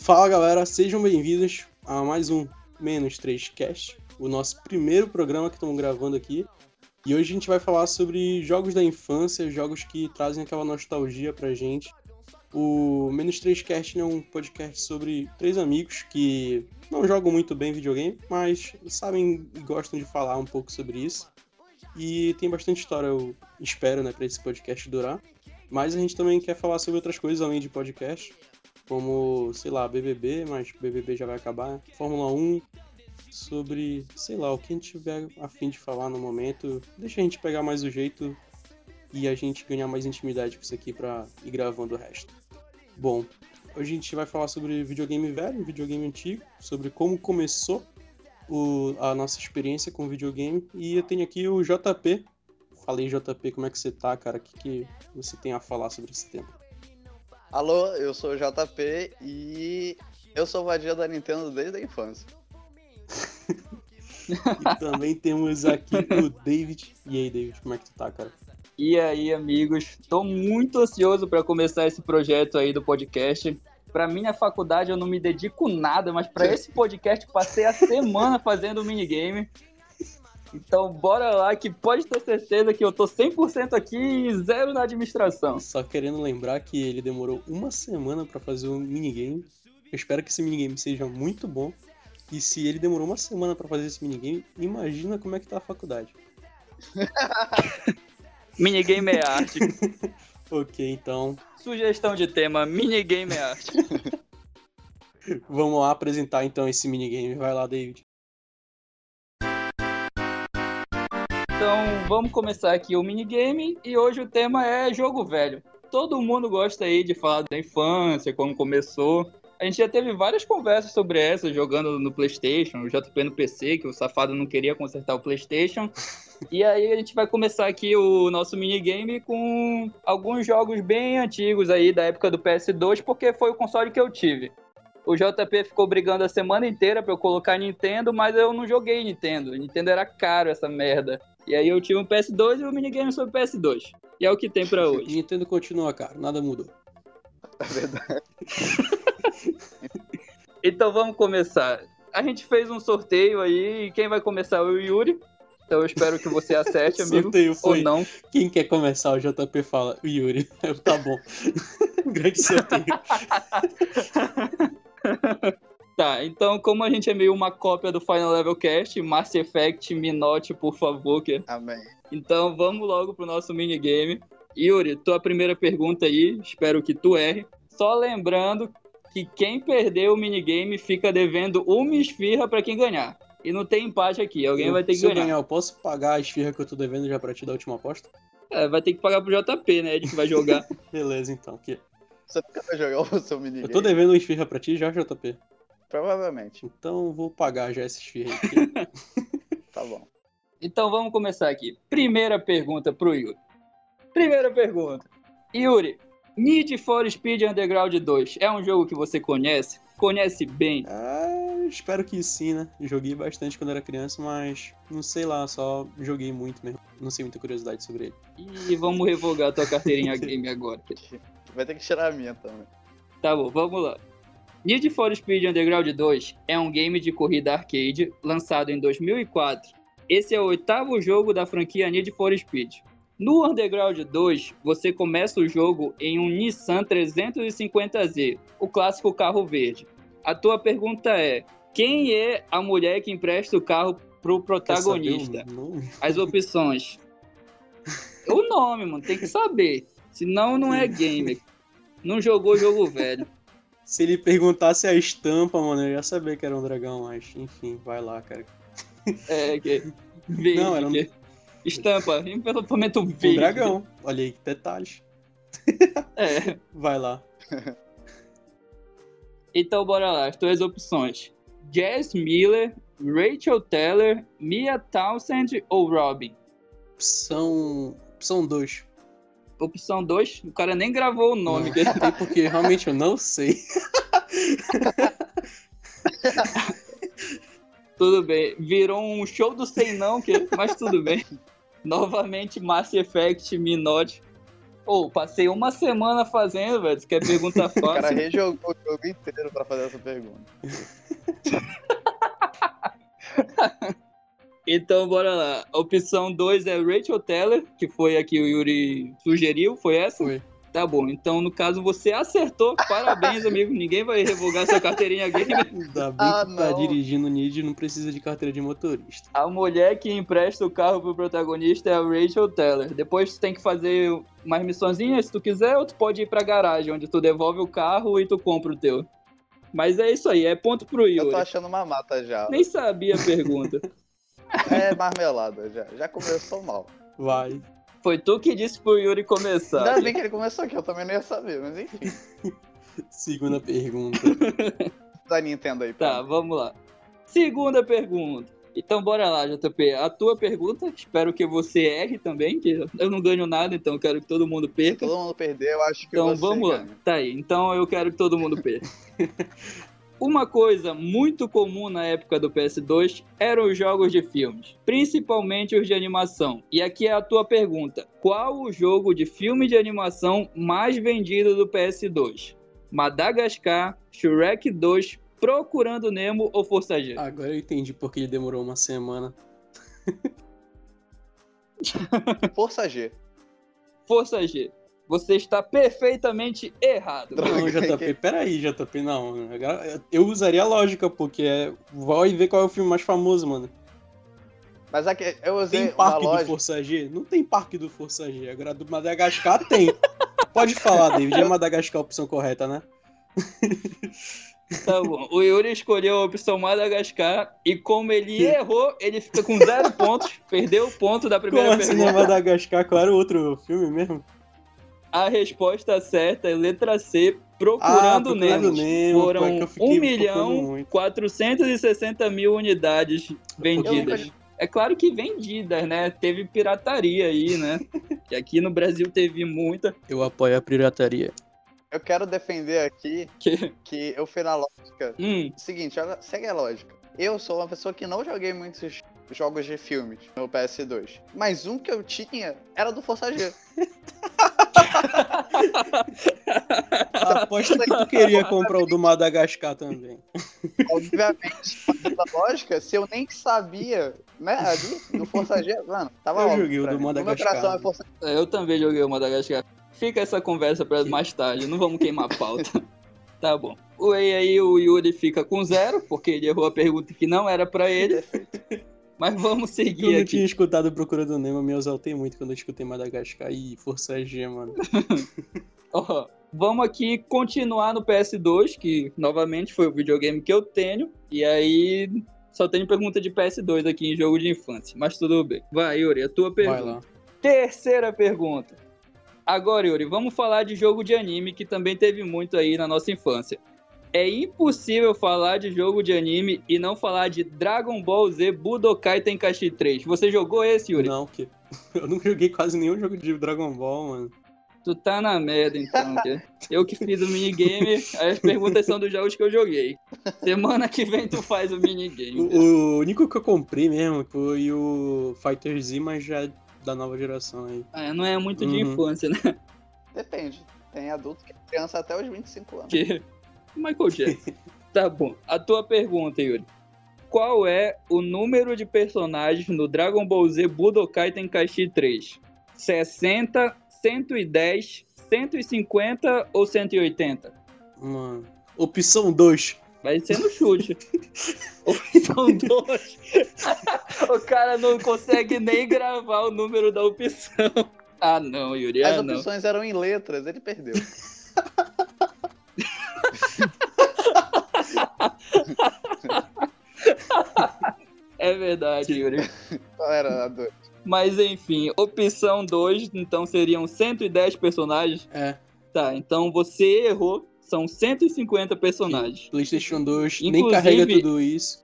Fala galera, sejam bem-vindos a mais um Menos 3 Cast, o nosso primeiro programa que estamos gravando aqui. E hoje a gente vai falar sobre jogos da infância, jogos que trazem aquela nostalgia pra gente. O Menos 3 Cast é um podcast sobre três amigos que não jogam muito bem videogame, mas sabem e gostam de falar um pouco sobre isso. E tem bastante história, eu espero, pra esse podcast durar. Mas a gente também quer falar sobre outras coisas além de podcast, como, sei lá, BBB, mas BBB já vai acabar, Fórmula 1, sobre, sei lá, o que a gente tiver a fim de falar no momento. Deixa a gente pegar mais o jeito e a gente ganhar mais intimidade com isso aqui pra ir gravando o resto. Bom, hoje a gente vai falar sobre videogame velho, videogame antigo, sobre como começou a nossa experiência com videogame. E eu tenho aqui o JP. Falei, JP, como é que você tá, cara? O que você tem a falar sobre esse tema? Alô, eu sou o JP e eu sou vadia da Nintendo desde a infância. E também temos aqui o David. E aí, David, como é que tu tá, cara? E aí, amigos, tô muito ansioso para começar esse projeto aí do podcast. Pra mim, na faculdade, eu não me dedico nada, mas pra esse podcast, passei a semana fazendo minigame. Então, bora lá, que pode ter certeza que eu tô 100% aqui e zero na administração. Só querendo lembrar que ele demorou uma semana pra fazer um minigame. Eu espero que esse minigame seja muito bom. E se ele demorou uma semana pra fazer esse minigame, imagina como é que tá a faculdade. Minigame é arte. Ok, então... Sugestão de tema, minigame é arte. Vamos lá apresentar então esse minigame. Vai lá, David. Então, vamos começar aqui o minigame e hoje o tema é jogo velho. Todo mundo gosta aí de falar da infância, como começou. A gente já teve várias conversas sobre essa, jogando no PlayStation, o JP no PC, que o safado não queria consertar o PlayStation. E aí a gente vai começar aqui o nosso minigame com alguns jogos bem antigos aí da época do PS2, porque foi o console que eu tive. O JP ficou brigando a semana inteira pra eu colocar Nintendo, mas eu não joguei Nintendo. Nintendo era caro, essa merda. E aí eu tive um PS2 e o minigame sobre o PS2. E é o que tem pra hoje. Nintendo continua caro, nada mudou. É verdade. Então vamos começar. A gente fez um sorteio aí e quem vai começar é o Yuri. Então eu espero que você acerte, amigo. Sorteio foi. Ou não. Quem quer começar? O JP fala, o Yuri. Tá bom. Grande sorteio. Tá, então como a gente é meio uma cópia do Final Level Cast, Mass Effect, me note, por favor. Amém. Então vamos logo pro nosso minigame. Yuri, tua primeira pergunta aí, espero que tu erre. Só lembrando que quem perder o minigame fica devendo uma esfirra pra quem ganhar. E não tem empate aqui, alguém vai ter que Se eu ganhar. ganhar, eu posso pagar a esfirra que eu tô devendo já pra te dar a última aposta? Vai ter que pagar pro JP, né, Ed, que vai jogar. Beleza, então. Você nunca vai jogar o seu minigame? Eu tô devendo uma esfirra pra ti já, JP? Provavelmente. Então eu vou pagar já essa esfirra aqui. Tá bom. Então vamos começar aqui. Primeira pergunta pro Yuri. Primeira pergunta. Yuri, Need for Speed Underground 2 é um jogo que você conhece? Conhece bem? Espero que sim, né? Joguei bastante quando era criança, mas não sei lá, só joguei muito mesmo. Não sei muita curiosidade sobre ele. E vamos revogar tua carteirinha game agora. Vai ter que tirar a minha também. Tá bom, vamos lá. Need for Speed Underground 2 é um game de corrida arcade lançado em 2004. Esse é o 8º jogo da franquia Need for Speed. No Underground 2, você começa o jogo em um Nissan 350Z, o clássico carro verde. A tua pergunta é, quem é a mulher que empresta o carro pro protagonista? As opções. O nome, mano, tem que saber. Senão não é gamer. Não jogou jogo velho. Se ele perguntasse a estampa, mano, eu ia saber que era um dragão, mas enfim, vai lá, cara. Verde, não, era um... Estampa, envelopamento verde. Um dragão, olha aí que detalhes. Vai lá. Então bora lá, as tuas opções. Jess Miller, Rachel Teller, Mia Townsend ou Robin? Opção 2. Opção 2? O cara nem gravou o nome. Não, porque realmente eu não sei. Tudo bem, virou um show do sei não, mas tudo bem. Novamente, Mass Effect, me note. Ô, passei uma semana fazendo, velho. Tu quer pergunta O cara fácil? rejogou o jogo inteiro pra fazer essa pergunta. Então, bora lá. A opção 2 é Rachel Teller, que foi a que o Yuri sugeriu. Foi essa? Foi. Tá bom. Então, no caso, você acertou. Parabéns, amigo. Ninguém vai revogar sua carteirinha gamer. Ainda bem Ah, que tá não. dirigindo Nid e não precisa de carteira de motorista. A mulher que empresta o carro pro protagonista é a Rachel Teller. Depois tu tem que fazer umas missõezinhas se tu quiser, ou tu pode ir pra garagem, onde tu devolve o carro e tu compra o teu. Mas é isso aí, é ponto pro Eu tô Yuri. achando uma mata já. Nem sabia a pergunta. É marmelada já. Já começou mal. Vai. Foi tu que disse pro Yuri começar. Ainda bem que ele começou aqui, eu também não ia saber, mas enfim. Segunda pergunta. Da Nintendo aí, Tá, pô. vamos lá. Segunda pergunta. Então bora lá, JP. A tua pergunta, espero que você erre também, que eu não ganho nada, então eu quero que todo mundo Se perca. todo mundo perder, eu acho que Então você vamos lá. ganha. Tá aí. Então eu quero que todo mundo perca. Uma coisa muito comum na época do PS2 eram os jogos de filmes, principalmente os de animação. E aqui é a tua pergunta: qual o jogo de filme de animação mais vendido do PS2? Madagascar, Shrek 2, Procurando Nemo ou Força G? Agora eu entendi porque ele demorou uma semana. Força G. Força G. Você está perfeitamente errado. Droga. Não, JP, peraí, JP, não. Agora, eu usaria a lógica, porque vai ver qual é o filme mais famoso, mano. Mas aqui, eu usei Tem uma parque do lógica. Força G? Não tem parque do Força G. Agora do Madagascar tem. Pode falar, David. É Madagascar a opção correta, né? Tá bom. O Yuri escolheu a opção Madagascar e como ele errou, ele fica com 0 pontos. Perdeu o ponto da primeira Como assim não é pergunta. Madagascar? Qual era o outro filme mesmo? A resposta certa é letra C, Procurando Procurando Nemo. Nemo, Foram pô, é que eu fiquei focando 1 muito. 460 mil unidades vendidas. Eu- É claro que vendidas, né? Teve pirataria aí, né? Que aqui no Brasil teve muita. Eu apoio a pirataria. Eu quero defender aqui que eu fui na lógica. Seguinte, olha, segue a lógica. Eu sou uma pessoa que não joguei muitos jogos de filmes no PS2. Mas um que eu tinha era do Força G. Aposto que tu queria comprar o do Madagascar também. Obviamente, fazendo a lógica, se eu nem sabia, né, ali, no Força G, mano, tava Eu óbvio joguei o pra do mim. No meu Madagascar. coração é Força G. Eu também joguei o Madagascar. Fica essa conversa pra mais tarde, não vamos queimar a pauta. Tá bom. E aí o Yuri fica com 0, porque ele errou a pergunta que não era pra ele. Perfeito. Mas vamos Eu seguir não aqui. tinha escutado Procurando Nemo, me exaltei muito quando eu escutei Madagascar e Força G, mano. Ó, vamos aqui continuar no PS2, que novamente foi o videogame que eu tenho. E aí só tenho pergunta de PS2 aqui em jogo de infância. Mas tudo bem. Vai, Yuri, a tua Vai pergunta. lá. Terceira pergunta. Agora, Yuri, vamos falar de jogo de anime, que também teve muito aí na nossa infância. É impossível falar de jogo de anime e não falar de Dragon Ball Z Budokai Tenkaichi 3. Você jogou esse, Yuri? Não, que eu nunca joguei quase nenhum jogo de Dragon Ball, mano. Tu tá na merda, então. Eu que fiz o minigame, as perguntas são dos jogos que eu joguei. Semana que vem tu faz o minigame. O único que eu comprei mesmo foi o Fighter Z, mas já é da nova geração aí. Não é muito de Uhum. infância, né? Depende. Tem adulto que é criança até os 25 anos. Que... Michael Jackson. Tá bom. A tua pergunta, Yuri. Qual é o número de personagens no Dragon Ball Z Budokai Tenkaichi 3? 60, 110, 150 ou 180? Mano. Opção 2. Vai ser no chute. Opção 2. O cara não consegue nem gravar o número da opção. Ah, não, Yuri. As Não. opções eram em letras, ele perdeu. É verdade, Yuri. Qual era a 2? Mas enfim, opção 2, então seriam 110 personagens. É. Tá, então você errou. São 150 personagens. PlayStation 2 nem Inclusive- carrega tudo isso.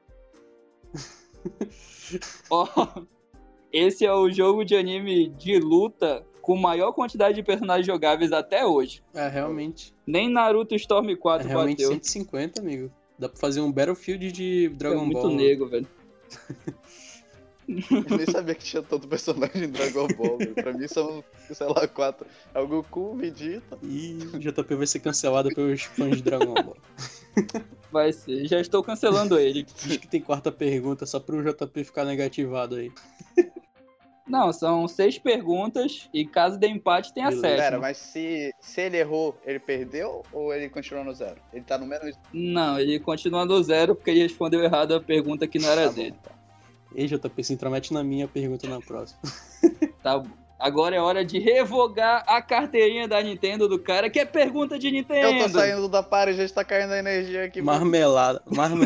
Ó, esse é o jogo de anime de luta com maior quantidade de personagens jogáveis até hoje. É, realmente. Nem Naruto Storm É 4 realmente bateu. 150, amigo. Dá pra fazer um Battlefield de É Dragon muito Ball. nego, velho. Eu nem sabia que tinha tanto personagem em Dragon Ball, velho. Pra mim são, sei lá, 4. É o Goku, o Vegeta. E o JP vai ser cancelado pelos fãs de Dragon Ball. Vai ser, já estou cancelando ele. Diz que tem quarta pergunta só pro JP ficar negativado aí. Não, são 6 perguntas e caso dê empate tem a Beleza. 7. Pera, mas se ele errou, ele perdeu ou ele continuou no 0? Ele tá no menos... Não, ele continua no 0 porque ele respondeu errado a pergunta que não era dele. Bom, tá. Ei, JP, se intromete na minha pergunta na próxima. Tá bom. Agora é hora de revogar a carteirinha da Nintendo do cara, que é pergunta de Nintendo. Eu tô saindo da party e já está caindo a energia aqui. Marmelada.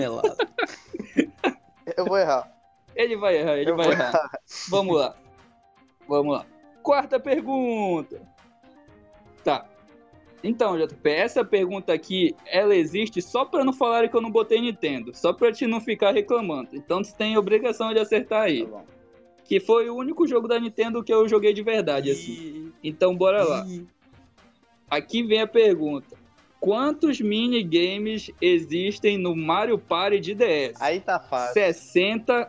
Eu vou errar. Ele vai errar, ele vai errar. Vamos lá. Quarta pergunta. Tá. Então, JP, essa pergunta aqui, ela existe só pra não falarem que eu não botei Nintendo. Só pra te não ficar reclamando. Então você tem obrigação de acertar aí. Tá bom. Que foi o único jogo da Nintendo que eu joguei de verdade, assim. Então bora lá. Aqui vem a pergunta. Quantos minigames existem no Mario Party de DS? Aí tá fácil. 60,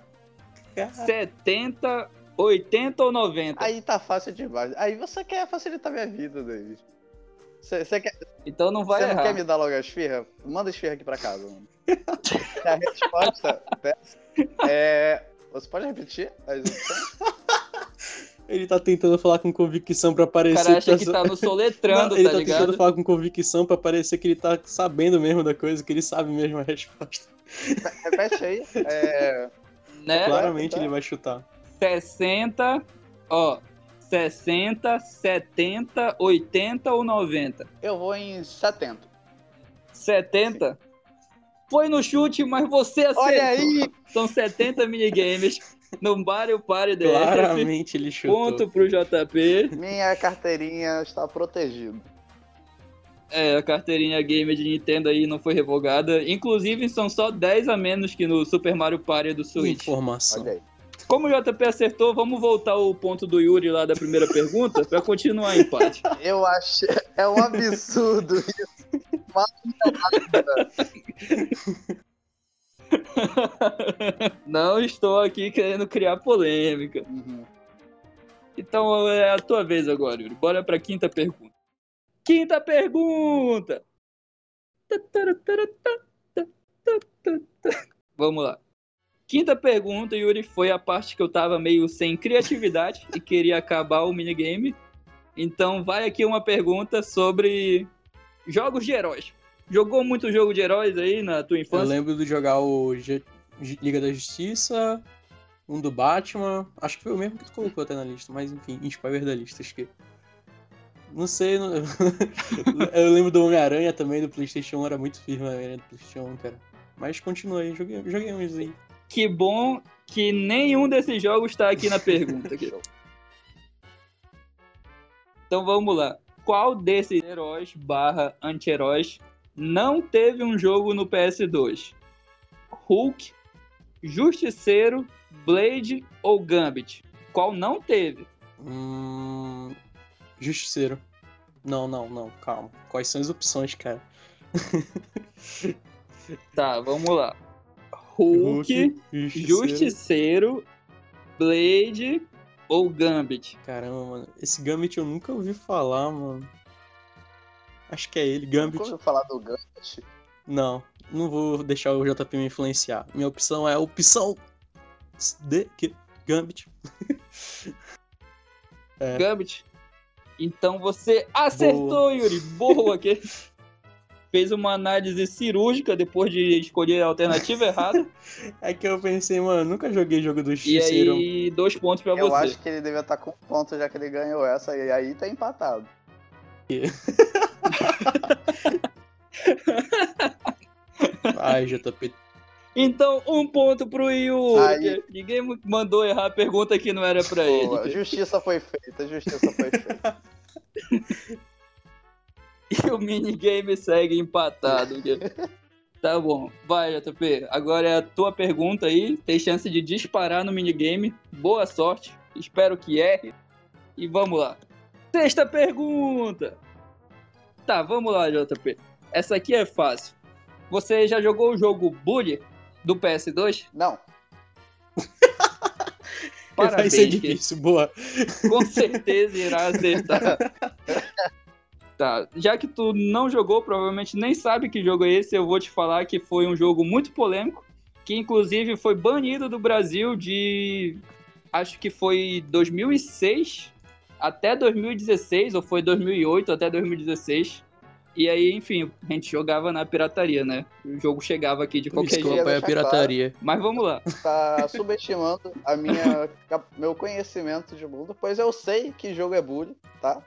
70, 80 ou 90? Aí tá fácil demais. Aí você quer facilitar minha vida, David. Você quer... Então não vai Você errar. não quer me dar logo a esfirra? Manda a esfirra aqui pra casa, mano. A resposta é... Você pode repetir as opções? Ele tá tentando falar com convicção pra O parecer... cara acha que tá no soletrando, Não, ele tá tá ligado? tentando falar com convicção pra parecer que ele tá sabendo mesmo da coisa, que ele sabe mesmo a resposta. Repete aí. Né? Claramente ele vai chutar. 60, 60, 70, 80 ou 90? Eu vou em 70. 70? Sim. Foi no chute, mas você acertou. Olha aí! São 70 minigames no Mario Party DS. Claramente ele chutou. Ponto pro JP. Minha carteirinha está protegida. A carteirinha gamer de Nintendo aí não foi revogada. Inclusive, são só 10 a menos que no Super Mario Party do Switch. Informação. Olha aí. Como o JP acertou, vamos voltar o ponto do Yuri lá da primeira pergunta pra continuar o empate. Eu achei... É um absurdo isso. Não estou aqui querendo criar polêmica. Uhum. Então é a tua vez agora, Yuri. Bora pra quinta pergunta. Quinta pergunta! Vamos lá. Quinta pergunta, Yuri, foi a parte que eu tava meio sem criatividade e queria acabar o minigame. Então vai aqui uma pergunta sobre jogos de heróis. Jogou muito jogo de heróis aí na tua infância? Eu lembro de jogar o Liga da Justiça, um do Batman. Acho que foi o mesmo que tu colocou até na lista, mas enfim, spoiler da lista, acho que... Não sei, não... Eu lembro do Homem-Aranha também, do PlayStation 1, era muito firme a Homem-Aranha do PlayStation 1, cara. Mas continua aí, joguei uns aí. Que bom que nenhum desses jogos tá aqui na pergunta. Então vamos lá. Qual desses heróis / anti-heróis não teve um jogo no PS2? Hulk, Justiceiro, Blade ou Gambit? Qual não teve? Justiceiro. Não, calma. Quais são as opções, cara? Tá, vamos lá. Hulk, Justiceiro, Blade ou Gambit? Caramba, mano. Esse Gambit eu nunca ouvi falar, mano. Acho que é ele, Gambit. Nunca ouviu falar do Gambit? Não vou deixar o JP me influenciar. Minha opção é a opção D, Gambit. Gambit? Então você acertou, boa. Yuri. Boa aqui. Fez uma análise cirúrgica depois de escolher a alternativa errada. É que eu pensei, mano, nunca joguei jogo do Justiceiro. E aí, 2 pontos pra você. Eu acho que ele devia estar com ponto já que ele ganhou essa, e aí tá empatado. Ai, JP. Então, 1 ponto pro Yuri. Aí... Ninguém mandou errar a pergunta que não era pra ele. Justiça foi feita. E o minigame segue empatado. Tá bom. Vai, JP. Agora é a tua pergunta aí. Tem chance de disparar no minigame. Boa sorte. Espero que erre. E vamos lá. Sexta pergunta. Tá, vamos lá, JP. Essa aqui é fácil. Você já jogou o jogo Bully do PS2? Não. Parabéns. Vai ser difícil, boa. Com certeza irá acertar. Tá, já que tu não jogou, provavelmente nem sabe que jogo é esse, eu vou te falar que foi um jogo muito polêmico, que inclusive foi banido do Brasil de... acho que foi 2006 até 2016, ou foi 2008 até 2016. E aí, enfim, a gente jogava na pirataria, né? O jogo chegava aqui de qualquer jeito. Desculpa, é a pirataria. Mas vamos lá. Tá subestimando meu conhecimento de mundo, pois eu sei que jogo é bullying, tá?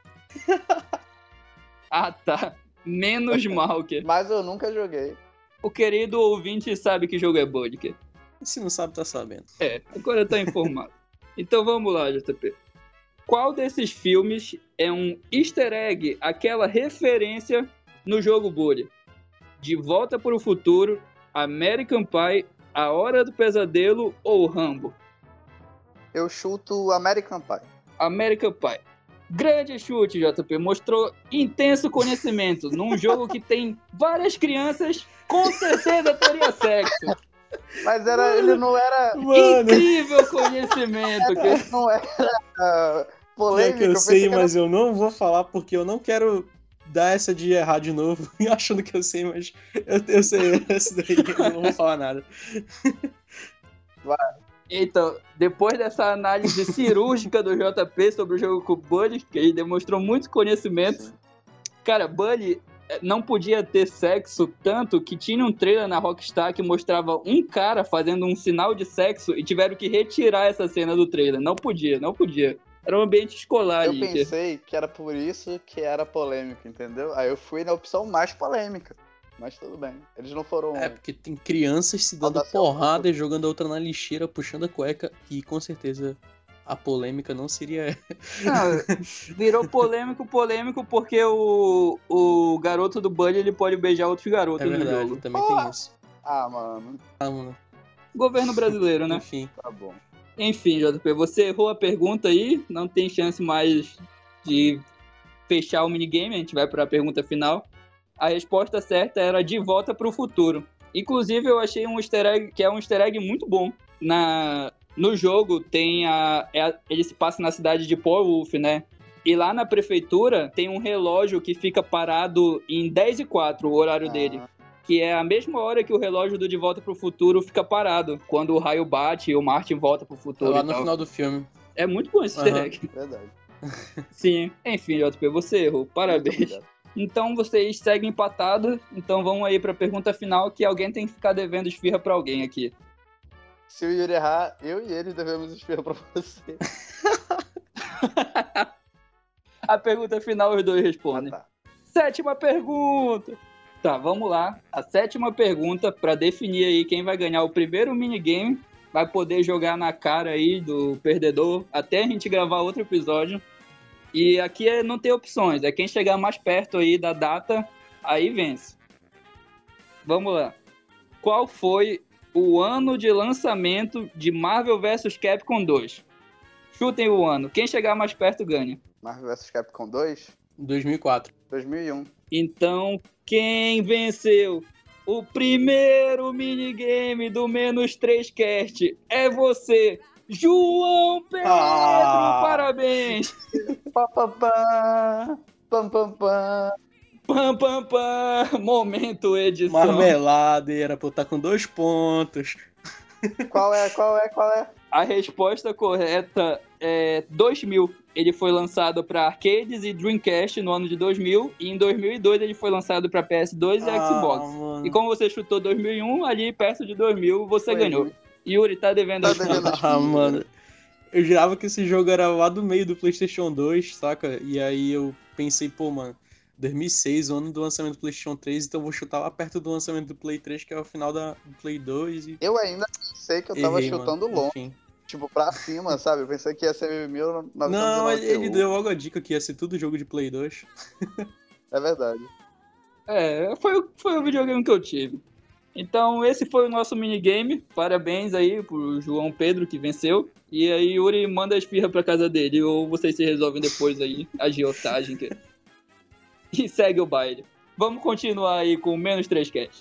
Ah, tá. Menos mal, que... Mas eu nunca joguei. O querido ouvinte sabe que jogo é bullying. Se não sabe, tá sabendo. Agora tá informado. Então vamos lá, JP. Qual desses filmes é um easter egg, aquela referência no jogo bullying? De Volta para o Futuro, American Pie, A Hora do Pesadelo ou Rambo? Eu chuto American Pie. American Pie. Grande chute, JP. Mostrou intenso conhecimento. Num jogo que tem várias crianças, com certeza teria sexo. Mas ele não era... Mano. Incrível conhecimento. Não era polêmico. Eu sei, mas eu não vou falar porque eu não quero dar essa de errar de novo, achando que eu sei, mas eu sei essa daí, eu não vou falar nada. Vai. Então, depois dessa análise cirúrgica do JP sobre o jogo com o Bully, que ele demonstrou muito conhecimento, sim. Cara, Bully não podia ter sexo tanto que tinha um trailer na Rockstar que mostrava um cara fazendo um sinal de sexo e tiveram que retirar essa cena do trailer. Não podia. Era um ambiente escolar. Eu pensei que era por isso que era polêmico, entendeu? Aí eu fui na opção mais polêmica. Mas tudo bem. Eles não foram... porque tem crianças se dando porrada e jogando a outra na lixeira, puxando a cueca. E com certeza a polêmica não seria... Virou polêmico porque o garoto do Bully, ele pode beijar outros garotos no jogo. Também tem isso. Mano. Governo brasileiro, né? Enfim. Tá bom. Enfim, JP, você errou a pergunta aí. Não tem chance mais de fechar o minigame. A gente vai para a pergunta final. A resposta certa era De Volta para o Futuro. Inclusive, eu achei um easter egg que é um easter egg muito bom. No jogo, ele se passa na cidade de Portwolf, né? E lá na prefeitura tem um relógio que fica parado em 10:04, o horário dele. Que é a mesma hora que o relógio do De Volta para o Futuro fica parado. Quando o raio bate e o Martin volta para o futuro. Lá no final do filme. É muito bom esse easter egg. Verdade. Sim. Enfim, JP, você errou. Parabéns. Então vocês seguem empatados. Então vamos aí para a pergunta final, que alguém tem que ficar devendo esfirra para alguém aqui. Se o Yuri errar, eu e ele devemos esfirra para você. A pergunta final os dois respondem. Tá. 7ª pergunta. Tá, vamos lá. A 7ª pergunta, para definir aí quem vai ganhar o primeiro minigame, vai poder jogar na cara aí do perdedor até a gente gravar outro episódio. E aqui não tem opções, é quem chegar mais perto aí da data, aí vence. Vamos lá. Qual foi o ano de lançamento de Marvel vs Capcom 2? Chutem o ano. Quem chegar mais perto ganha. Marvel vs Capcom 2? 2004. 2001. Então, quem venceu o primeiro minigame do Menos 3 Cast é você, João Pedro! Parabéns! Pam, pam, pam. Pam, pam, pam. Momento edição. Marmelada, era pra eu estar com 2 pontos. Qual é? A resposta correta é 2000. Ele foi lançado para arcades e Dreamcast no ano de 2000. E em 2002 ele foi lançado para PS2 e Xbox. Mano. E como você chutou 2001, ali perto de 2000 você ganhou. Yuri tá devendo as contas. Mano. Eu jurava que esse jogo era lá do meio do PlayStation 2, saca? E aí eu pensei, pô, mano, 2006, o ano do lançamento do PlayStation 3, então eu vou chutar lá perto do lançamento do Play 3, que é o final do Play 2. E... Eu ainda pensei que eu tava chutando longe. Enfim. Tipo, pra cima, sabe? Eu pensei que ia ser 1991. Não, ele deu logo a dica que ia ser tudo jogo de Play 2. É verdade. Foi o videogame que eu tive. Então, esse foi o nosso minigame. Parabéns aí pro João Pedro, que venceu. E aí, Yuri, manda a esfirra pra casa dele. Ou vocês se resolvem depois aí, a agiotagem. E segue o baile. Vamos continuar aí com o Menos 3 Cast.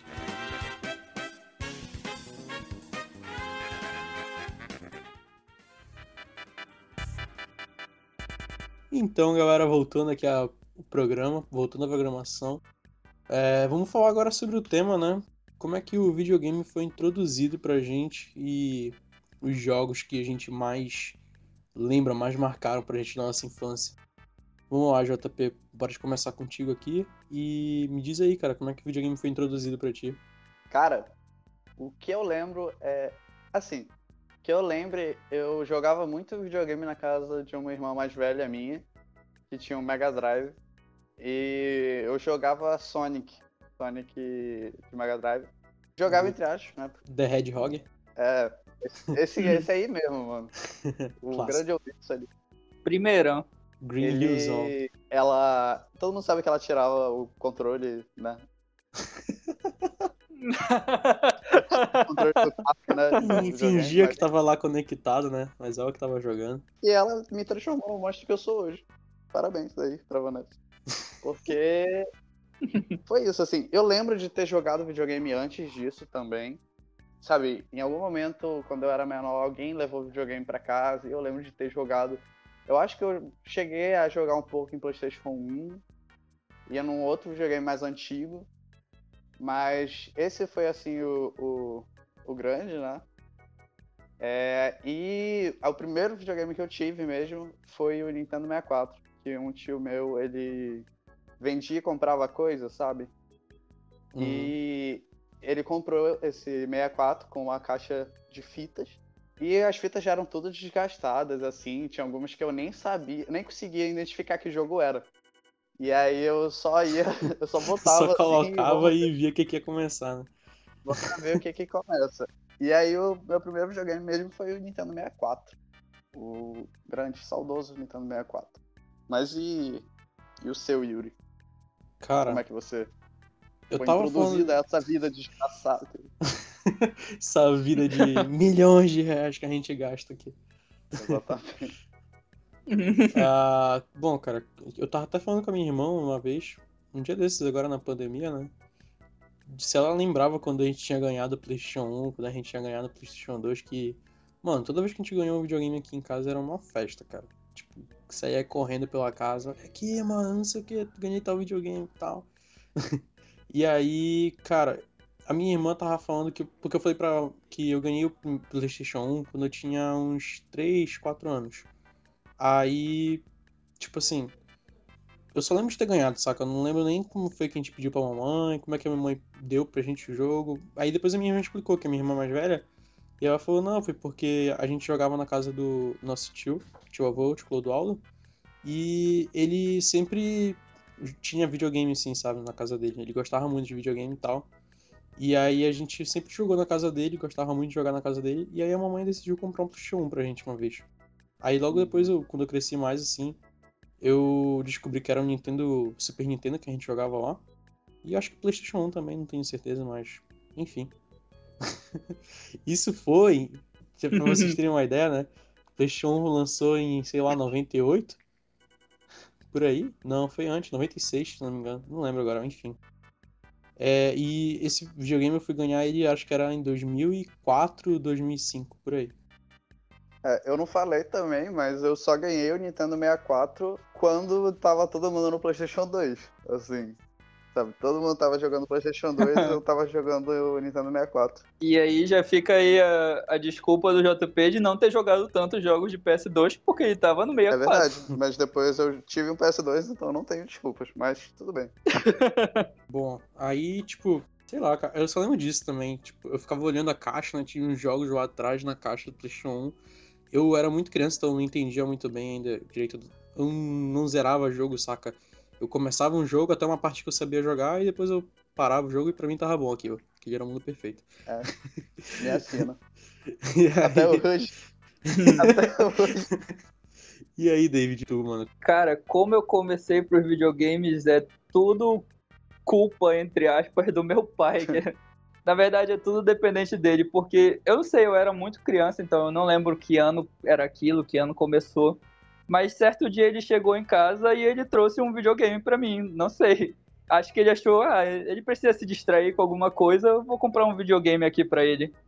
Então, galera, voltando aqui ao programa, voltando à programação, vamos falar agora sobre o tema, né? Como é que o videogame foi introduzido pra gente e os jogos que a gente mais lembra, mais marcaram pra gente na nossa infância. Vamos lá, JP, bora de começar contigo aqui e me diz aí, cara, como é que o videogame foi introduzido pra ti? Cara, o que eu lembro é... Assim, que eu lembre, eu jogava muito videogame na casa de uma irmã mais velha minha, que tinha um Mega Drive, e eu jogava Sonic de Mega Drive. Jogava entre aspas, né? The Hedgehog? Esse aí mesmo, mano. O grande ouvinte ali. Primeirão. Green Hill Zone. Todo mundo sabe que ela tirava o controle, né? Controle do papo, né? Fingia que tava lá conectado, né? Mas ela que tava jogando. E ela me transformou no monstro que eu sou hoje. Parabéns aí pra Vanessa. Porque foi isso, assim. Eu lembro de ter jogado videogame antes disso também. Sabe, em algum momento, quando eu era menor, alguém levou o videogame pra casa e eu lembro de ter jogado. Eu acho que eu cheguei a jogar um pouco em PlayStation 1, ia num outro videogame mais antigo, mas esse foi, assim, o grande, né? E o primeiro videogame que eu tive mesmo foi o Nintendo 64, que um tio meu, ele vendia e comprava coisa, sabe? Uhum. E ele comprou esse 64 com uma caixa de fitas. E as fitas já eram todas desgastadas, assim. Tinha algumas que eu nem sabia, nem conseguia identificar que jogo era. E aí eu só botava só colocava assim, e via o que ia começar, né? Bora ver o que começa. E aí o meu primeiro videogame mesmo foi o Nintendo 64. O grande, saudoso Nintendo 64. Mas e o seu, Yuri? Cara, como é que você foi introduzida a essa vida desgraçada? Essa vida de milhões de reais que a gente gasta aqui. Exatamente. Bom, cara, eu tava até falando com a minha irmã uma vez, um dia desses agora na pandemia, né? Se ela lembrava quando a gente tinha ganhado o PlayStation 1, quando a gente tinha ganhado o PlayStation 2, que... Mano, toda vez que a gente ganhou um videogame aqui em casa era uma festa, cara. Tipo, saía correndo pela casa. Aqui, mano, não sei o que, ganhei tal videogame e tal. E aí, cara... A minha irmã tava falando que... Porque eu falei pra ela que eu ganhei o PlayStation 1 quando eu tinha uns 3, 4 anos. Aí, tipo assim... Eu só lembro de ter ganhado, saca? Eu não lembro nem como foi que a gente pediu pra mamãe, como é que a minha mãe deu pra gente o jogo. Aí depois a minha irmã explicou que a minha irmã mais velha... E ela falou, não, foi porque a gente jogava na casa do nosso tio avô, tio Clodoaldo. E ele sempre tinha videogame, assim, sabe? Na casa dele. Ele gostava muito de videogame e tal. E aí a gente sempre jogou na casa dele, gostava muito de jogar na casa dele, e aí a mamãe decidiu comprar um PlayStation 1 pra gente uma vez. Aí logo depois, quando eu cresci mais, assim, eu descobri que era um Super Nintendo que a gente jogava lá. E acho que PlayStation 1 também, não tenho certeza, mas enfim. Isso foi, pra vocês terem uma ideia, né? PlayStation 1 lançou em, sei lá, 98? Por aí? Não, foi antes, 96, se não me engano. Não lembro agora, enfim. E esse videogame eu fui ganhar ele, acho que era em 2004, 2005, por aí. Eu não falei também, mas eu só ganhei o Nintendo 64 quando tava todo mundo no PlayStation 2, assim, sabe? Todo mundo tava jogando PlayStation 2 e eu tava jogando o Nintendo 64. E aí já fica aí a desculpa do JP de não ter jogado tantos jogos de PS2 porque ele tava no 64. É verdade, mas depois eu tive um PS2, então não tenho desculpas, mas tudo bem. Bom, aí, tipo, sei lá, cara, eu só lembro disso também. Tipo, eu ficava olhando a caixa, né? Tinha uns jogos lá atrás na caixa do PlayStation 1. Eu era muito criança, então eu não entendia muito bem ainda direito. Eu não zerava jogo, saca? Eu começava um jogo até uma parte que eu sabia jogar e depois eu parava o jogo e pra mim tava bom aquilo. Aquele era o mundo perfeito. Me assina. Até hoje. Até hoje. E aí, David, tu, mano? Cara, como eu comecei pros videogames é tudo culpa, entre aspas, do meu pai. Na verdade, é tudo dependente dele, porque eu não sei, eu era muito criança, então eu não lembro que ano era aquilo, que ano começou. Mas certo dia ele chegou em casa e ele trouxe um videogame pra mim, não sei. Acho que ele achou, ele precisa se distrair com alguma coisa, eu vou comprar um videogame aqui pra ele.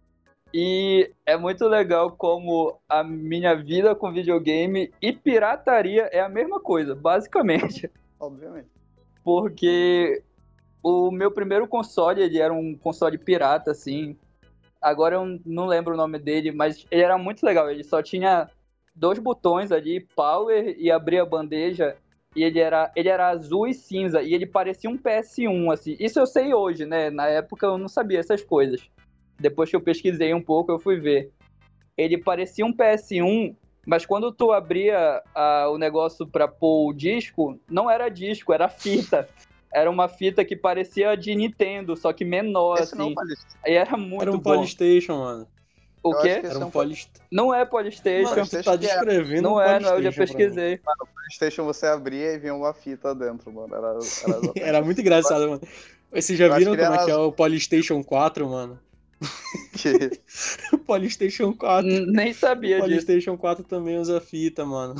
E é muito legal como a minha vida com videogame e pirataria é a mesma coisa, basicamente. Obviamente. Porque o meu primeiro console, ele era um console pirata, assim. Agora eu não lembro o nome dele, mas ele era muito legal. Ele só tinha 2 botões ali, power e abrir a bandeja. E ele era azul e cinza. E ele parecia um PS1, assim. Isso eu sei hoje, né? Na época eu não sabia essas coisas. Depois que eu pesquisei um pouco, eu fui ver. Ele parecia um PS1, mas quando tu abria o negócio pra pôr o disco, não era disco, era fita. Era uma fita que parecia de Nintendo, só que menor, Esse assim. Não Aí era muito Era um bom. PlayStation, mano. O quê? Era um PlayStation. Não é PlayStation. Mano, tu tá descrevendo Não um é, PlayStation. eu já pesquisei. Mano, o PlayStation você abria e vinha uma fita dentro, mano. Era muito engraçado, mano. Vocês já viram como é que é azul. o PlayStation 4, mano? Que... O PlayStation 4. Nem sabia o disso. PlayStation 4 também usa fita, mano.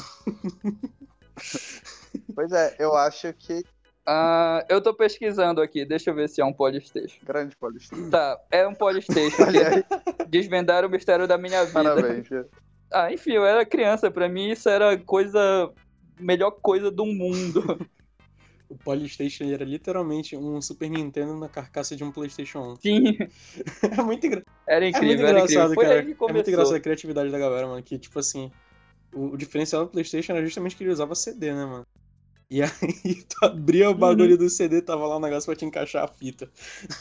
Pois é, eu acho que... Eu tô pesquisando aqui, deixa eu ver se é um PlayStation. Grande PlayStation. Tá, é um PlayStation. Desvendar o mistério da minha vida. Parabéns. Enfim, eu era criança, pra mim isso era melhor coisa do mundo. O PlayStation era literalmente um Super Nintendo na carcaça de um PlayStation 1. Sim. É muito engraçado. Era incrível, era incrível. Foi cara. aí que começou. É muito engraçado a criatividade da galera, mano. Que, tipo assim, o diferencial do PlayStation era justamente que ele usava CD, né, mano? E aí tu abria o bagulho do CD, tava lá um negócio pra te encaixar a fita.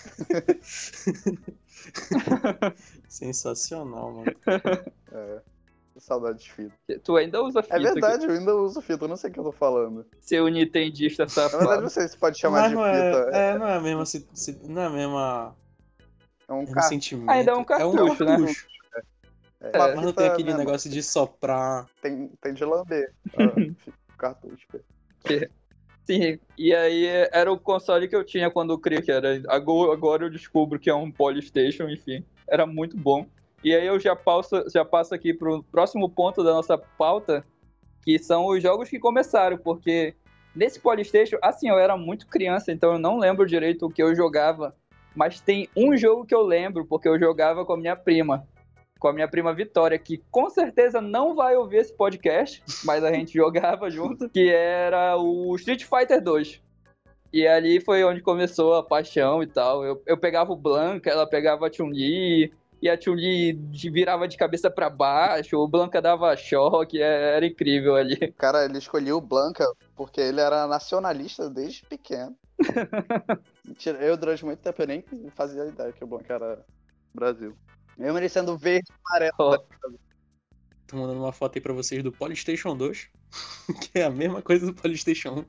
Sensacional, mano. Saudade de fita. Tu ainda usa fita. É verdade, eu ainda uso fita, eu não sei o que eu tô falando. Seu nintendista safado. Na verdade, não sei se pode chamar de fita. Não é a mesma. Não é a mesma. É um sentimento. Ainda é um cartucho, né? Mas não tem aquele negócio de soprar. Tem de lamber. Cartucho. Sim, e aí era o console que eu tinha quando eu criei, que era. Agora eu descubro que é um PlayStation, enfim. Era muito bom. E aí eu já passo aqui pro próximo ponto da nossa pauta, que são os jogos que começaram, porque nesse PlayStation, assim, eu era muito criança, então eu não lembro direito o que eu jogava, mas tem um jogo que eu lembro, porque eu jogava com a minha prima Vitória, que com certeza não vai ouvir esse podcast, mas a gente jogava junto, que era o Street Fighter 2. E ali foi onde começou a paixão e tal. Eu pegava o Blanka, ela pegava a Chun-Li, e a Chun-Li virava de cabeça pra baixo, o Blanka dava choque, era incrível ali. Cara, ele escolheu o Blanka porque ele era nacionalista desde pequeno. Mentira, eu durante muito tempo eu nem fazia ideia que o Blanka era Brasil. Mesmo ele sendo verde e amarelo. Tô mandando uma foto aí pra vocês do PlayStation 2, que é a mesma coisa do PlayStation 1.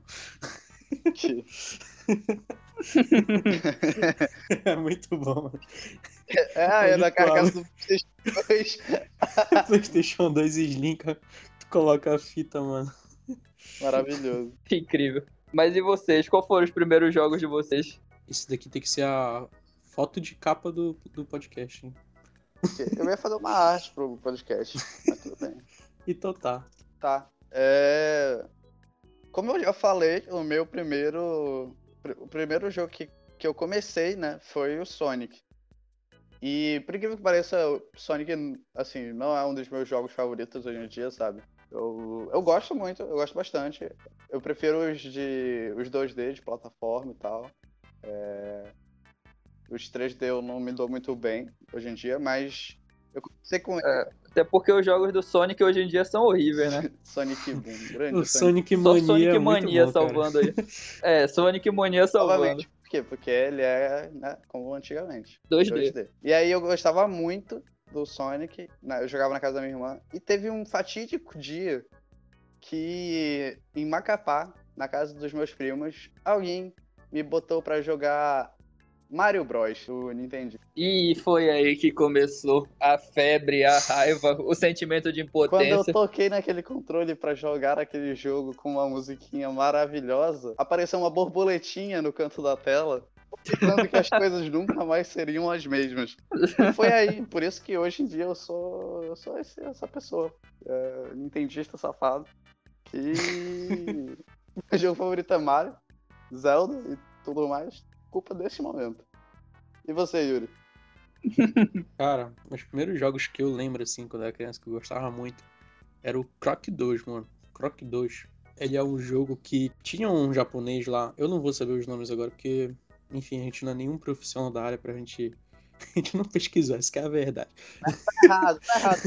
É muito bom. É da carcaça do PlayStation 2. PlayStation 2 Slim, tu coloca a fita, mano. Maravilhoso. Incrível. Mas e vocês? Qual foram os primeiros jogos de vocês? Esse daqui tem que ser a foto de capa do podcast, hein? Eu ia fazer uma arte pro podcast, mas tudo bem. Então tá. Tá. Como eu já falei, o primeiro jogo que eu comecei, né, foi o Sonic. E, por incrível que pareça, o Sonic, assim, não é um dos meus jogos favoritos hoje em dia, sabe? Eu gosto muito, eu gosto bastante. Eu prefiro os 2D de plataforma e tal. Os 3D eu não me dou muito bem hoje em dia, mas eu comecei com... Até porque os jogos do Sonic hoje em dia são horríveis, né? Sonic Boom, grande o Sonic Mania. Só Sonic é Mania bom, salvando aí. Sonic Mania salvando. Por quê? Porque ele é, né, como antigamente. 2D. E aí eu gostava muito do Sonic, né, eu jogava na casa da minha irmã, e teve um fatídico dia que em Macapá, na casa dos meus primos, alguém me botou pra jogar Mario Bros, do Nintendo. E foi aí que começou a febre, a raiva, o sentimento de impotência. Quando eu toquei naquele controle pra jogar aquele jogo com uma musiquinha maravilhosa, apareceu uma borboletinha no canto da tela, pensando que as coisas nunca mais seriam as mesmas. E foi aí, por isso que hoje em dia eu sou essa pessoa, nintendista safado, que meu jogo favorito é Mario, Zelda e tudo mais. Culpa desse momento. E você, Yuri? Cara, os primeiros jogos que eu lembro, assim, quando eu era criança, que eu gostava muito, era o Croc 2, mano. Croc 2. Ele é um jogo que tinha um japonês lá, eu não vou saber os nomes agora, porque, enfim, a gente não é nenhum profissional da área pra gente... A gente não pesquisou, essa que é a verdade. Tá errado.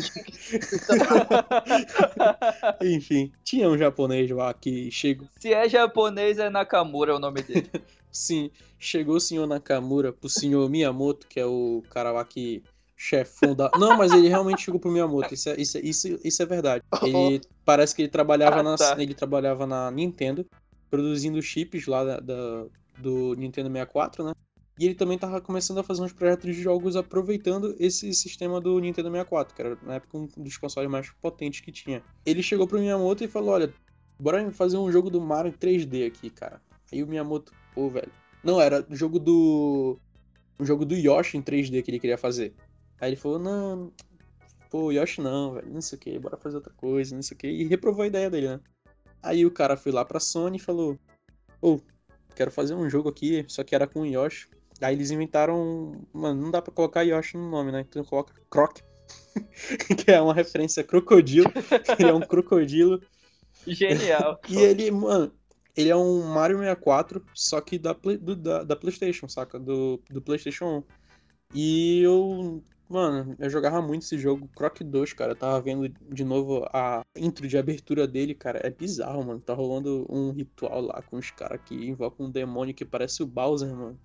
Enfim, tinha um japonês lá que chegou... Se é japonês, é Nakamura o nome dele. Sim, chegou o senhor Nakamura pro senhor Miyamoto, que é o cara lá que... chefão da... Não, mas ele realmente chegou pro Miyamoto, isso é verdade. Ele parece que ele trabalhava, ele trabalhava na Nintendo, produzindo chips lá do Nintendo 64, né? E ele também tava começando a fazer uns projetos de jogos aproveitando esse sistema do Nintendo 64, que era na época um dos consoles mais potentes que tinha. Ele chegou pro Miyamoto e falou, olha, bora fazer um jogo do Mario em 3D aqui, cara. Aí o Miyamoto, pô, velho. Não, era um jogo do Yoshi em 3D que ele queria fazer. Aí ele falou, não, pô, Yoshi não, velho, não sei o que, bora fazer outra coisa, não sei o que, e reprovou a ideia dele, né? Aí o cara foi lá pra Sony e falou, quero fazer um jogo aqui, só que era com Yoshi. Aí eles inventaram, mano, não dá pra colocar Yoshi no nome, né? Então coloca Croc, que é uma referência a crocodilo, ele é um crocodilo. Genial. E ele, mano, ele é um Mario 64, só que da PlayStation, saca? Do PlayStation 1. E eu jogava muito esse jogo, Croc 2, cara. Eu tava vendo de novo a intro de abertura dele, cara. É bizarro, mano. Tá rolando um ritual lá com os caras que invocam um demônio que parece o Bowser, mano.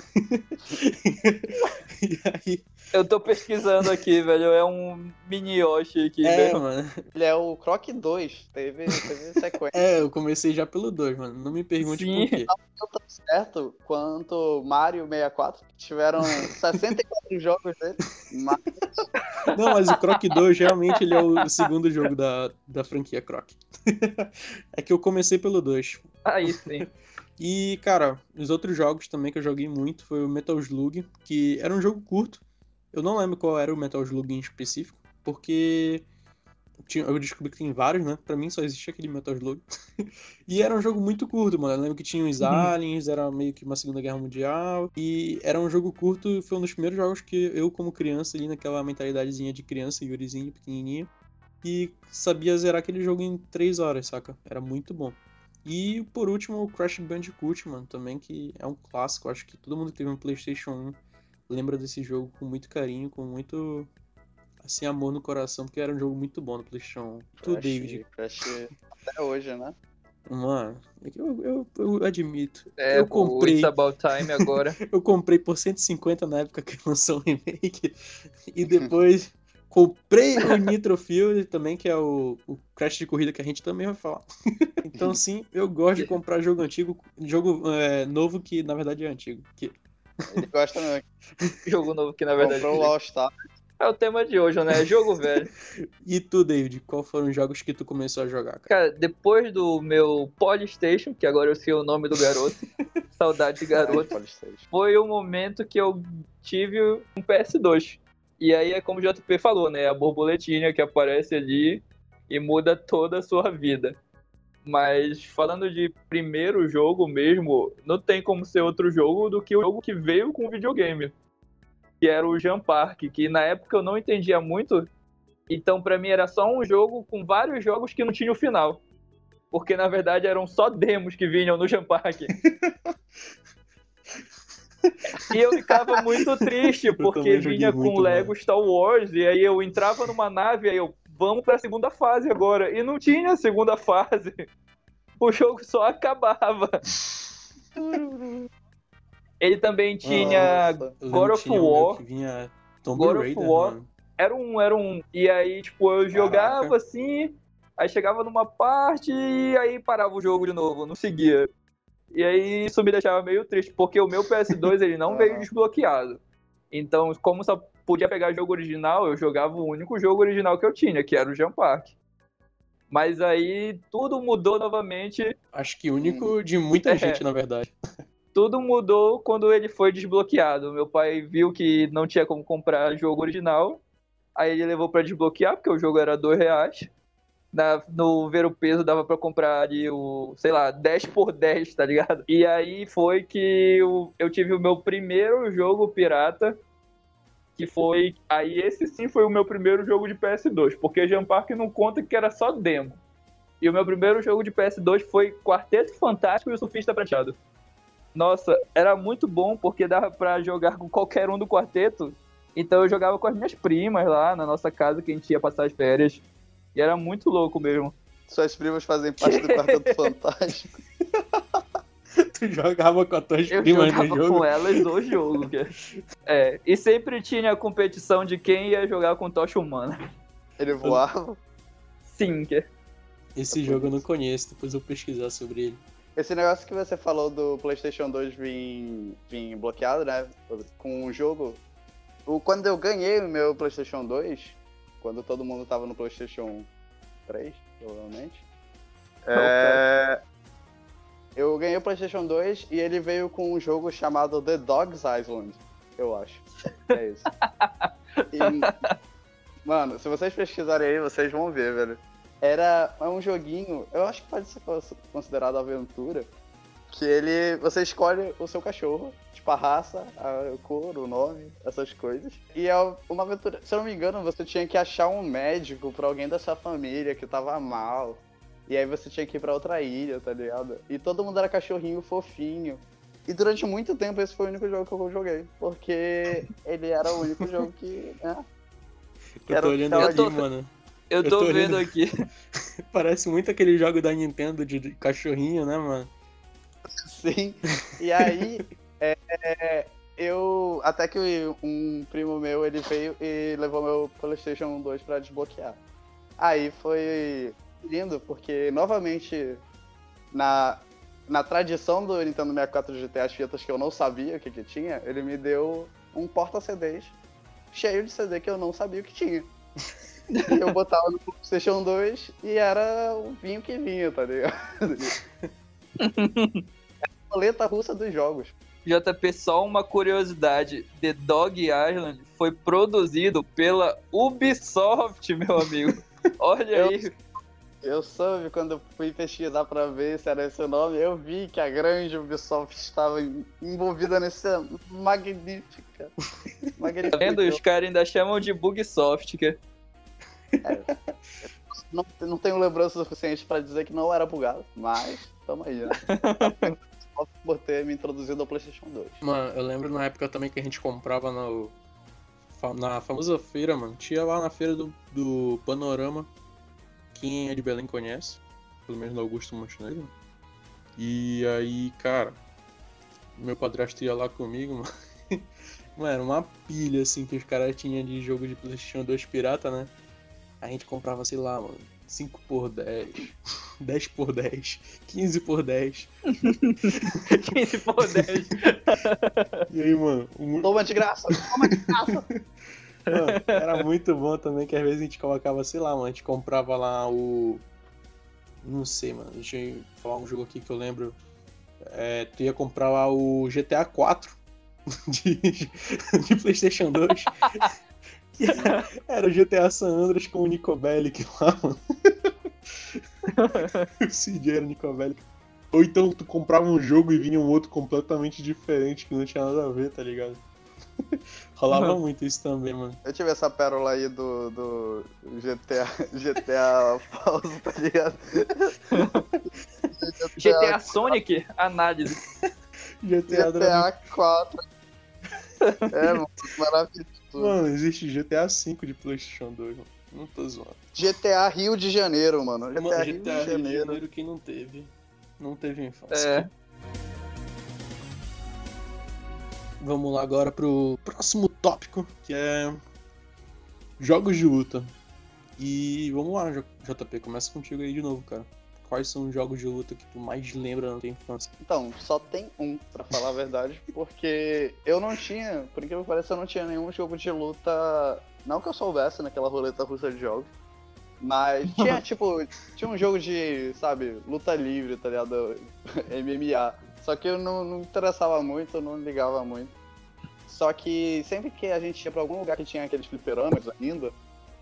E aí... Eu tô pesquisando aqui, velho. É um mini Yoshi aqui, velho. Mano. Ele é o Croc 2. Teve sequência. Eu comecei já pelo 2, mano. Não me pergunte por quê. Não deu tão certo quanto Mario 64. Tiveram 64 jogos dele. Não, mas o Croc 2 realmente ele é o segundo jogo da franquia Croc. É que eu comecei pelo 2. Aí sim. E, cara, os outros jogos também que eu joguei muito foi o Metal Slug, que era um jogo curto. Eu não lembro qual era o Metal Slug em específico, porque eu descobri que tem vários, né? Pra mim só existia aquele Metal Slug. E era um jogo muito curto, mano. Eu lembro que tinha os aliens, era meio que uma Segunda Guerra Mundial. E era um jogo curto e foi um dos primeiros jogos que eu, como criança, ali naquela mentalidadezinha de criança, Yurizinho, pequenininho, e sabia zerar aquele jogo em 3 horas, saca? Era muito bom. E, por último, o Crash Bandicoot, mano, também, que é um clássico. Acho que todo mundo que teve um PlayStation 1 lembra desse jogo com muito carinho, com muito, assim, amor no coração, porque era um jogo muito bom no PlayStation 1. Tu, David? Crash até hoje, né? Mano, eu admito. É, eu comprei. It's About Time agora. Eu comprei por 150 na época que lançou o remake. E depois comprei o Nitro Fuel também, que é o Crash de corrida que a gente também vai falar. Então, sim, eu gosto de comprar jogo antigo, jogo novo que na verdade é antigo. Ele gosta mesmo. Jogo novo que na verdade comprou o All Star. É o tema de hoje, né? Jogo velho. E tu, David, qual foram os jogos que tu começou a jogar, cara? Cara, depois do meu Polystation, que agora eu sei o nome do garoto, saudade de garoto, foi o momento que eu tive um PS2. E aí é como o JP falou, né? A borboletinha que aparece ali e muda toda a sua vida. Mas falando de primeiro jogo mesmo, não tem como ser outro jogo do que o jogo que veio com o videogame, que era o Jump Park, que na época eu não entendia muito, então pra mim era só um jogo com vários jogos que não tinham final, porque na verdade eram só demos que vinham no Jump Park. E eu ficava muito triste, porque vinha com Lego Star Wars, e aí eu entrava numa nave, aí eu, vamos pra segunda fase agora, e não tinha segunda fase, o jogo só acabava. Ele também tinha God of War. Que vinha Tomb God Raider, of War. mano. Era um. E aí, tipo, eu jogava assim, aí chegava numa parte e aí parava o jogo de novo, não seguia. E aí isso me deixava meio triste, porque o meu PS2 ele não veio desbloqueado. Então, como só podia pegar jogo original, eu jogava o único jogo original que eu tinha, que era o Jump Park. Mas aí tudo mudou novamente. Acho que único de muita gente, na verdade. Tudo mudou quando ele foi desbloqueado. Meu pai viu que não tinha como comprar jogo original. Aí ele levou pra desbloquear, porque o jogo era R$2. No Ver o Peso dava pra comprar ali o, sei lá, 10 por 10, tá ligado? E aí foi que eu tive o meu primeiro jogo pirata, que foi... Aí esse sim foi o meu primeiro jogo de PS2, porque Jump Park não conta que era só demo. E o meu primeiro jogo de PS2 foi Quarteto Fantástico e o Surfista Prateado. Nossa, era muito bom, porque dava pra jogar com qualquer um do quarteto. Então eu jogava com as minhas primas lá na nossa casa, que a gente ia passar as férias. E era muito louco mesmo. Suas primas fazem parte do Quarteto Fantástico. Tu jogava com as tuas primas no jogo? Eu jogava com elas no jogo. E sempre tinha a competição de quem ia jogar com tocha humana. Ele voava? Sim. Esse jogo eu não conheço, depois eu vou pesquisar sobre ele. Esse negócio que você falou do PlayStation 2 vir bloqueado, né? Com o jogo. Quando eu ganhei o meu PlayStation 2, quando todo mundo tava no PlayStation 3, provavelmente. Eu ganhei o PlayStation 2 e ele veio com um jogo chamado The Dog's Island, eu acho. É isso. Mano, se vocês pesquisarem aí, vocês vão ver, velho. É um joguinho, eu acho que pode ser considerado aventura, que você escolhe o seu cachorro, tipo a raça, a cor, o nome, essas coisas. E é uma aventura, se eu não me engano, você tinha que achar um médico pra alguém da sua família que tava mal. E aí você tinha que ir pra outra ilha, tá ligado? E todo mundo era cachorrinho fofinho. E durante muito tempo esse foi o único jogo que eu joguei, porque ele era o único jogo que... Eu tô olhando aqui, mano. Eu tô vendo aqui. Parece muito aquele jogo da Nintendo de cachorrinho, né, mano? Sim. E aí, até que um primo meu, ele veio e levou meu PlayStation 2 pra desbloquear. Aí foi lindo, porque novamente, na tradição do Nintendo 64 de ter as fitas que eu não sabia o que tinha, ele me deu um porta-CDs cheio de CD que eu não sabia o que tinha. E eu botava no PlayStation 2 e era o vinho que vinha, tá ligado? A roleta russa dos jogos. JP, só uma curiosidade. The Dog Island foi produzido pela Ubisoft, meu amigo. Olha aí. Eu soube, quando eu fui pesquisar pra ver se era esse o nome, eu vi que a grande Ubisoft estava envolvida nessa magnífica. Tá vendo? Os caras ainda chamam de Bugsoft, que... Não tenho lembrança suficiente pra dizer que não era bugado, mas tamo aí, né? Por ter me introduzido ao PlayStation 2. Mano, eu lembro na época também que a gente comprava na famosa feira, mano. Tinha lá na feira do Panorama. Quem é de Belém conhece, pelo menos no Augusto Montenegro. E aí, cara, meu padrasto ia lá comigo, mano. Mano, era uma pilha assim que os caras tinham de jogo de PlayStation 2 pirata, né? A gente comprava, sei lá, mano, 5x10, 10x10, 15x10. 15x10. E aí, mano... Toma de graça! Mano, era muito bom também que às vezes a gente colocava, sei lá, mano, a gente comprava lá o... Não sei, mano, deixa eu falar um jogo aqui que eu lembro. Tu ia comprar lá o GTA 4 de PlayStation 2. Era o GTA San Andreas com o Nico Bellic lá, mano. O CJ era o Nico Bellic. Ou então tu comprava um jogo e vinha um outro completamente diferente, que não tinha nada a ver, tá ligado? Rolava muito isso também, mano. Eu tive essa pérola aí do GTA Falso, tá ligado? GTA Sonic, análise. GTA 4. Mano, maravilhoso. Mano, existe GTA V de PlayStation 2, mano. Não tô zoando. GTA Rio de Janeiro, mano. GTA Rio de Janeiro, quem não teve? Não teve infância. Vamos lá agora pro próximo tópico, que é jogos de luta. E vamos lá, JP, começa contigo aí de novo, cara. Quais são os jogos de luta que tu mais lembra na tua infância? Então, só tem um, pra falar a verdade, porque eu não tinha, por incrível que pareça, eu não tinha nenhum jogo de luta, não que eu soubesse naquela roleta russa de jogos, mas tinha um jogo de, sabe, luta livre, tá ligado? MMA, só que eu não interessava muito, eu não ligava muito. Só que sempre que a gente ia pra algum lugar que tinha aqueles fliperamas ainda,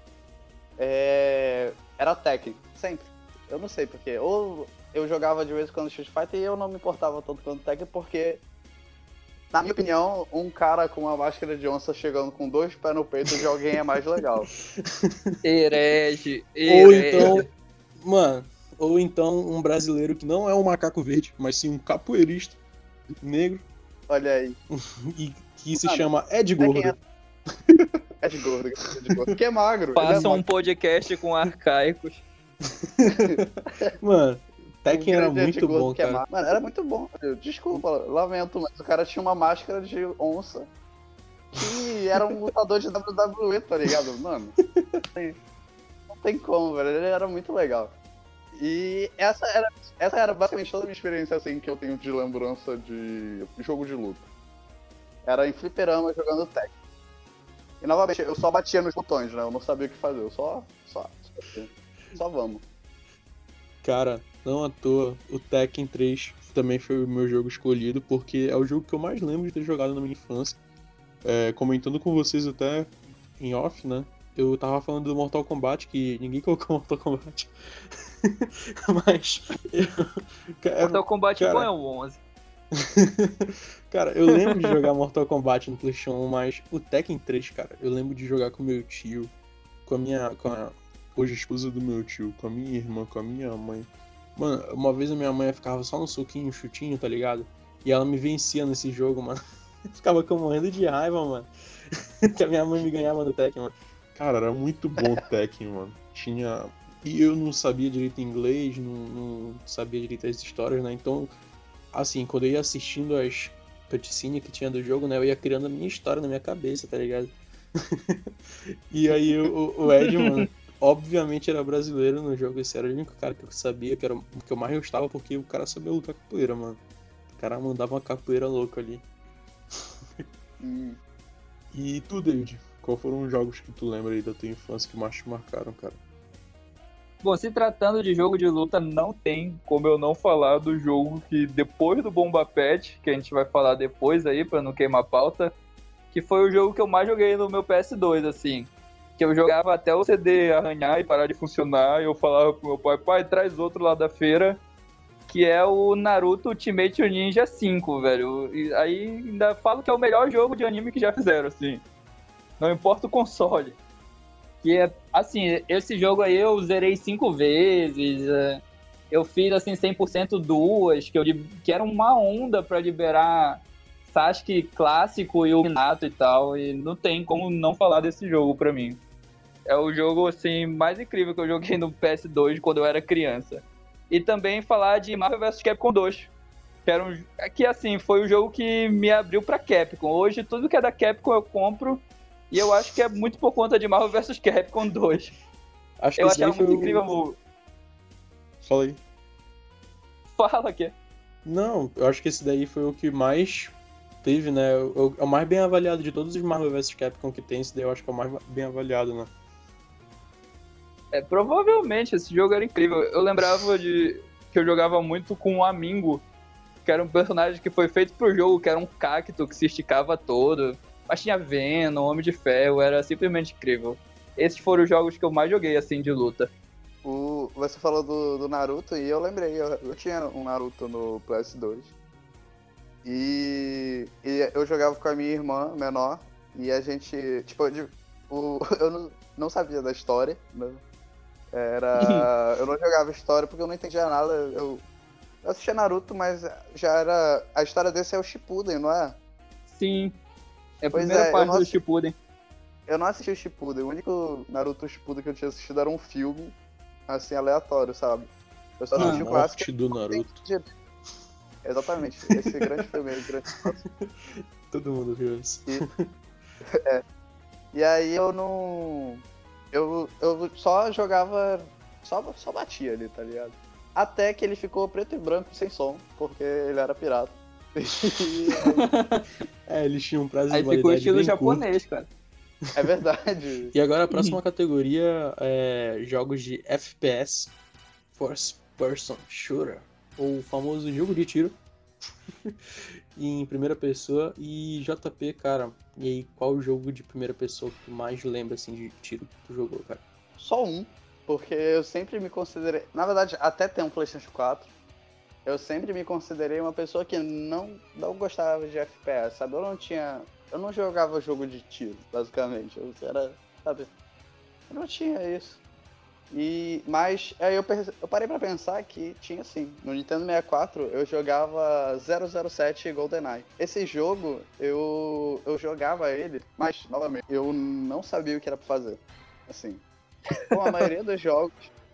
era Tekken, sempre. Eu não sei porque. Ou eu jogava de vez em quando Street Fighter e eu não me importava tanto quanto Tekken porque Na minha opinião, um cara com uma máscara de onça chegando com 2 pés no peito de alguém é mais legal. Herege. Ou então um brasileiro que não é um macaco verde, mas sim um capoeirista negro. Olha aí. E que se chama Ed Gordo. Ed Gordo, que é magro. Faça um podcast com arcaicos. Mano, Tekken era muito bom, cara. Mano, era muito bom. Desculpa, lamento, mas o cara tinha uma máscara de onça que era um lutador de WWE, tá ligado? Mano, não tem como, velho. Ele era muito legal. E essa era basicamente toda a minha experiência assim que eu tenho de lembrança de jogo de luta. Era em fliperama jogando Tekken. E novamente, eu só batia nos botões, né? Eu não sabia o que fazer, eu só vamos. Cara, não à toa, o Tekken 3 também foi o meu jogo escolhido, porque é o jogo que eu mais lembro de ter jogado na minha infância. Comentando com vocês até em off, né? Eu tava falando do Mortal Kombat, que ninguém colocou Mortal Kombat. Mas... Mortal Kombat bom é o 11. Cara, eu lembro de jogar Mortal Kombat no PlayStation 1, mas o Tekken 3, cara, eu lembro de jogar com meu tio, com a hoje esposa do meu tio, com a minha irmã, com a minha mãe. Mano, uma vez a minha mãe ficava só no soquinho, chutinho, tá ligado? E ela me vencia nesse jogo, mano. Eu ficava morrendo de raiva, mano. Que a minha mãe me ganhava no Tekken, mano. Cara, era muito bom o Tekken, mano. E eu não sabia direito inglês, não sabia direito as histórias, né? Então, assim, quando eu ia assistindo as cutscenes que tinha do jogo, né? Eu ia criando a minha história na minha cabeça, tá ligado? E aí o Ed, mano, obviamente era brasileiro no jogo. Esse era o único cara que eu sabia, que era o que eu mais gostava, porque o cara sabia lutar capoeira, mano. O cara mandava uma capoeira louca ali. E tu, David? Qual foram os jogos que tu lembra aí da tua infância que mais te marcaram, cara? Bom, se tratando de jogo de luta, não tem como eu não falar do jogo que depois do Bomba Pet, que a gente vai falar depois aí, pra não queimar a pauta, que foi o jogo que eu mais joguei no meu PS2, assim. Que eu jogava até o CD arranhar e parar de funcionar, e eu falava pro meu pai, traz outro lá da feira, que é o Naruto Ultimate Ninja 5, velho. E aí ainda falo que é o melhor jogo de anime que já fizeram, assim. Não importa o console. Que é, assim, esse jogo aí eu zerei 5 vezes. Eu fiz, assim, 100% duas, que era uma onda pra liberar Sasuke clássico e o Minato e tal. E não tem como não falar desse jogo pra mim. É o jogo, assim, mais incrível que eu joguei no PS2 quando eu era criança. E também falar de Marvel vs Capcom 2. Que, assim, foi o jogo que me abriu pra Capcom. Hoje, tudo que é da Capcom eu compro. E eu acho que é muito por conta de Marvel vs Capcom 2. Acho eu achava muito incrível. Fala aí. Fala aqui. Não, eu acho que esse daí foi o que mais teve, né? É o mais bem avaliado de todos os Marvel vs Capcom que tem. Esse daí eu acho que é o mais bem avaliado, né? Provavelmente, esse jogo era incrível. Eu lembrava que eu jogava muito com o Amingo, que era um personagem que foi feito pro jogo, que era um cacto que se esticava todo. Mas tinha Venom, Homem de Ferro, era simplesmente incrível. Esses foram os jogos que eu mais joguei, assim, de luta. Você falou do Naruto e eu lembrei, eu tinha um Naruto no PS2. E eu jogava com a minha irmã menor e a gente, tipo, eu não sabia da história, né? Eu não jogava história porque eu não entendia nada. Eu assistia Naruto, mas já era... A história desse é o Shippuden, não é? Sim. É a primeira parte do Shippuden. Eu não assisti o Shippuden. O único Naruto Shippuden que eu tinha assistido era um filme, assim, aleatório, sabe? Eu só assisti o clássico. Do Naruto. Exatamente. Esse grande filme aí, grande clássico. Todo mundo viu isso. E aí eu não... Eu só jogava... Só batia ali, tá ligado? Até que ele ficou preto e branco, sem som, porque ele era pirata. Eles tinham um prazo de validade. Aí ficou estilo japonês, cara. É verdade. E agora a próxima categoria é jogos de FPS, First Person Shooter, ou o famoso jogo de tiro em primeira pessoa. E JP, cara, e aí qual jogo de primeira pessoa que tu mais lembra assim de tiro que tu jogou, cara? Só um, porque eu sempre me considerei... Na verdade, até ter um PlayStation 4, eu sempre me considerei uma pessoa que não gostava de FPS, sabe? Eu não jogava jogo de tiro, basicamente. Eu não tinha isso. Mas aí eu parei pra pensar que tinha sim. No Nintendo 64 eu jogava 007 GoldenEye. Esse jogo eu jogava ele, mas novamente eu não sabia o que era pra fazer. Assim, como a maioria dos jogos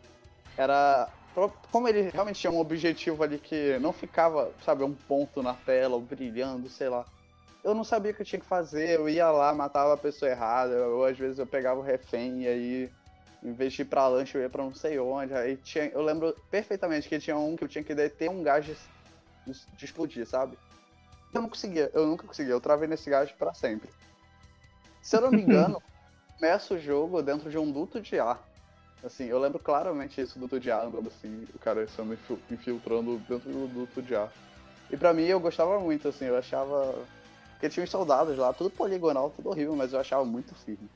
como ele realmente tinha um objetivo ali que não ficava, sabe, um ponto na tela, ou brilhando, sei lá. Eu não sabia o que eu tinha que fazer, eu ia lá, matava a pessoa errada, ou às vezes eu pegava o refém e aí, em vez de ir pra lanche, eu ia pra não sei onde. Aí eu lembro perfeitamente que tinha um que eu tinha que deter um gás de explodir, sabe? Eu nunca conseguia, eu travei nesse gás pra sempre. Se eu não me engano, começa o jogo dentro de um duto de ar. Assim, eu lembro claramente isso, duto de ar, andando assim, o cara sendo infiltrando dentro do duto de ar. E pra mim, eu gostava muito, assim, eu achava... Porque tinha uns soldados lá, tudo poligonal, tudo horrível, mas eu achava muito firme.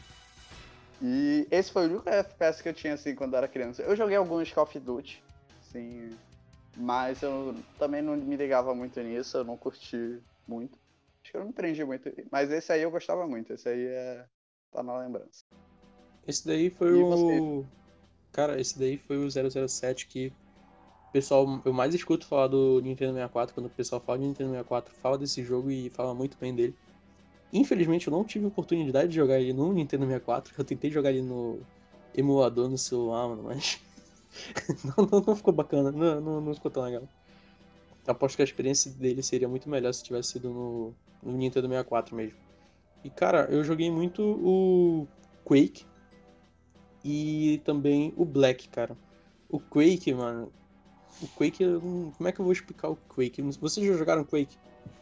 E esse foi o único FPS que eu tinha, assim, quando eu era criança. Eu joguei alguns Call of Duty, assim, mas eu também não me ligava muito nisso, eu não curti muito. Acho que eu não me prendi muito, mas esse aí eu gostava muito, esse aí tá na lembrança. Esse daí foi Cara, esse daí foi o 007 que o pessoal, eu mais escuto falar do Nintendo 64, quando o pessoal fala de Nintendo 64, fala desse jogo e fala muito bem dele. Infelizmente eu não tive oportunidade de jogar ele no Nintendo 64, eu tentei jogar ele no emulador no celular, mano, mas não ficou bacana, não ficou tão legal. Aposto que a experiência dele seria muito melhor se tivesse sido no Nintendo 64 mesmo. E cara, eu joguei muito o Quake e também o Black, cara. O Quake, mano, como é que eu vou explicar o Quake? Vocês já jogaram Quake?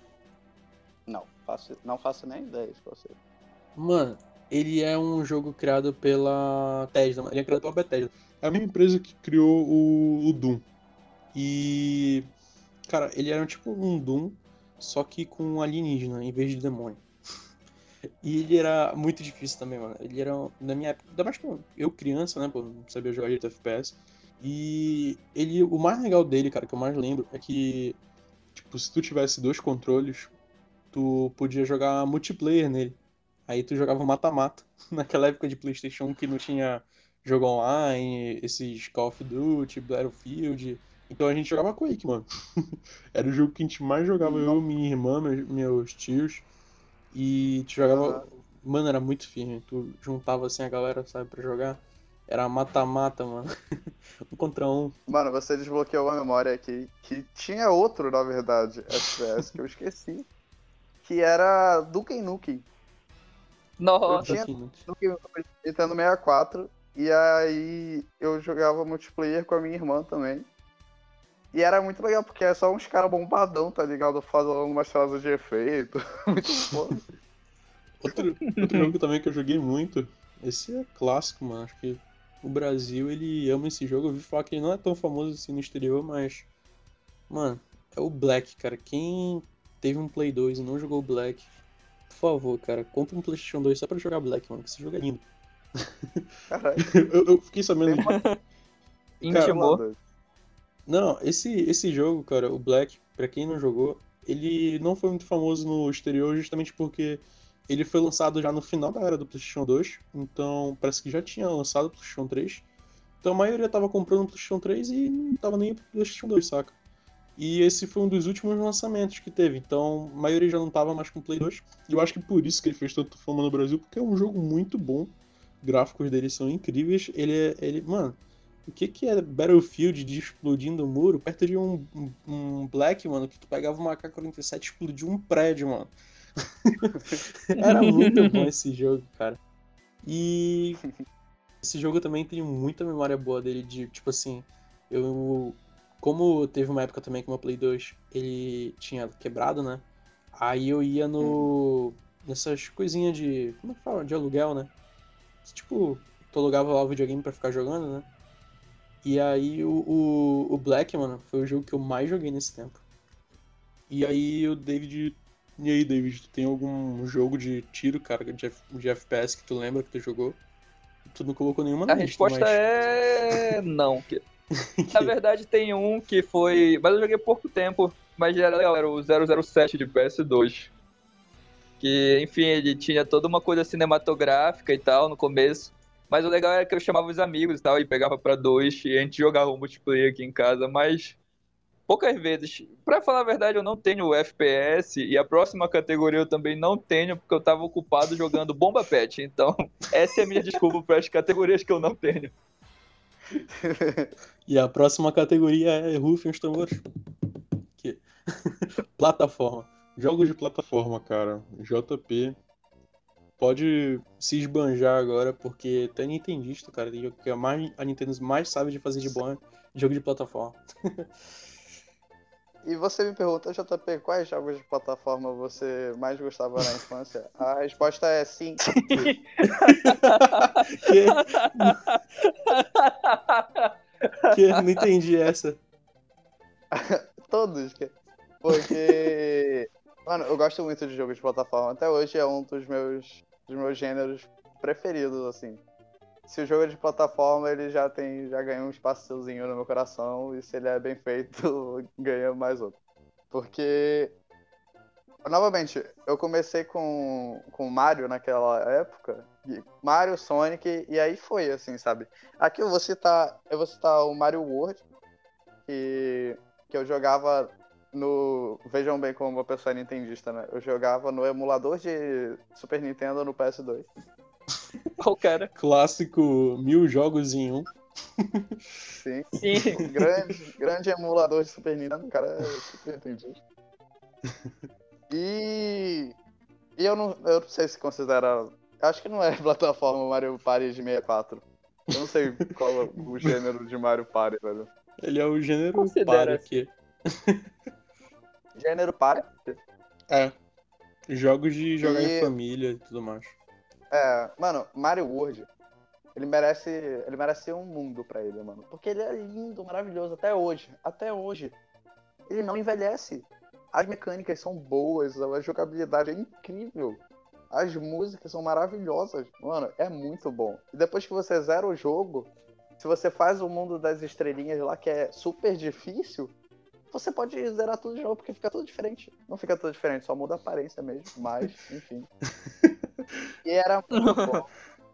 Não faço nem ideia de você. Mano, ele é um jogo criado pela Bethesda. Ele é criado pela Bethesda. É a mesma empresa que criou o Doom. E... Cara, ele era tipo um Doom, só que com alienígena em vez de demônio. E ele era muito difícil também, mano. Ele era, na minha época, ainda mais que eu criança, né, pô, não sabia jogar de FPS. E o mais legal dele, cara, que eu mais lembro, é que, tipo, se tu tivesse 2 controles, tu podia jogar multiplayer nele. Aí tu jogava mata-mata. Naquela época de PlayStation 1 que não tinha jogo online, esses Call of Duty, Battlefield. Então a gente jogava Quake, mano. Era o jogo que a gente mais jogava, eu, minha irmã, meus tios. E tu jogava. Mano, era muito firme. Tu juntava assim a galera, sabe, pra jogar. Era mata-mata, mano. 1 contra 1. Mano, você desbloqueou uma memória aqui que tinha outro, na verdade, FPS que eu esqueci. Que era Duke Nukem. Nossa. Eu tinha Duke Nukem Nintendo 64. E aí eu jogava multiplayer com a minha irmã também. E era muito legal, porque é só uns caras bombadão, tá ligado? Fazendo umas frases de efeito. Muito foda. Outro jogo também que eu joguei muito. Esse é clássico, mano. Acho que o Brasil, ele ama esse jogo. Eu ouvi falar que ele não é tão famoso assim no exterior, mas... Mano, é o Black, cara. Quem teve um Play 2 e não jogou o Black, por favor, cara, compre um PlayStation 2 só pra jogar Black, mano, que esse jogo é lindo. Caralho. eu fiquei sabendo disso. Intimou. Não, esse jogo, cara, o Black, pra quem não jogou, ele não foi muito famoso no exterior justamente porque ele foi lançado já no final da era do PlayStation 2, então parece que já tinha lançado o PlayStation 3. Então a maioria tava comprando o PlayStation 3 e não tava nem pro PlayStation 2, saca? E esse foi um dos últimos lançamentos que teve, então a maioria já não tava mais com o Play 2. E eu acho que por isso que ele fez tanto fama no Brasil, porque é um jogo muito bom, gráficos dele são incríveis, mano, o que é Battlefield de explodindo o muro perto de um Black, mano, que tu pegava uma AK-47 e explodia um prédio, mano. Era muito bom esse jogo, cara. E esse jogo também tem muita memória boa dele, de, tipo assim, como teve uma época também que o meu Play 2, ele tinha quebrado, né? Aí eu ia nessas coisinhas de, como é que fala? De aluguel, né? Tipo, tu alugava lá o videogame pra ficar jogando, né? E aí o Black, mano, foi o jogo que eu mais joguei nesse tempo. E aí o David... E aí, David, tu tem algum jogo de tiro, cara, de FPS que tu lembra que tu jogou? Tu não colocou nenhuma na A lista, resposta é não. Na verdade, tem um que foi... Mas eu joguei pouco tempo, mas já era legal. Era o 007 de PS2. Que, enfim, ele tinha toda uma coisa cinematográfica e tal no começo. Mas o legal era que eu chamava os amigos e tal, e pegava pra 2, e a gente jogava um multiplayer aqui em casa, mas poucas vezes. Pra falar a verdade, eu não tenho o FPS, e a próxima categoria eu também não tenho, porque eu tava ocupado jogando Bomba Pet. Então, essa é a minha desculpa para as categorias que eu não tenho. E a próxima categoria é Rufem os tambores. Que? Plataforma. Jogos de plataforma, cara. JP. Pode se esbanjar agora, porque tu é nintendista, cara. Tem jogo que a Nintendo mais sabe de fazer de bom é jogo de plataforma. E você me pergunta, JP, quais jogos de plataforma você mais gostava na infância? A resposta é sim. Que? Não entendi essa. Todos. Porque, mano, eu gosto muito de jogo de plataforma. Até hoje é um dos meus gêneros preferidos, assim. Se o jogo é de plataforma, ele já ganha um espaçozinho no meu coração. E se ele é bem feito, ganha mais outro. Porque, novamente, eu comecei com Mario naquela época. Mario, Sonic, e aí foi, assim, sabe? Aqui eu vou citar o Mario World, que eu jogava no... Vejam bem como uma pessoa é nintendista, né? Eu jogava no emulador de Super Nintendo no PS2. Qual cara? Clássico 1000 jogos em um. Sim. Grande emulador de Super Nintendo. O cara é super nintendista. E eu não sei se considera... Acho que não é plataforma Mario Party de 64. Eu não sei qual é o gênero de Mario Party, velho. Ele é o gênero Party aqui. Gênero Party? É. Jogos de jogar em família e tudo mais. É, mano, Mario World, ele merece um mundo pra ele, mano. Porque ele é lindo, maravilhoso, até hoje. Até hoje. Ele não envelhece. As mecânicas são boas, a jogabilidade é incrível. As músicas são maravilhosas. Mano, é muito bom. E depois que você zera o jogo, se você faz o mundo das estrelinhas lá, que é super difícil, você pode zerar tudo de novo, porque fica tudo diferente. Não fica tudo diferente, só muda a aparência mesmo. Mas, enfim. E era muito bom.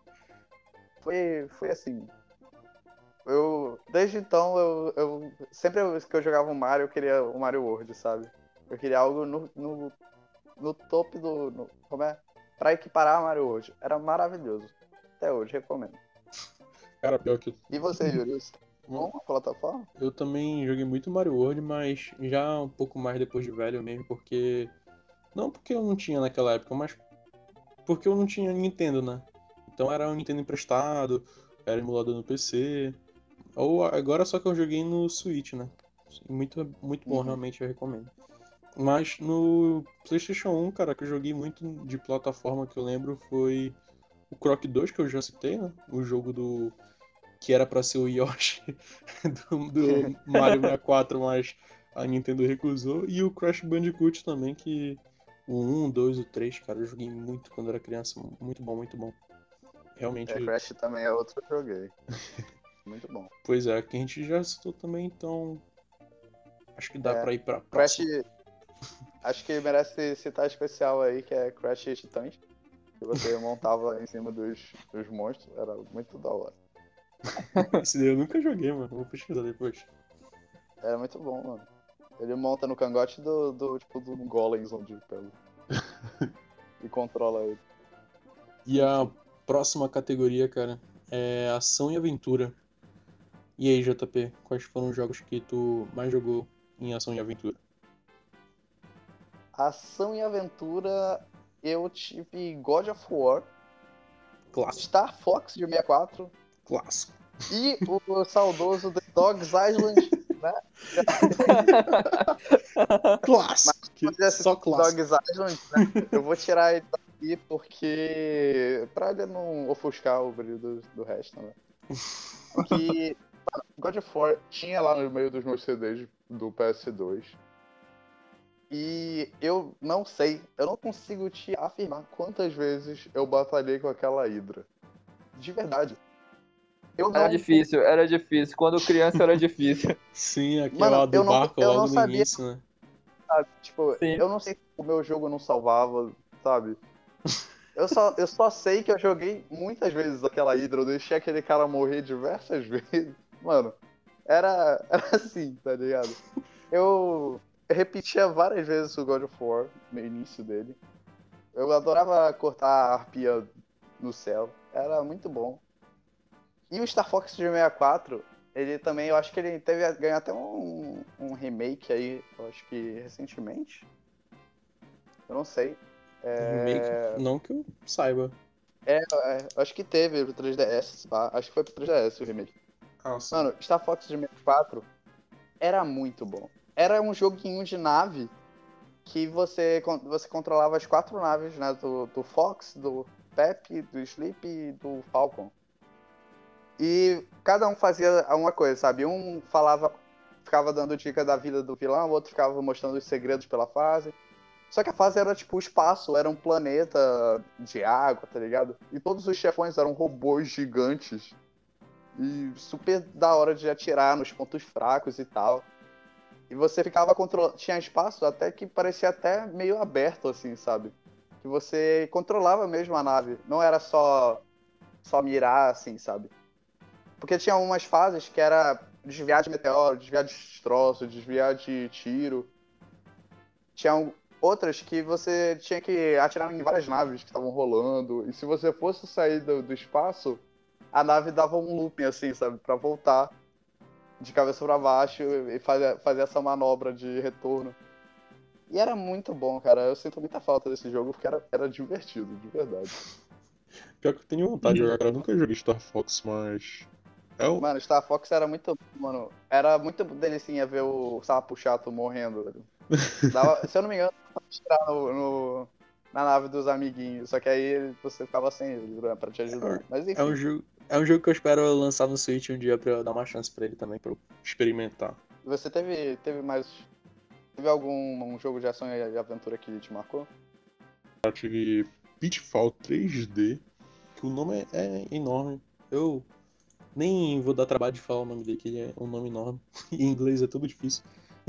Foi assim. Desde então, sempre que eu jogava o Mario, eu queria o Mario World, sabe? Eu queria algo no topo como é? Pra equiparar a Mario World. Era maravilhoso. Até hoje, recomendo. Cara, pior que... E você, Yuri? Bom, a plataforma? Eu também joguei muito Mario World, mas já um pouco mais depois de velho mesmo, porque... Não porque eu não tinha naquela época, mas porque eu não tinha Nintendo, né? Então era um Nintendo emprestado, era emulador no PC. Ou agora só que eu joguei no Switch, né? Muito, muito bom, realmente eu recomendo. Mas no PlayStation 1, cara, que eu joguei muito de plataforma que eu lembro foi o Croc 2, que eu já citei, né? O jogo que era pra ser o Yoshi do Mario 64, mas a Nintendo recusou. E o Crash Bandicoot também, que o 1, o 2, o 3, cara, eu joguei muito quando era criança. Muito bom, muito bom. Realmente. Crash também é outro que eu joguei. Muito bom. Pois é, que a gente já citou também, então acho que dá pra ir pra próxima. Crash, acho que merece citar especial aí, que é Crash Titãs, que você montava em cima dos monstros, era muito da hora. Esse daí eu nunca joguei, mano, vou pesquisar depois. É muito bom, mano. Ele monta no cangote do Golems onde pega. E controla ele. E a próxima categoria, cara, é ação e aventura. E aí, JP, quais foram os jogos que tu mais jogou em ação e aventura? Ação e aventura, eu tive God of War. Clássico. Star Fox de 64. Clássico. E o saudoso The Dog's Island, né? Clássico. Só clássico. Dog's Island, né? Eu vou tirar ele daqui porque... pra ele não ofuscar o brilho do resto, né? Porque God of War tinha lá no meio dos meus CDs do PS2. E eu não consigo te afirmar quantas vezes eu batalhei com aquela Hydra. De verdade. Era difícil. Quando criança era difícil. Sim, aquela do barco logo no início, né? Sabe? Tipo, sim. Eu não sei se o meu jogo não salvava, sabe? Eu só sei que eu joguei muitas vezes aquela Hydra, eu deixei aquele cara morrer diversas vezes. Mano, era assim, tá ligado? Eu repetia várias vezes o God of War no início dele. Eu adorava cortar a arpia no céu. Era muito bom. E o Star Fox de 64, ele também, eu acho que ele ganhou até um remake aí, eu acho que recentemente. Eu não sei. Remake? Não que eu saiba. Eu acho que teve pro 3DS, tá? Acho que foi pro 3DS o remake. Mano, Star Fox de 64 era muito bom. Era um joguinho de nave que você controlava as 4 naves, né? Do Fox, do Pep, do Sleep e do Falcon. E cada um fazia uma coisa, sabe? Um ficava dando dica da vida do vilão, o outro ficava mostrando os segredos pela fase. Só que a fase era tipo o espaço, era um planeta de água, tá ligado? E todos os chefões eram robôs gigantes. E super da hora de atirar nos pontos fracos e tal. E você ficava controlando. Tinha espaço até que parecia até meio aberto, assim, sabe? Que você controlava mesmo a nave. Não era só mirar, assim, sabe? Porque tinha umas fases que era desviar de meteoro, desviar de destroço, desviar de tiro. Tinha outras que você tinha que atirar em várias naves que estavam rolando. E se você fosse sair do espaço, a nave dava um looping, assim, sabe? Pra voltar de cabeça pra baixo e fazer essa manobra de retorno. E era muito bom, cara. Eu sinto muita falta desse jogo porque era divertido, de verdade. Pior que eu tenho vontade de jogar, cara. Eu nunca joguei Star Fox, mas... Mano, Star Fox era muito... Mano, era muito delicinha ver o sapo chato morrendo, velho. Se eu não me engano, tirar na nave dos amiguinhos. Só que aí você ficava sem ele pra te ajudar. Mas enfim. É um jogo que eu espero lançar no Switch um dia pra eu dar uma chance pra ele também, pra eu experimentar. Você teve mais... Teve algum jogo de ação e aventura que te marcou? Eu tive Pitfall 3D, que o nome é enorme. Eu nem vou dar trabalho de falar o nome dele, que ele é um nome enorme. Em inglês é tudo difícil.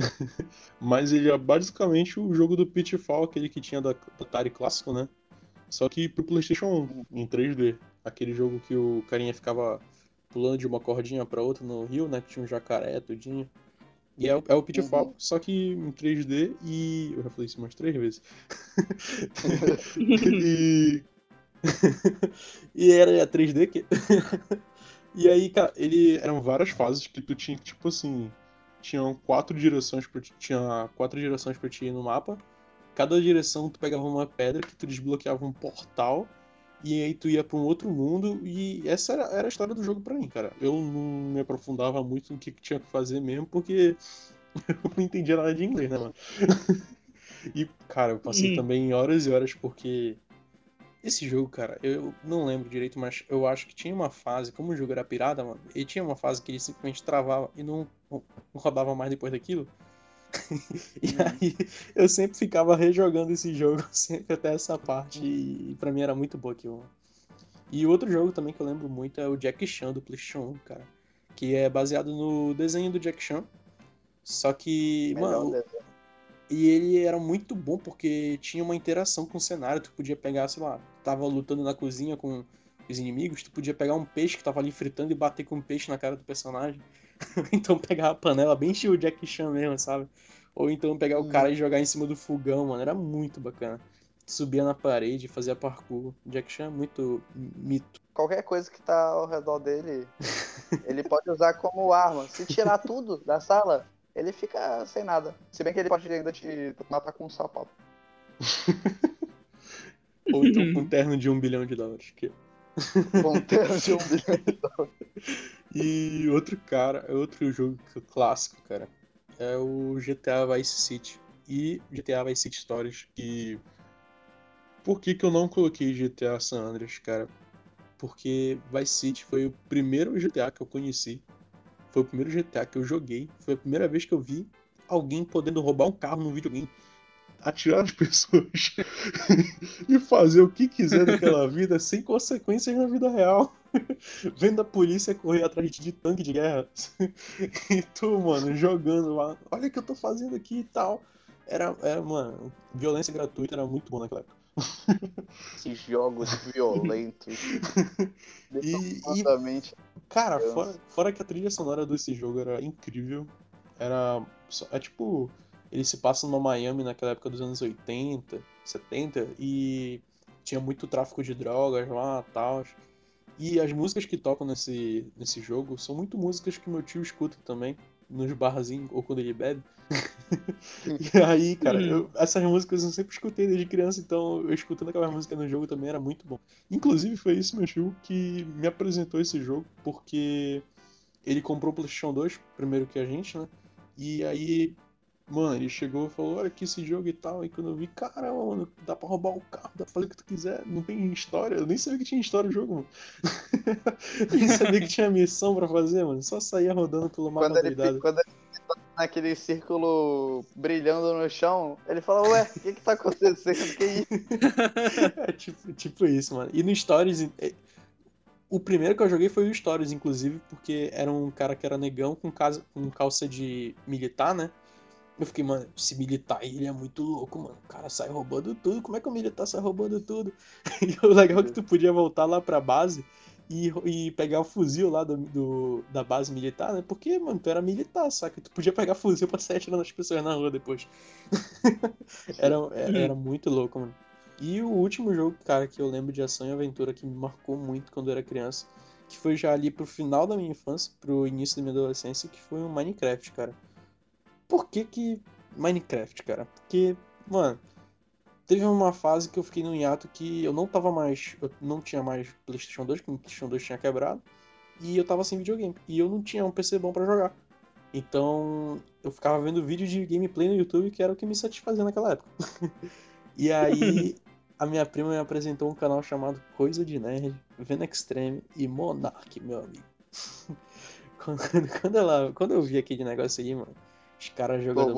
Mas ele é basicamente o jogo do Pitfall, aquele que tinha do Atari clássico, né? Só que pro PlayStation 1, em 3D. Aquele jogo que o carinha ficava pulando de uma cordinha pra outra no rio, né? Que tinha um jacaré, tudinho. E é o Pitfall, só que em 3D e... Eu já falei isso umas 3 vezes. e... e era 3D que... E aí, cara, eram várias fases que tu tinha, tipo assim... Tinha 4 direções pra ti ir no mapa. Cada direção tu pegava uma pedra que tu desbloqueava um portal. E aí tu ia pra um outro mundo. E essa era a história do jogo pra mim, cara. Eu não me aprofundava muito no que tinha que fazer mesmo, porque eu não entendia nada de inglês, né, mano? E, cara, eu passei também horas e horas porque... Esse jogo, cara, eu não lembro direito, mas eu acho que tinha uma fase, como o jogo era pirata, mano, e tinha uma fase que ele simplesmente travava e não rodava mais depois daquilo. E aí eu sempre ficava rejogando esse jogo, sempre até essa parte, e pra mim era muito bom aquilo. E outro jogo também que eu lembro muito é o Jack Chan do PlayStation 1, cara, que é baseado no desenho do Jack Chan, só que, mano, e ele era muito bom porque tinha uma interação com o cenário. Tu podia pegar, sei lá, tava lutando na cozinha com os inimigos, tu podia pegar um peixe que tava ali fritando e bater com um peixe na cara do personagem. Então pegar a panela bem estilo Jack Chan mesmo, sabe? Ou então pegar o cara e jogar em cima do fogão, mano. Era muito bacana. Subia na parede, fazia parkour. Jack Chan é muito mito. Qualquer coisa que tá ao redor dele, ele pode usar como arma. Se tirar tudo da sala, ele fica sem nada. Se bem que ele pode ainda te matar com um sapato. Ou então com um terno de $1 bilhão. Que... Com um terno de $1 bilhão. E outro jogo clássico, cara, é o GTA Vice City e GTA Vice City Stories. E por que eu não coloquei GTA San Andreas, cara? Porque Vice City foi o primeiro GTA que eu conheci, foi o primeiro GTA que eu joguei, foi a primeira vez que eu vi alguém podendo roubar um carro no videogame. atirar nas pessoas e fazer o que quiser daquela vida sem consequências na vida real. Vendo a polícia correr atrás de tanque de guerra. E tu, mano, jogando lá. Olha o que eu tô fazendo aqui e tal. Mano, violência gratuita era muito bom naquela época. Que jogos violentos. E cara, fora que a trilha sonora desse jogo era incrível. É tipo, ele se passa numa Miami naquela época dos anos 80, 70 e tinha muito tráfico de drogas lá e tal. E as músicas que tocam nesse jogo são muito músicas que meu tio escuta também, nos barzinhos ou quando ele bebe. E aí, cara, essas músicas eu sempre escutei desde criança, então eu escutando aquelas músicas no jogo também era muito bom. Inclusive foi isso, meu tio, que me apresentou esse jogo, porque ele comprou o PlayStation 2 primeiro que a gente, né? E aí, mano, ele chegou e falou, olha aqui esse jogo e tal. E quando eu vi, caramba, mano, dá pra roubar o carro, dá pra fazer o que tu quiser, não tem história. Eu nem sabia que tinha história no jogo, mano. Nem sabia que tinha missão pra fazer, mano. Só saía rodando pelo mapa doidado. Quando ele fica naquele círculo brilhando no chão, ele fala, ué, o que tá acontecendo? Que isso? É tipo isso, mano. E no Stories... O primeiro que eu joguei foi o Stories, inclusive, porque era um cara que era negão com calça de militar, né? Eu fiquei, mano, esse militar aí, ele é muito louco, mano. O cara sai roubando tudo. Como é que o militar sai roubando tudo? E o legal é que tu podia voltar lá pra base e pegar o fuzil lá da base militar, né? Porque, mano, tu era militar, saca? Tu podia pegar fuzil pra sair atirando as pessoas na rua depois. Era muito louco, mano. E o último jogo, cara, que eu lembro de ação e aventura que me marcou muito quando eu era criança, que foi já ali pro final da minha infância, pro início da minha adolescência, que foi o Minecraft, cara. Por que Minecraft, cara? Porque, mano, teve uma fase que eu fiquei no hiato que eu não tinha mais PlayStation 2, porque o PlayStation 2 tinha quebrado, e eu tava sem videogame, e eu não tinha um PC bom pra jogar. Então, eu ficava vendo vídeos de gameplay no YouTube, que era o que me satisfazia naquela época. E aí, a minha prima me apresentou um canal chamado Coisa de Nerd, Vena Extreme e Monark, meu amigo. Quando eu vi aquele negócio aí, mano, os caras jogando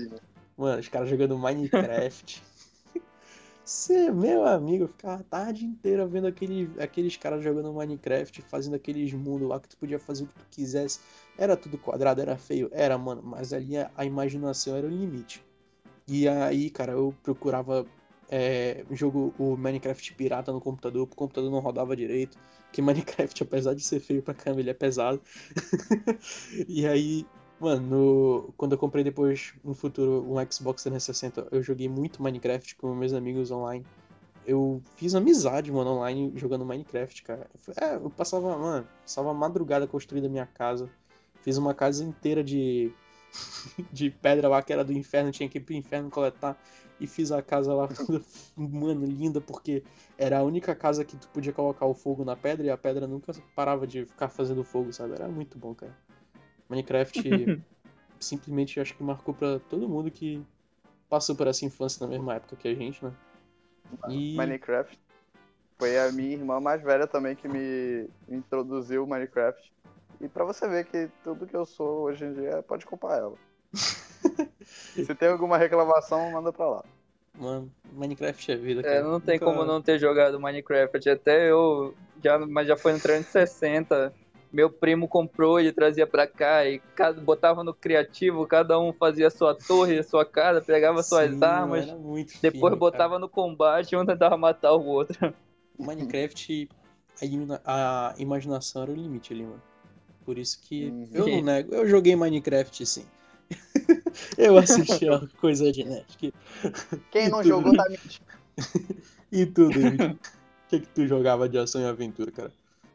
Minecraft. Meu amigo, eu ficava a tarde inteira vendo aqueles caras jogando Minecraft, fazendo aqueles mundos lá que tu podia fazer o que tu quisesse. Era tudo quadrado, era feio, era, mano, mas ali a imaginação era o limite. E aí, cara, eu procurava o Minecraft pirata no computador, porque o computador não rodava direito, que Minecraft, apesar de ser feio pra caramba, ele é pesado. E aí, mano, quando eu comprei depois, no futuro, um Xbox 360, eu joguei muito Minecraft com meus amigos online. Eu fiz amizade, mano, online jogando Minecraft, cara. Eu passava a madrugada construindo a minha casa. Fiz uma casa inteira de pedra lá que era do inferno, tinha que ir pro inferno coletar. E fiz a casa lá toda, mano, linda, porque era a única casa que tu podia colocar o fogo na pedra e a pedra nunca parava de ficar fazendo fogo, sabe? Era muito bom, cara. Minecraft simplesmente acho que marcou pra todo mundo que passou por essa infância na mesma época que a gente, né? Minecraft foi a minha irmã mais velha também que me introduziu o Minecraft. E pra você ver que tudo que eu sou hoje em dia pode culpar ela. Se tem alguma reclamação, manda pra lá. Mano, Minecraft é vida, cara. Não tem como não ter jogado Minecraft. Até eu, mas já foi no 360. Meu primo comprou, ele trazia pra cá e botava no criativo, cada um fazia sua torre, sua casa, pegava suas armas. Depois botava no combate, um tentava matar o outro. Minecraft, a imaginação era o limite ali, mano. Por isso que eu não nego, eu joguei Minecraft sim. Eu assisti a Coisa de Nerd. Quem não jogou tá mentindo. E tu, David? O que tu jogava de ação e aventura, cara?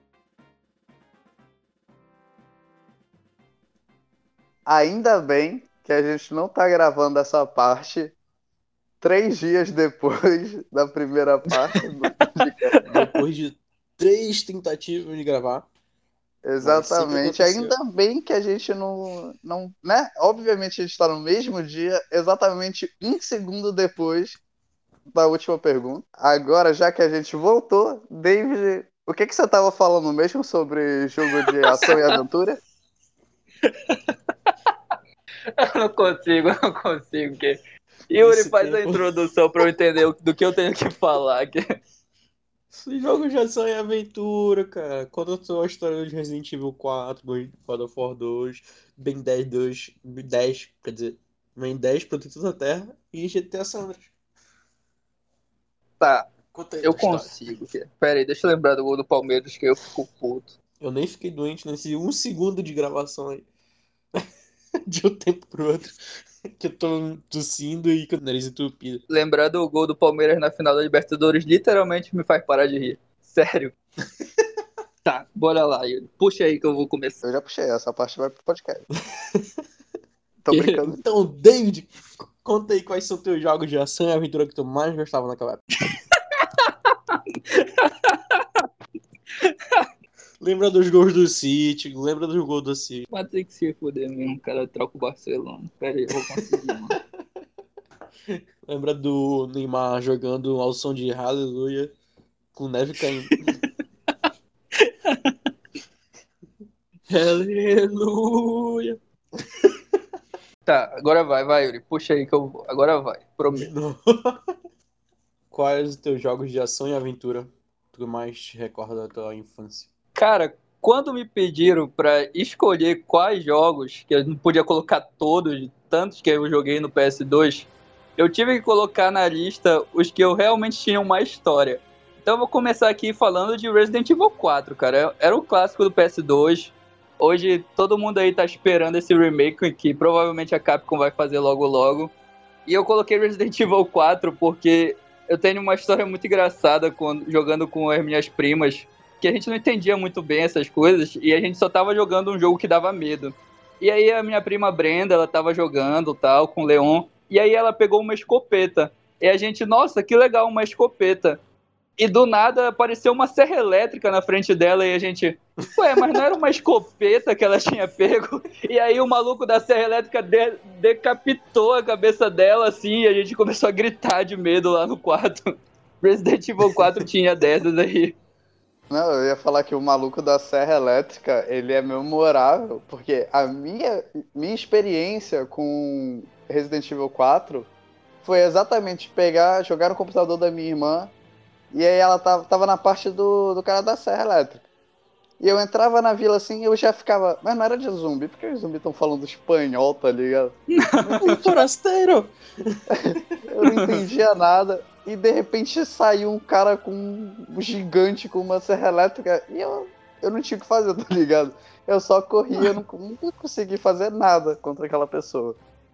Ainda bem que a gente não tá gravando essa parte 3 dias depois da primeira parte do podcast. Depois de 3 tentativas de gravar. Exatamente. Ainda bem que a gente não, né? Obviamente a gente tá no mesmo dia, exatamente 1 segundo depois da última pergunta. Agora, já que a gente voltou, David, o que você tava falando mesmo sobre jogo de ação e aventura? Eu não consigo. Yuri, faz a introdução pra eu entender do que eu tenho que falar aqui. Esse jogo de ação e aventura, cara. Conta a história de Resident Evil 4, God of War 2, Ben 10, quer dizer, Ben 10, Protetor da Terra e GTA San Andreas. Tá, Conta aí eu a tua consigo. Pera aí, deixa eu lembrar do gol do Palmeiras que eu fico puto. Eu nem fiquei doente nesse 1 segundo de gravação aí. De um tempo pro outro. Que eu tô tossindo e com o nariz entupido. Lembrar do gol do Palmeiras na final da Libertadores literalmente me faz parar de rir. Sério. Tá, bora lá, Yuri. Puxa aí que eu vou começar. Eu já puxei, essa parte vai pro podcast. Tô brincando. Então, David, conta aí quais são teus jogos de ação e aventura que tu mais gostava naquela época. Lembra dos gols do City, lembra dos gols do City. Vai ter que se fuder mesmo, cara, troca o Barcelona. Pera aí, eu vou conseguir, mano. Lembra do Neymar jogando ao som de Hallelujah com neve caindo. Aleluia. Tá, agora vai, Yuri. Puxa aí que eu vou. Agora vai, prometo. Quais os teus jogos de ação e aventura tu mais te recorda da tua infância? Cara, quando me pediram pra escolher quais jogos, que eu não podia colocar todos, de tantos que eu joguei no PS2, eu tive que colocar na lista os que eu realmente tinham uma história. Então eu vou começar aqui falando de Resident Evil 4, cara. Era o clássico do PS2. Hoje todo mundo aí tá esperando esse remake que provavelmente a Capcom vai fazer logo logo. E eu coloquei Resident Evil 4 porque eu tenho uma história muito engraçada jogando com as minhas primas, que a gente não entendia muito bem essas coisas e a gente só tava jogando um jogo que dava medo. E aí a minha prima Brenda, ela tava jogando tal com o Leon, e aí ela pegou uma escopeta. E a gente, nossa, que legal, uma escopeta. E do nada apareceu uma serra elétrica na frente dela e a gente, ué, mas não era uma escopeta que ela tinha pego? E aí o maluco da serra elétrica decapitou a cabeça dela assim e a gente começou a gritar de medo lá no quarto. Resident Evil 4 tinha dessas aí. Não, eu ia falar que o maluco da serra elétrica, ele é memorável, porque a minha experiência com Resident Evil 4 foi exatamente jogar no computador da minha irmã, e aí ela tava na parte do cara da serra elétrica. E eu entrava na vila assim e eu já ficava, mas não era de zumbi, porque os zumbis estão falando espanhol, tá ligado? Forasteiro! Eu não entendia nada. E de repente saiu um cara com um gigante com uma serra elétrica e eu não tinha o que fazer, tá ligado? Eu só corria, eu não consegui fazer nada contra aquela pessoa.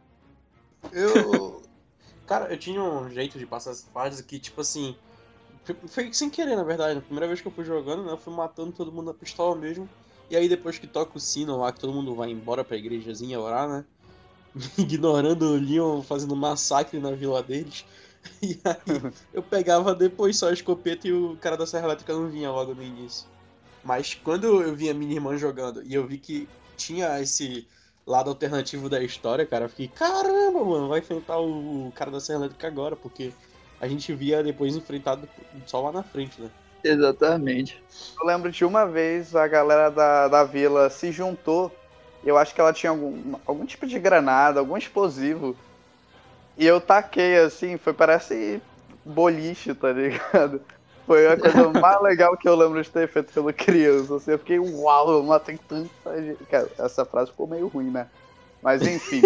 Cara, eu tinha um jeito de passar essas fases que, tipo assim, foi sem querer, na verdade. Na primeira vez que eu fui jogando, né, eu fui matando todo mundo na pistola mesmo. E aí depois que toca o sino lá, que todo mundo vai embora pra igrejazinha orar, né? Ignorando o Leon fazendo massacre na vila deles. E aí eu pegava depois só a escopeta e o cara da serra elétrica não vinha logo no início. Mas quando eu vi a minha irmã jogando e eu vi que tinha esse lado alternativo da história, cara, eu fiquei, caramba, mano, vai enfrentar o cara da serra elétrica agora, porque a gente via depois enfrentado só lá na frente, né? Exatamente. Eu lembro de uma vez a galera da vila se juntou, eu acho que ela tinha algum tipo de granada, algum explosivo. E eu taquei assim, parece boliche, tá ligado? Foi a coisa mais legal que eu lembro de ter feito quando criança. Assim, eu fiquei, uau, eu matei tanta gente. Cara, essa frase ficou meio ruim, né? Mas enfim.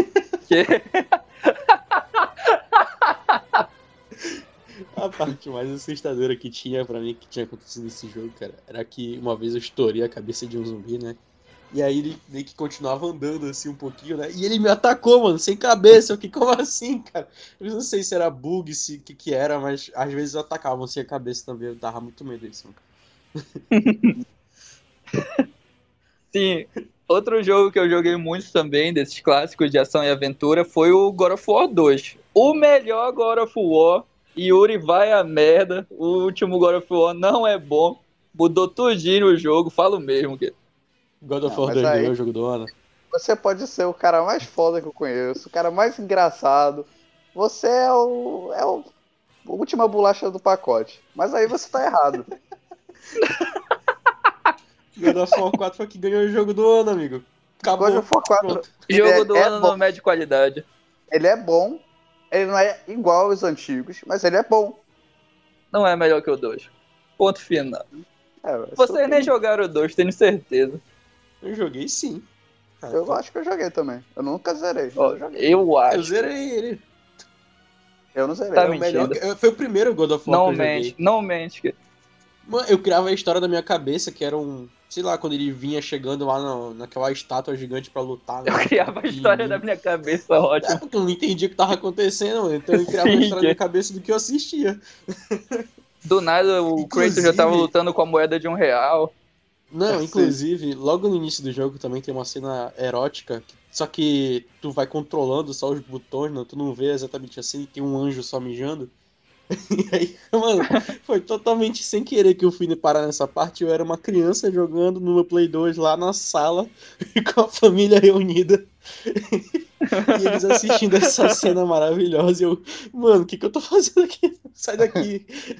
A parte mais assustadora que tinha pra mim, que tinha acontecido nesse jogo, cara, era que uma vez eu estourei a cabeça de um zumbi, né? E aí ele meio que continuava andando assim um pouquinho, né? E ele me atacou, mano, sem cabeça. Eu fiquei, como assim, cara? Eu não sei se era bug, o que era, mas às vezes atacavam sem a cabeça também. Eu dava muito medo disso, mano. Sim, outro jogo que eu joguei muito também, desses clássicos de ação e aventura, foi o God of War 2. O melhor God of War, Yuri vai a merda, o último God of War não é bom, mudou tudinho o jogo, falo mesmo, que God of War 2 ganhou o jogo do ano. Você pode ser o cara mais foda que eu conheço, o cara mais engraçado. Você é a última bolacha do pacote. Mas aí você tá errado. God of War 4 foi que ganhou o jogo do ano, amigo. Acabou. God of War 4. Jogo do ano no médio qualidade. Ele é bom. Ele não é igual aos antigos, mas ele é bom. Não é melhor que o 2. Ponto final. Vocês nem jogaram o 2, tenho certeza. Eu joguei sim. Eu acho que eu joguei também. Eu nunca zerei. Eu acho. Eu zerei ele. Eu não zerei. Tá Foi o primeiro God of War que eu joguei. Não mente. Mano, eu criava a história da minha cabeça, que era um... Sei lá, quando ele vinha chegando lá naquela estátua gigante pra lutar. Né? Eu criava a história da minha cabeça, ótimo. Porque eu não entendia o que tava acontecendo, mano. Então eu criava a história da minha cabeça do que eu assistia. Do nada, o Kratos já tava lutando com a moeda de R$1. Não, inclusive, logo no início do jogo também tem uma cena erótica, só que tu vai controlando só os botões, não, tu não vê exatamente assim, tem um anjo só mijando. E aí, mano, foi totalmente sem querer que eu fui parar nessa parte. Eu era uma criança jogando no meu Play 2 lá na sala, com a família reunida. E eles assistindo essa cena maravilhosa. E eu, mano, o que eu tô fazendo aqui? Sai daqui.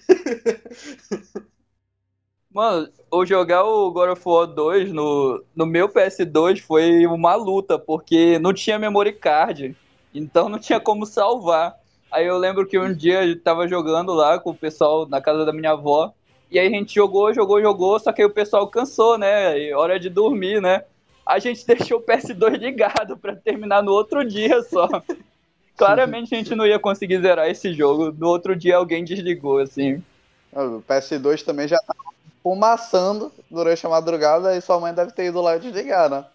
Mano, eu jogar o God of War 2 no meu PS2 foi uma luta, porque não tinha memory card, então não tinha como salvar. Aí eu lembro que um dia eu tava jogando lá com o pessoal na casa da minha avó, e aí a gente jogou, só que aí o pessoal cansou, né? E hora de dormir, né? A gente deixou o PS2 ligado pra terminar no outro dia só. Claramente a gente não ia conseguir zerar esse jogo. No outro dia alguém desligou, assim. O PS2 também já tava fumaçando durante a madrugada e sua mãe deve ter ido lá desligar, né?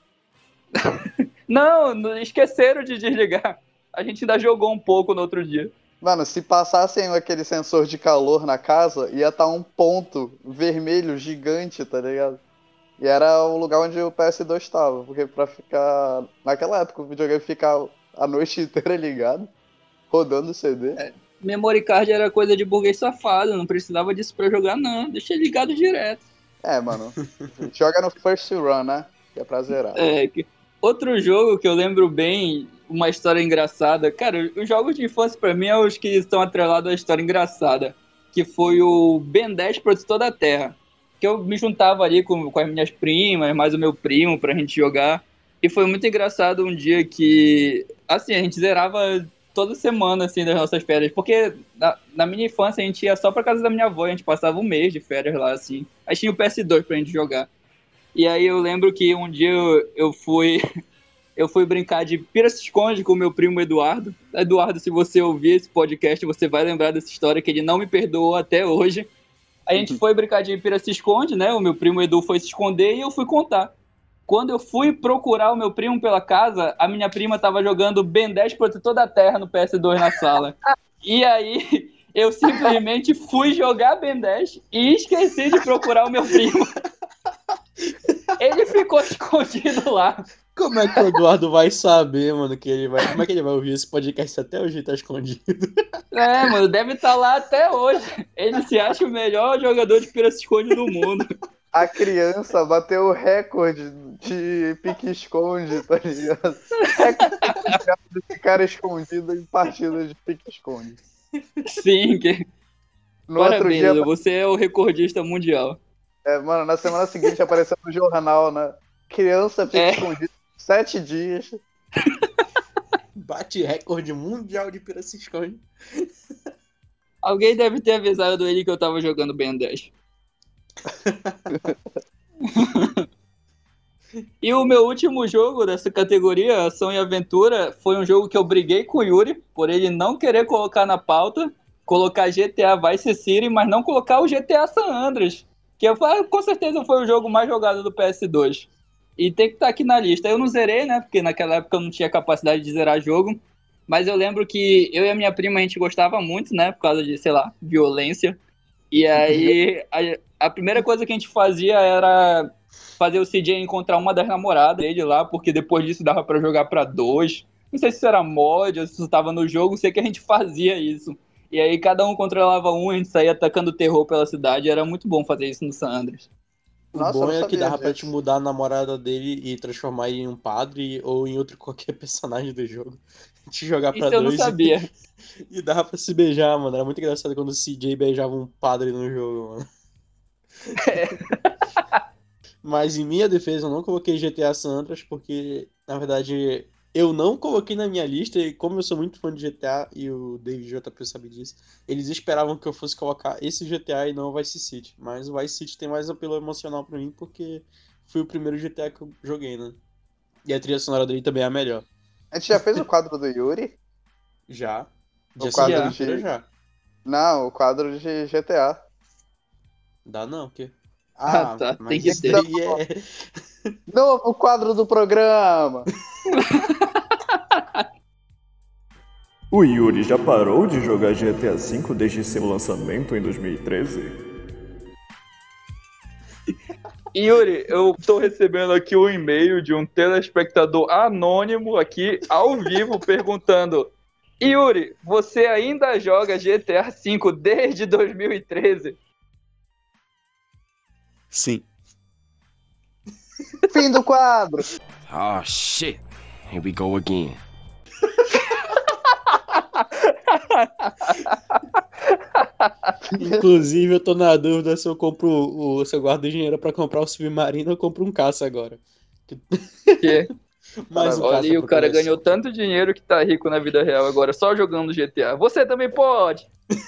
Não, esqueceram de desligar. A gente ainda jogou um pouco no outro dia. Mano, se passassem aquele sensor de calor na casa, ia estar um ponto vermelho gigante, tá ligado? E era o lugar onde o PS2 estava, porque pra ficar... Naquela época o videogame ficava a noite inteira ligado, rodando o CD. Memory card era coisa de burguês safado, não precisava disso pra jogar não, deixa ligado direto. Mano, joga no first run, né? Que é pra zerar. Outro jogo que eu lembro bem, uma história engraçada. Cara, os jogos de infância pra mim é os que estão atrelados à história engraçada. Que foi o Ben 10 Protetor da Terra. Que eu me juntava ali com as minhas primas, mais o meu primo, pra gente jogar. E foi muito engraçado um dia que, assim, a gente zerava toda semana, assim, das nossas férias. Porque na minha infância a gente ia só pra casa da minha avó, a gente passava um mês de férias lá, assim. Aí tinha o PS2 pra gente jogar. E aí eu lembro que um dia eu fui brincar de pira-se-esconde com o meu primo Eduardo. Eduardo, se você ouvir esse podcast, você vai lembrar dessa história que ele não me perdoou até hoje. A gente foi brincar de pira-se-esconde, né? O meu primo Edu foi se esconder e eu fui contar. Quando eu fui procurar o meu primo pela casa, a minha prima tava jogando Ben 10 Protetor da Terra no PS2 na sala. E aí eu simplesmente fui jogar Ben 10 e esqueci de procurar o meu primo. Ele ficou escondido lá. Como é que o Eduardo vai saber, mano, que ele vai... Como é que ele vai ouvir esse podcast até hoje e tá escondido? Mano, deve estar lá até hoje. Ele se acha o melhor jogador de pira-se-esconde do mundo. A criança bateu o recorde de pique-esconde, tá ligado? Recorde de ficar escondido em partidas de pique-esconde. Sim, parabéns, outro dia... você é o recordista mundial. Mano, na semana seguinte apareceu no jornal, né? Criança fica escondida 7 dias. Bate recorde mundial de pira-se-esconde. Alguém deve ter avisado ele que eu tava jogando Ben 10. E o meu último jogo dessa categoria, Ação e Aventura, foi um jogo que eu briguei com o Yuri, por ele não querer colocar na pauta, colocar GTA Vice City, mas não colocar o GTA San Andreas, que com certeza foi o jogo mais jogado do PS2. E tem que estar aqui na lista. Eu não zerei, né, porque naquela época eu não tinha capacidade de zerar jogo, mas eu lembro que eu e a minha prima, a gente gostava muito, né, por causa de, sei lá, violência. E aí, a primeira coisa que a gente fazia era fazer o CJ encontrar uma das namoradas dele lá, porque depois disso dava pra jogar pra 2. Não sei se isso era mod ou se isso tava no jogo, sei que a gente fazia isso. E aí cada um controlava um, a gente saía atacando terror pela cidade. Era muito bom fazer isso no San Andreas. O bom é que dava pra te mudar a namorada dele e transformar ele em um padre ou em outro qualquer personagem do jogo. Te jogar pra 2. Isso eu não sabia. E dava pra se beijar, mano. Era muito engraçado quando o CJ beijava um padre no jogo, mano. Mas em minha defesa, eu não coloquei GTA San Andreas porque, na verdade, eu não coloquei na minha lista e como eu sou muito fã de GTA e o David JP sabe disso, eles esperavam que eu fosse colocar esse GTA e não o Vice City. Mas o Vice City tem mais apelo emocional pra mim porque foi o primeiro GTA que eu joguei, né? E a trilha sonora dele também é a melhor. A gente já fez o quadro do Yuri? Já. O De quadro assinatura de... já. Não, o quadro de GTA. Dá não, porque... Ah, tá. Mas Tem que isso ter. daí é... Novo quadro do programa! O Yuri já parou de jogar GTA V desde seu lançamento em 2013? Yuri, eu tô recebendo aqui um e-mail de um telespectador anônimo aqui, ao vivo, perguntando: Yuri, você ainda joga GTA V desde 2013? Sim. Fim do quadro! Oh, shit. Here we go again. Inclusive, eu tô na dúvida se eu compro se eu guardo dinheiro pra comprar o Submarino ou eu compro um caça agora. Que? Mais um Olha caça aí, o pra cara começar. ganhou tanto dinheiro que tá rico na vida real agora, só jogando GTA. Você também pode!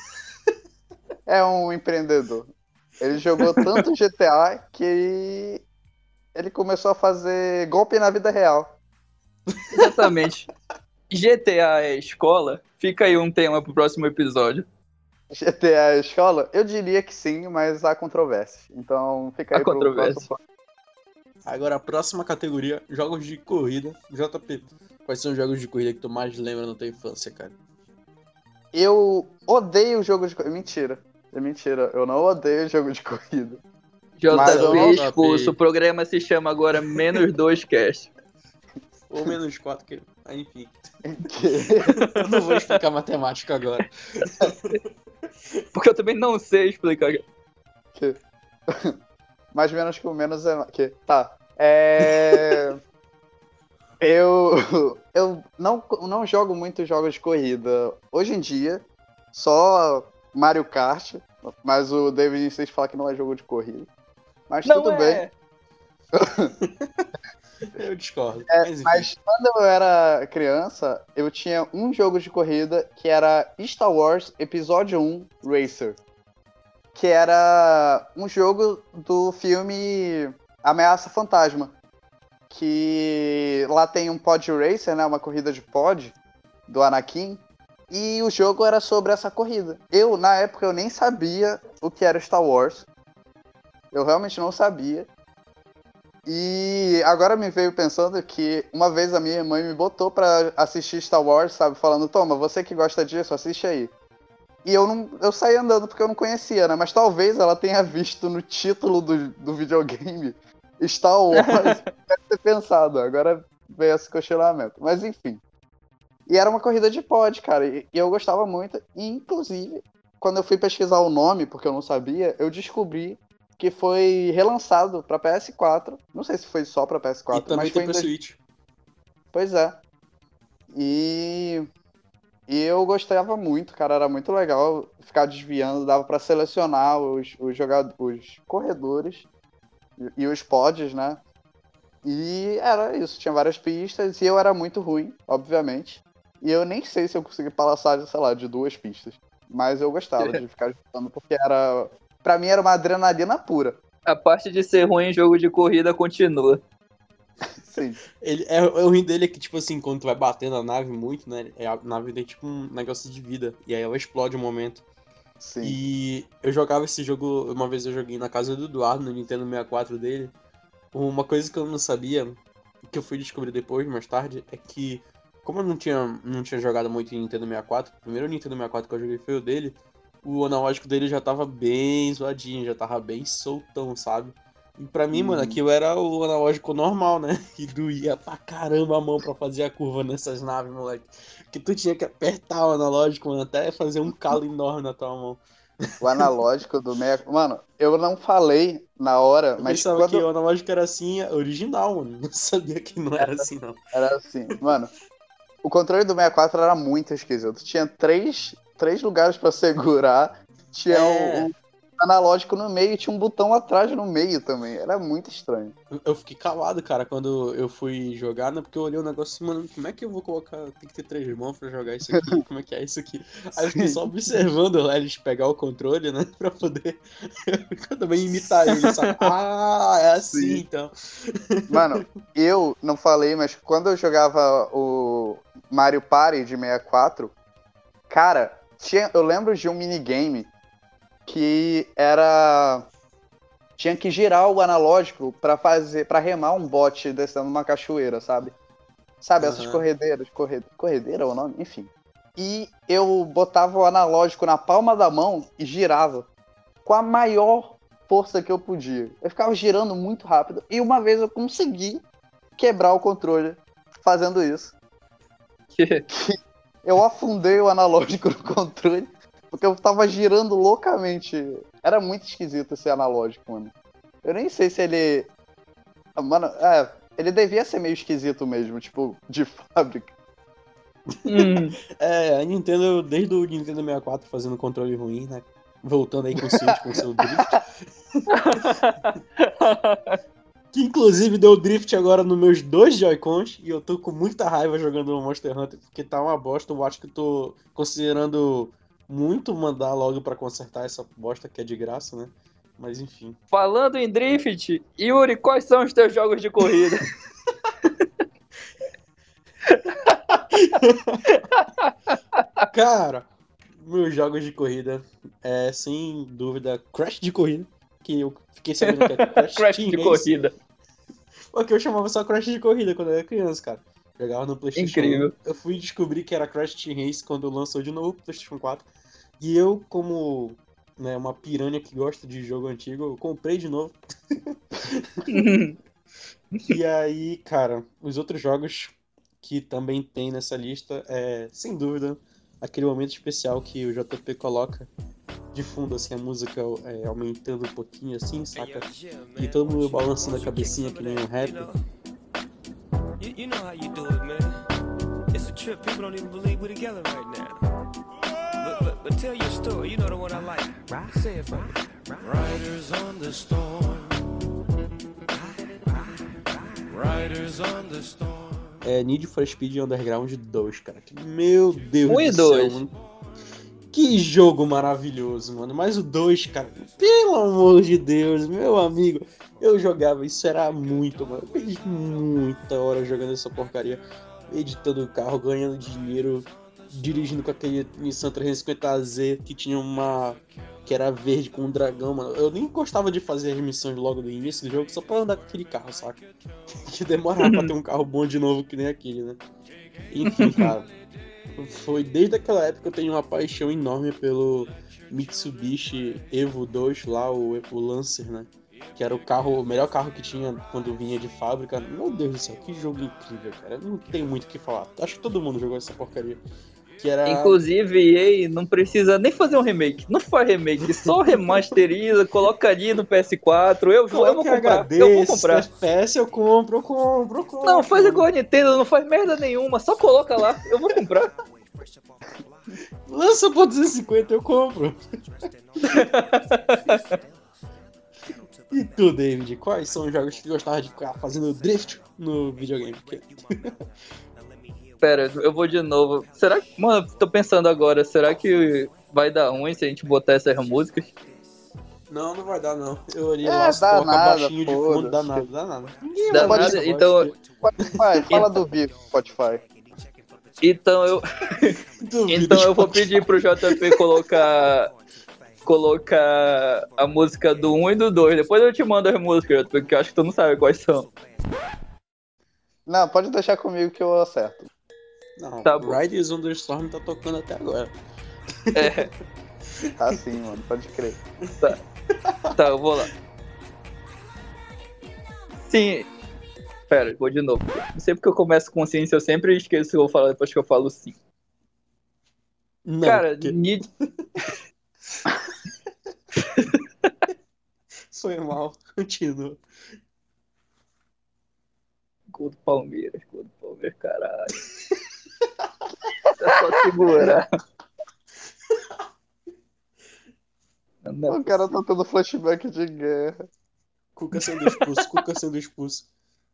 É um empreendedor. Ele jogou tanto GTA que ele começou a fazer golpe na vida real. Exatamente. GTA é escola? Fica aí um tema pro próximo episódio. GTA é escola? Eu diria que sim, mas há controvérsia. Então fica Há aí pro controvérsia. próximo. Agora, a próxima categoria, jogos de corrida. JP, quais são os jogos de corrida que tu mais lembra na tua infância, cara? Eu odeio jogo de corrida. Mentira. É mentira. Eu não odeio jogo de corrida. Mas eu JP não- expulso. O programa se chama agora -2 Cast. Ou menos 4, que... enfim. Eu não vou explicar matemática agora. Porque eu também não sei explicar. Mais menos que o menos é... Que... Tá. Eu não jogo muito jogos de corrida. Hoje em dia, só Mario Kart. Mas o David insiste em falar que não é jogo de corrida. Mas Não tudo bem. é. Eu discordo. Enfim. Mas quando eu era criança, eu tinha um jogo de corrida que era Star Wars Episódio 1 Racer. Que era um jogo do filme Ameaça Fantasma. Que lá tem um pod racer, né? Uma corrida de pod do Anakin. E o jogo era sobre essa corrida. Na época, eu nem sabia o que era Star Wars. Eu realmente não sabia. E agora me veio pensando que uma vez a minha mãe me botou pra assistir Star Wars, sabe? Falando, toma, você que gosta disso, assiste aí. E eu saí andando porque eu não conhecia, né? Mas talvez ela tenha visto no título do videogame Star Wars. Deve ter pensado, agora veio esse cochilamento. Mas enfim. E era uma corrida de pod, cara. E eu gostava muito. E inclusive, quando eu fui pesquisar o nome, porque eu não sabia, eu descobri que foi relançado pra PS4. Não sei se foi só pra PS4, E também mas tem foi pra Switch. Pois é. E eu gostava muito, cara. Era muito legal ficar desviando. Dava pra selecionar os corredores e os pods, né? E era isso. Tinha várias pistas e eu era muito ruim, obviamente. E eu nem sei se eu consegui passar, sei lá, de 2 pistas. Mas eu gostava de ficar jogando porque era... Pra mim era uma adrenalina pura. A parte de ser ruim em jogo de corrida continua. Sim. O ruim dele é que, tipo assim, quando tu vai batendo a nave muito, né? A nave tem tipo um negócio de vida. E aí ela explode um momento. Sim. E eu jogava esse jogo, uma vez eu joguei na casa do Eduardo, no Nintendo 64 dele. Uma coisa que eu não sabia, que eu fui descobrir depois, mais tarde, é que, como eu não tinha jogado muito em Nintendo 64, o primeiro Nintendo 64 que eu joguei foi o dele, o analógico dele já tava bem zoadinho, já tava bem soltão, sabe? E pra mim, mano, aquilo era o analógico normal, né? E doía pra caramba a mão pra fazer a curva nessas naves, moleque. Que tu tinha que apertar o analógico, mano, até fazer um calo enorme na tua mão. O analógico do 64... Mano, eu não falei na hora, Eu mas pensava quando... que o analógico era assim, original, mano. Não sabia que não era assim, não. Era assim, mano. O controle do 64 era muito esquisito. Tinha três lugares pra segurar. Tinha o analógico no meio e tinha um botão atrás no meio também. Era muito estranho. Eu fiquei calado, cara, quando eu fui jogar, né? Porque eu olhei o negócio assim, mano, como é que eu vou colocar. Tem que ter 3 mãos pra jogar isso aqui? Como é que é isso aqui? Aí eu fiquei só observando lá eles pegar o controle, né? Pra poder eu também imitar eles, sabe? Ah, é assim Sim. então. Mano, eu não falei, mas quando eu jogava o Mario Party de 64, cara, eu lembro de um minigame que era... Tinha que girar o analógico pra remar um bote descendo uma cachoeira, sabe? Sabe, essas corredeiras, corredeira é o nome? Enfim. E eu botava o analógico na palma da mão e girava com a maior força que eu podia. Eu ficava girando muito rápido e uma vez eu consegui quebrar o controle fazendo isso. Eu afundei o analógico no controle porque eu tava girando loucamente. Era muito esquisito esse analógico, mano. Eu nem sei se ele... Mano, ele devia ser meio esquisito mesmo, tipo, de fábrica. A Nintendo, desde o Nintendo 64 fazendo controle ruim, né? Voltando aí com o Switch, com o seu drift. Que inclusive deu drift agora nos meus 2 Joy-Cons e eu tô com muita raiva jogando Monster Hunter porque tá uma bosta. Eu acho que eu tô considerando muito mandar logo pra consertar essa bosta que é de graça, né? Mas enfim. Falando em drift, Yuri, quais são os teus jogos de corrida? Cara, meus jogos de corrida é sem dúvida Crash de corrida, que eu fiquei sabendo que é Crash, Crash Team de Race. Corrida. Porque eu chamava só Crash de corrida quando eu era criança, cara. Jogava no PlayStation Incrível. 1. Eu fui descobrir que era Crash Team Race quando lançou de novo o PlayStation 4. E eu, como uma piranha que gosta de jogo antigo, eu comprei de novo. E aí, cara, os outros jogos que também tem nessa lista é, sem dúvida, aquele momento especial que o JP coloca de fundo, assim, a música aumentando um pouquinho, assim, saca? E todo mundo balançando a cabecinha que nem um rap. You know how you do it, man. It's a trip. People don't even believe we're together right now. But tell your story. You know the one I like. Say it for me. Riders on the storm. Riders on the storm. Need for Speed Underground 2, cara. Meu Deus do céu, mano. Que jogo maravilhoso, mano. Mas o 2, cara, pelo amor de Deus, meu amigo, eu jogava, isso era muito, mano. Eu perdi muita hora jogando essa porcaria, editando o carro, ganhando dinheiro, dirigindo com aquele Nissan 350Z que tinha que era verde com um dragão, mano. Eu nem gostava de fazer as missões logo do início do jogo só pra andar com aquele carro, saca? Que demorava pra ter um carro bom de novo que nem aquele, né? Enfim, cara. Foi desde aquela época que eu tenho uma paixão enorme pelo Mitsubishi Evo 2 lá, o Lancer, né? Que era o melhor carro que tinha quando vinha de fábrica. Meu Deus do céu, que jogo incrível, cara. Não tem muito o que falar. Acho que todo mundo jogou essa porcaria. Que era... Inclusive, EA não precisa nem fazer um remake. Não faz remake, só remasteriza, coloca ali no PS4. Eu vou comprar. HD, eu vou comprar. FPS eu compro. Não, faz igual a Nintendo, não faz merda nenhuma. Só coloca lá, eu vou comprar. Lança por 250, eu compro. E tu, David, quais são os jogos que gostava de ficar fazendo drift no videogame? Pera, eu vou de novo. Será que... Mano, tô pensando agora, será que vai dar ruim se a gente botar essas músicas? Não vai dar, não. Eu olhei lá, se coloca baixinho de fundo, dá nada. Dá nada? Então... Spotify, fala do Vivo, Spotify. Então eu... então eu vou pedir pro JP colocar a música do 1 e do 2. Depois eu te mando as músicas, porque eu acho que tu não sabe quais são. Não, pode deixar comigo que eu acerto. Não, tá bom. Riders on the Storm tá tocando até agora. Tá sim, mano, pode crer. Tá, eu vou lá. Sim. Pera, vou de novo. Sempre que eu começo com ciência, eu sempre esqueço o que eu vou falar depois que eu falo sim. Não, cara, Foi mal, continua. Gol do Palmeiras, caralho. É só segurar. O cara tá tendo flashback de guerra. Cuca sendo expulso.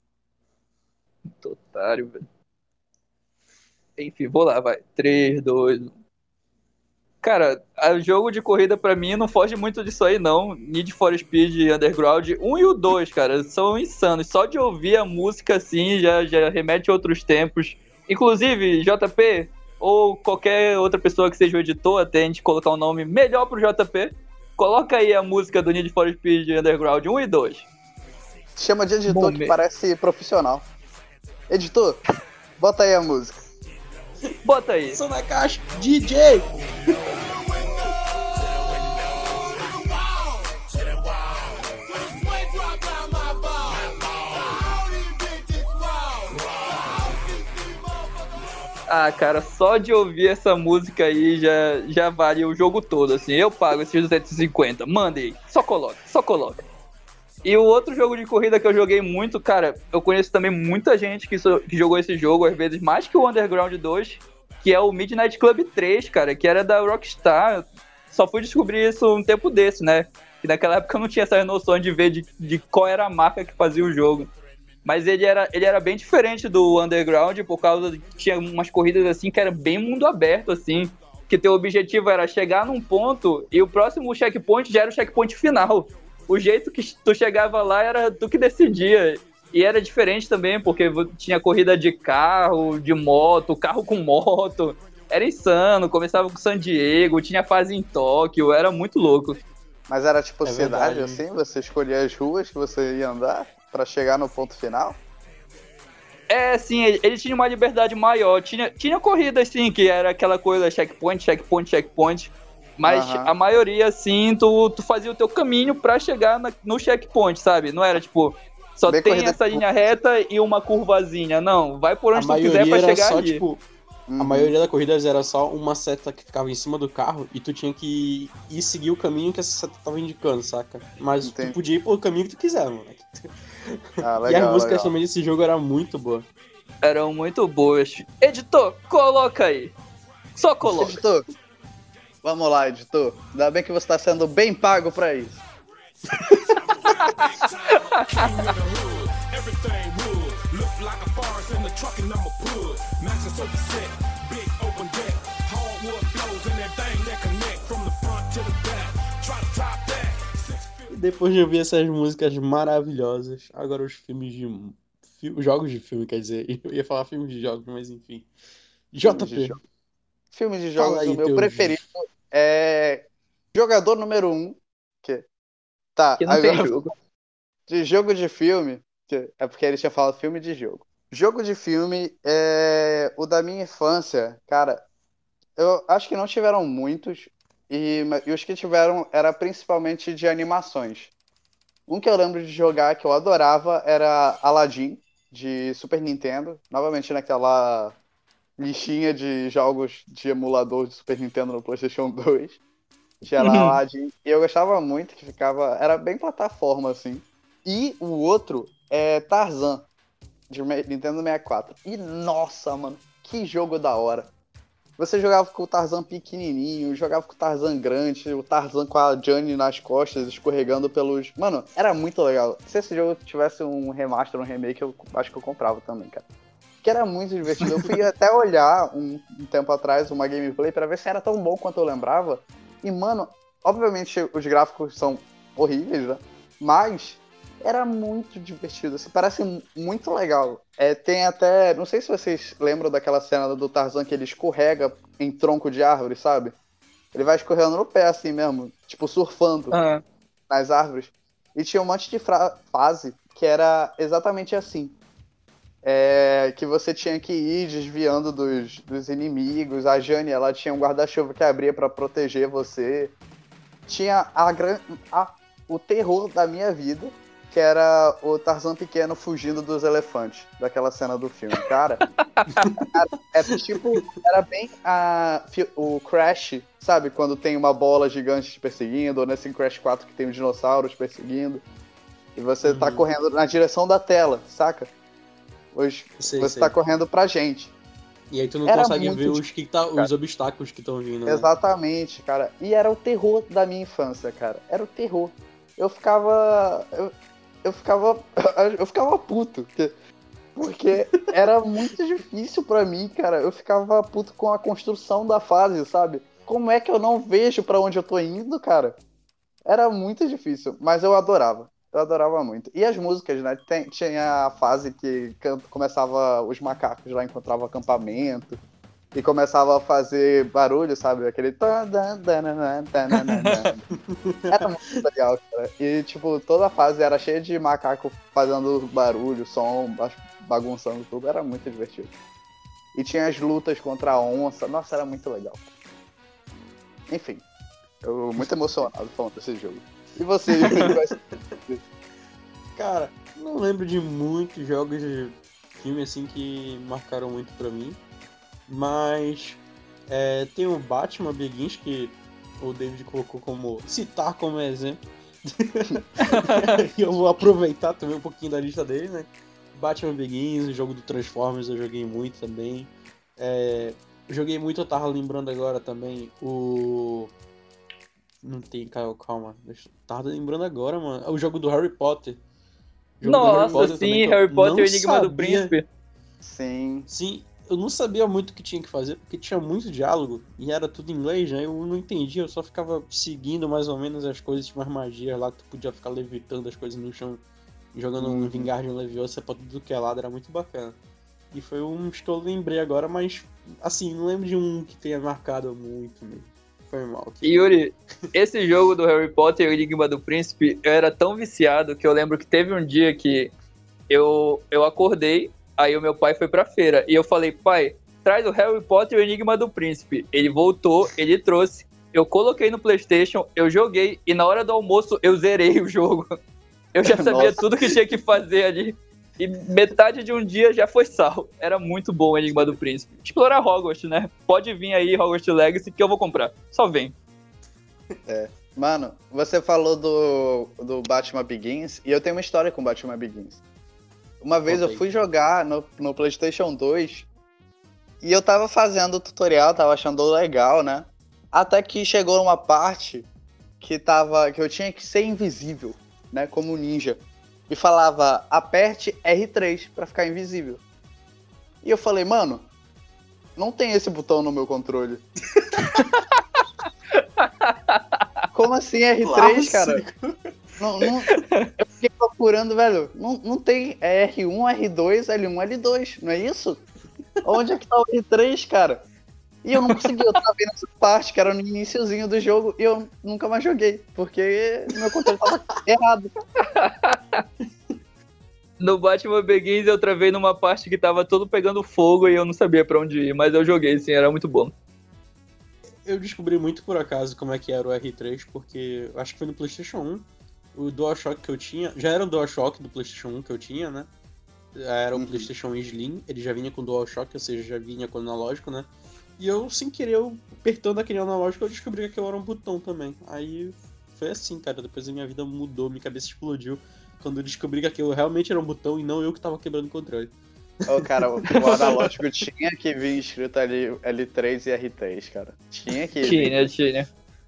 Otário, velho. Enfim, vou lá, vai. 3, 2, 1. Cara, o jogo de corrida pra mim não foge muito disso aí, não. Need for Speed Underground 1 e o 2, cara, são insanos. Só de ouvir a música assim já remete a outros tempos. Inclusive, JP, ou qualquer outra pessoa que seja o editor, até a gente colocar um nome melhor pro JP, coloca aí a música do Need for Speed Underground 1 e 2. Chama de editor que parece profissional. Editor, bota aí a música. Bota aí. Som na caixa, DJ! Ah, cara, só de ouvir essa música aí já vale o jogo todo, assim. Eu pago esses 250. Manda aí. Só coloca. E o outro jogo de corrida que eu joguei muito, cara, eu conheço também muita gente que jogou esse jogo, às vezes mais que o Underground 2, que é o Midnight Club 3, cara, que era da Rockstar. Só fui descobrir isso um tempo desse, né? Que naquela época eu não tinha essa noção de ver de qual era a marca que fazia o jogo. Mas ele era bem diferente do Underground, por causa de que tinha umas corridas assim que era bem mundo aberto, assim. Que teu objetivo era chegar num ponto e o próximo checkpoint já era o checkpoint final. O jeito que tu chegava lá era tu que decidia. E era diferente também, porque tinha corrida de carro, de moto, carro com moto. Era insano, começava com San Diego, tinha fase em Tóquio, era muito louco. Mas era tipo cidade, assim? Você escolhia as ruas que você ia andar pra chegar no ponto final? É, sim, ele tinha uma liberdade maior. Tinha corrida, assim, que era aquela coisa checkpoint. Mas a maioria, assim, tu fazia o teu caminho pra chegar no checkpoint, sabe? Não era, tipo, só bem tem essa linha reta e uma curvazinha. Não, vai por onde tu quiser pra chegar ali. Tipo, a maioria das corridas era só uma seta que ficava em cima do carro e tu tinha que ir seguir o caminho que essa seta tava indicando, saca? Mas tu podia ir pelo caminho que tu quiser, mano. Legal, e as músicas também desse jogo eram muito boas. Eram muito boas. Editor, coloca aí. Só coloca. Editor. Vamos lá, editor. Ainda bem que você tá sendo bem pago pra isso. E depois de ouvir essas músicas maravilhosas, agora os jogos de filme, quer dizer, eu ia falar filmes de jogos, mas enfim. JP. Filme de jogos, o meu preferido é Jogador Número 1. Que não agora, tem jogo. De jogo de filme, é porque ele tinha falado filme de jogo. Jogo de filme é o da minha infância, cara. Eu acho que não tiveram muitos, e os que tiveram era principalmente de animações. Um que eu lembro de jogar que eu adorava era Aladdin, de Super Nintendo. Novamente naquela listinha de jogos de emulador de Super Nintendo no PlayStation 2. Tinha lá Aladdin. E eu gostava muito, que ficava... Era bem plataforma, assim. E o outro é Tarzan, de Nintendo 64. E nossa, mano, que jogo da hora. Você jogava com o Tarzan pequenininho, jogava com o Tarzan grande, o Tarzan com a Jane nas costas, escorregando pelos... Mano, era muito legal. Se esse jogo tivesse um remaster, um remake, eu acho que eu comprava também, cara. Que era muito divertido. Eu fui até olhar um tempo atrás uma gameplay pra ver se era tão bom quanto eu lembrava. E, mano, obviamente os gráficos são horríveis, né? Mas era muito divertido, assim, parece muito legal. Tem até, não sei se vocês lembram daquela cena do Tarzan que ele escorrega em tronco de árvore, sabe? Ele vai escorrendo no pé, assim mesmo, tipo surfando nas árvores. E tinha um monte de fase que era exatamente assim. Que você tinha que ir desviando dos inimigos. A Jane, ela tinha um guarda-chuva que abria pra proteger você. Tinha o terror da minha vida, que era o Tarzan pequeno fugindo dos elefantes, daquela cena do filme. Cara, era bem o Crash, sabe? Quando tem uma bola gigante te perseguindo, ou nesse Crash 4 que tem um dinossauro te perseguindo, e você tá correndo na direção da tela, saca? Hoje você tá correndo pra gente. E aí tu não Era consegue ver muito os obstáculos que estão vindo, né? Exatamente, cara. E era o terror da minha infância, cara. Era o terror. Eu ficava. Eu ficava puto. Porque era muito difícil pra mim, cara. Eu ficava puto com a construção da fase, sabe? Como é que eu não vejo pra onde eu tô indo, cara? Era muito difícil, mas eu adorava. Eu adorava muito. E as músicas, né? Tinha a fase que começava os macacos lá, encontravam acampamento. E começava a fazer barulho, sabe? Aquele... Era muito legal, cara. E, tipo, toda a fase era cheia de macaco fazendo barulho, som, bagunçando tudo. Era muito divertido. E tinha as lutas contra a onça. Nossa, era muito legal. Enfim. Eu muito emocionado falando desse jogo. E você, Yuri? Cara, não lembro de muitos jogos de filme assim que marcaram muito pra mim. Mas tem o Batman Begins, que o David colocou citar como exemplo. E eu vou aproveitar também um pouquinho da lista dele, né? Batman Begins, o jogo do Transformers eu joguei muito também. Joguei muito, eu tava lembrando agora também, Não tem, calma. Eu tava lembrando agora, mano. O jogo do Harry Potter. Nossa, sim, Harry Potter e o Enigma do Príncipe. Sim. Sim, eu não sabia muito o que tinha que fazer, porque tinha muito diálogo e era tudo em inglês, né? Eu não entendia, eu só ficava seguindo mais ou menos as coisas, tinha umas magias lá que tu podia ficar levitando as coisas no chão, jogando um Wingardium Leviosa pra tudo que é lado, era muito bacana. E foi um que eu lembrei agora, mas assim, não lembro de um que tenha marcado muito mesmo. Foi mal. Yuri, esse jogo do Harry Potter e o Enigma do Príncipe, eu era tão viciado que eu lembro que teve um dia que eu acordei, aí o meu pai foi pra feira, e eu falei, pai, traz o Harry Potter e o Enigma do Príncipe. Ele voltou, ele trouxe, eu coloquei no PlayStation, eu joguei, e na hora do almoço eu zerei o jogo. Eu já sabia tudo que tinha que fazer ali. E metade de um dia já foi sal. Era muito bom o Enigma do Príncipe. Explorar Hogwarts, né? Pode vir aí, Hogwarts Legacy, que eu vou comprar. Só vem. Mano, você falou do Batman Begins, e eu tenho uma história com Batman Begins. Uma vez eu fui jogar no PlayStation 2, e eu tava fazendo o tutorial, tava achando legal, né? Até que chegou uma parte que eu tinha que ser invisível, né? Como ninja. E falava, aperte R3 pra ficar invisível. E eu falei, mano, não tem esse botão no meu controle. Como assim R3, cara? Não, eu fiquei procurando, velho. Não tem. É R1, R2, L1, L2, não é isso? Onde é que tá o R3, cara? E eu não consegui, eu tava vendo essa parte, que era no iniciozinho do jogo, e eu nunca mais joguei, porque meu controle tava errado. No Batman Begins eu travei numa parte que tava todo pegando fogo e eu não sabia pra onde ir, mas eu joguei sim, era muito bom. Eu descobri muito por acaso como é que era o R3, porque acho que foi no PlayStation 1, o DualShock que eu tinha, já era o DualShock do PlayStation 1 que eu tinha, né? Era o PlayStation Slim, ele já vinha com DualShock, ou seja, já vinha com analógico, né? E eu, sem querer, apertando aquele analógico, eu descobri que aquilo era um botão também. Aí foi assim, cara, depois a minha vida mudou, minha cabeça explodiu, quando eu descobri que aquilo realmente era um botão e não eu que tava quebrando o controle. Cara, o analógico tinha que vir escrito ali L3 e R3, cara. Tinha que vir. Tinha.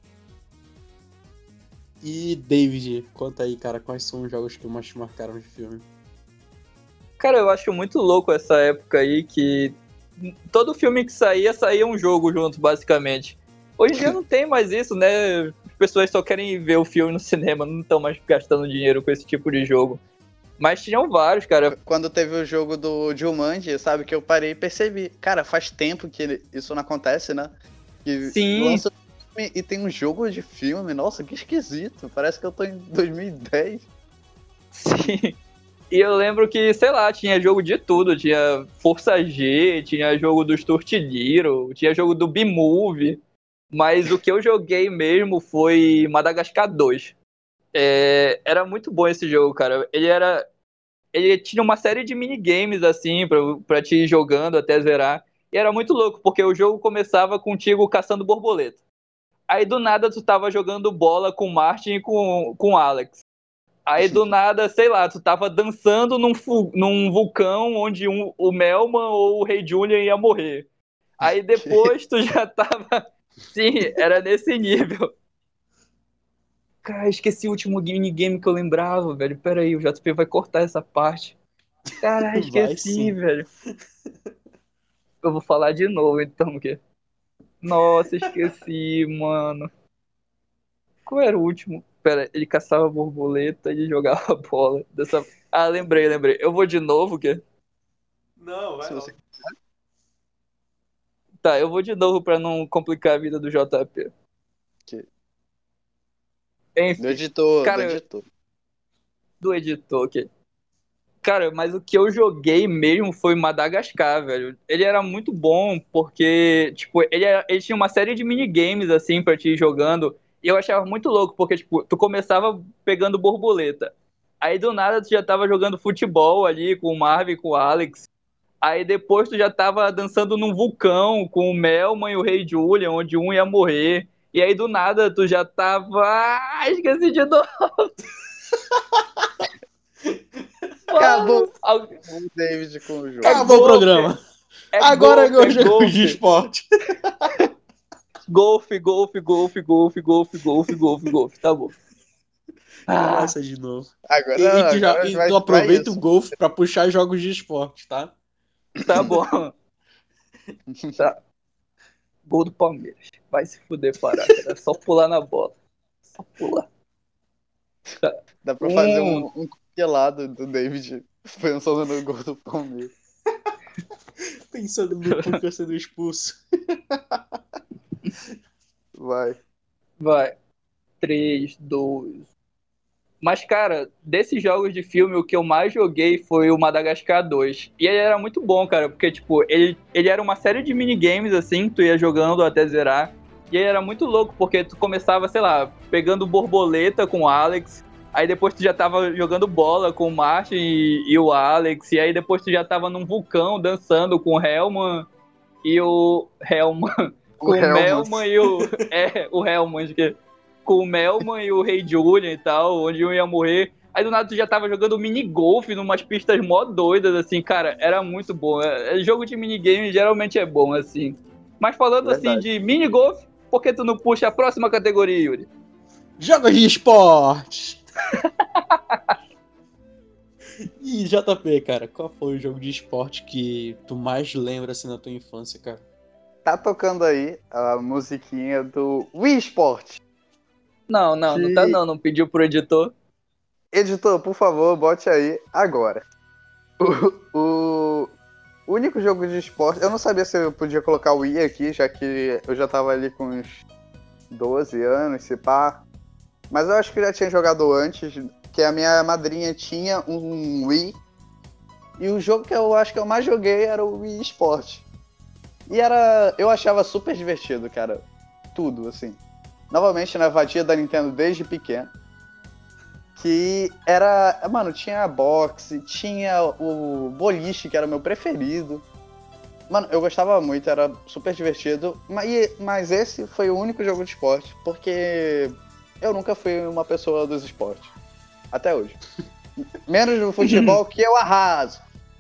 E David, conta aí, cara, quais são os jogos que mais te marcaram de filme? Cara, eu acho muito louco essa época aí que todo filme que saía um jogo junto, basicamente. Hoje em dia não tem mais isso, né? As pessoas só querem ver o filme no cinema, não estão mais gastando dinheiro com esse tipo de jogo. Mas tinham vários, cara. Quando teve o jogo do Jumanji, sabe, que eu parei e percebi. Cara, faz tempo que isso não acontece, né? Que sim. Lança filme e tem um jogo de filme. Nossa, que esquisito. Parece que eu tô em 2010. Sim. E eu lembro que, sei lá, tinha jogo de tudo. Tinha Força G, tinha jogo do Stuart Little, tinha jogo do B-Movie. Mas o que eu joguei mesmo foi Madagascar 2. Era muito bom esse jogo, cara. Ele tinha uma série de minigames, assim, pra te ir jogando até zerar. E era muito louco, porque o jogo começava contigo caçando borboleta. Aí, do nada, tu tava jogando bola com o Martin e com o Alex. Aí do nada, sei lá, tu tava dançando num vulcão onde o Melman ou o Rei Julian ia morrer. Aí depois tu já tava... Sim, era nesse nível. Cara, esqueci o último minigame que eu lembrava, velho. Pera aí, o JP vai cortar essa parte. Cara, esqueci, velho. Eu vou falar de novo, então, porque... Nossa, esqueci, mano. Qual era o último? Pera, ele caçava borboleta e jogava bola. Ah, lembrei. Eu vou de novo, quê? Não, vai lá. Tá, eu vou de novo pra não complicar a vida do JP. Enfim, do editor, cara, do editor, ok. Cara, mas o que eu joguei mesmo foi Madagascar, velho. Ele era muito bom porque, tipo, ele tinha uma série de minigames, assim, pra te ir jogando. E eu achava muito louco, porque, tipo, tu começava pegando borboleta. Aí, do nada, tu já tava jogando futebol ali com o Marvin, com o Alex. Aí, depois, tu já tava dançando num vulcão com o Melman e o Rei Julian, onde um ia morrer. E aí, do nada, tu já tava... Ah, esqueci de novo. Acabou o David com o jogo. Acabou o programa. Agora é jogo de esporte. Golfe. Tá bom. Começa de novo. Agora tu aproveita o golfe pra puxar jogos de esporte, tá? Tá bom. Tá. Gol do Palmeiras. Vai se fuder, parar. É só pular na bola. Só pular. Tá. Dá pra fazer um compilado do David pensando no gol do Palmeiras. Pensando no Cuca sendo expulso. Vai. 3, 2. Mas, cara, desses jogos de filme, o que eu mais joguei foi o Madagascar 2. E ele era muito bom, cara, porque, tipo, ele era uma série de minigames, assim, que tu ia jogando até zerar. E ele era muito louco, porque tu começava, sei lá, pegando borboleta com o Alex. Aí depois tu já tava jogando bola com o Martin e o Alex. E aí depois tu já tava num vulcão dançando com o Hellman e o Hellman. Com o Melman e o... o Hellman, com o Melman e o Rei Julian e tal, onde um ia morrer. Aí do nada tu já tava jogando mini-golf numas pistas mó doidas, assim, cara, era muito bom. Jogo de minigame geralmente é bom, assim. Mas falando assim de mini-golf, por que tu não puxa a próxima categoria, Yuri? Jogos de esporte! E JP, cara, qual foi o jogo de esporte que tu mais lembra, assim, na tua infância, cara? Tá tocando aí a musiquinha do Wii Sport. Não tá não pediu pro editor. Editor, por favor, bote aí agora. O único jogo de esporte... Eu não sabia se eu podia colocar o Wii aqui, já que eu já tava ali com uns 12 anos, se pá. Mas eu acho que eu já tinha jogado antes, que a minha madrinha tinha um Wii. E o jogo que eu acho que eu mais joguei era o Wii Sport. E eu achava super divertido, cara. Tudo, assim. Novamente, na vadia da Nintendo desde pequeno. Que era... Mano, tinha a boxe, tinha o boliche, que era o meu preferido. Mano, eu gostava muito, era super divertido. Mas esse foi o único jogo de esporte, porque eu nunca fui uma pessoa dos esportes. Até hoje. Menos no futebol, que eu arraso.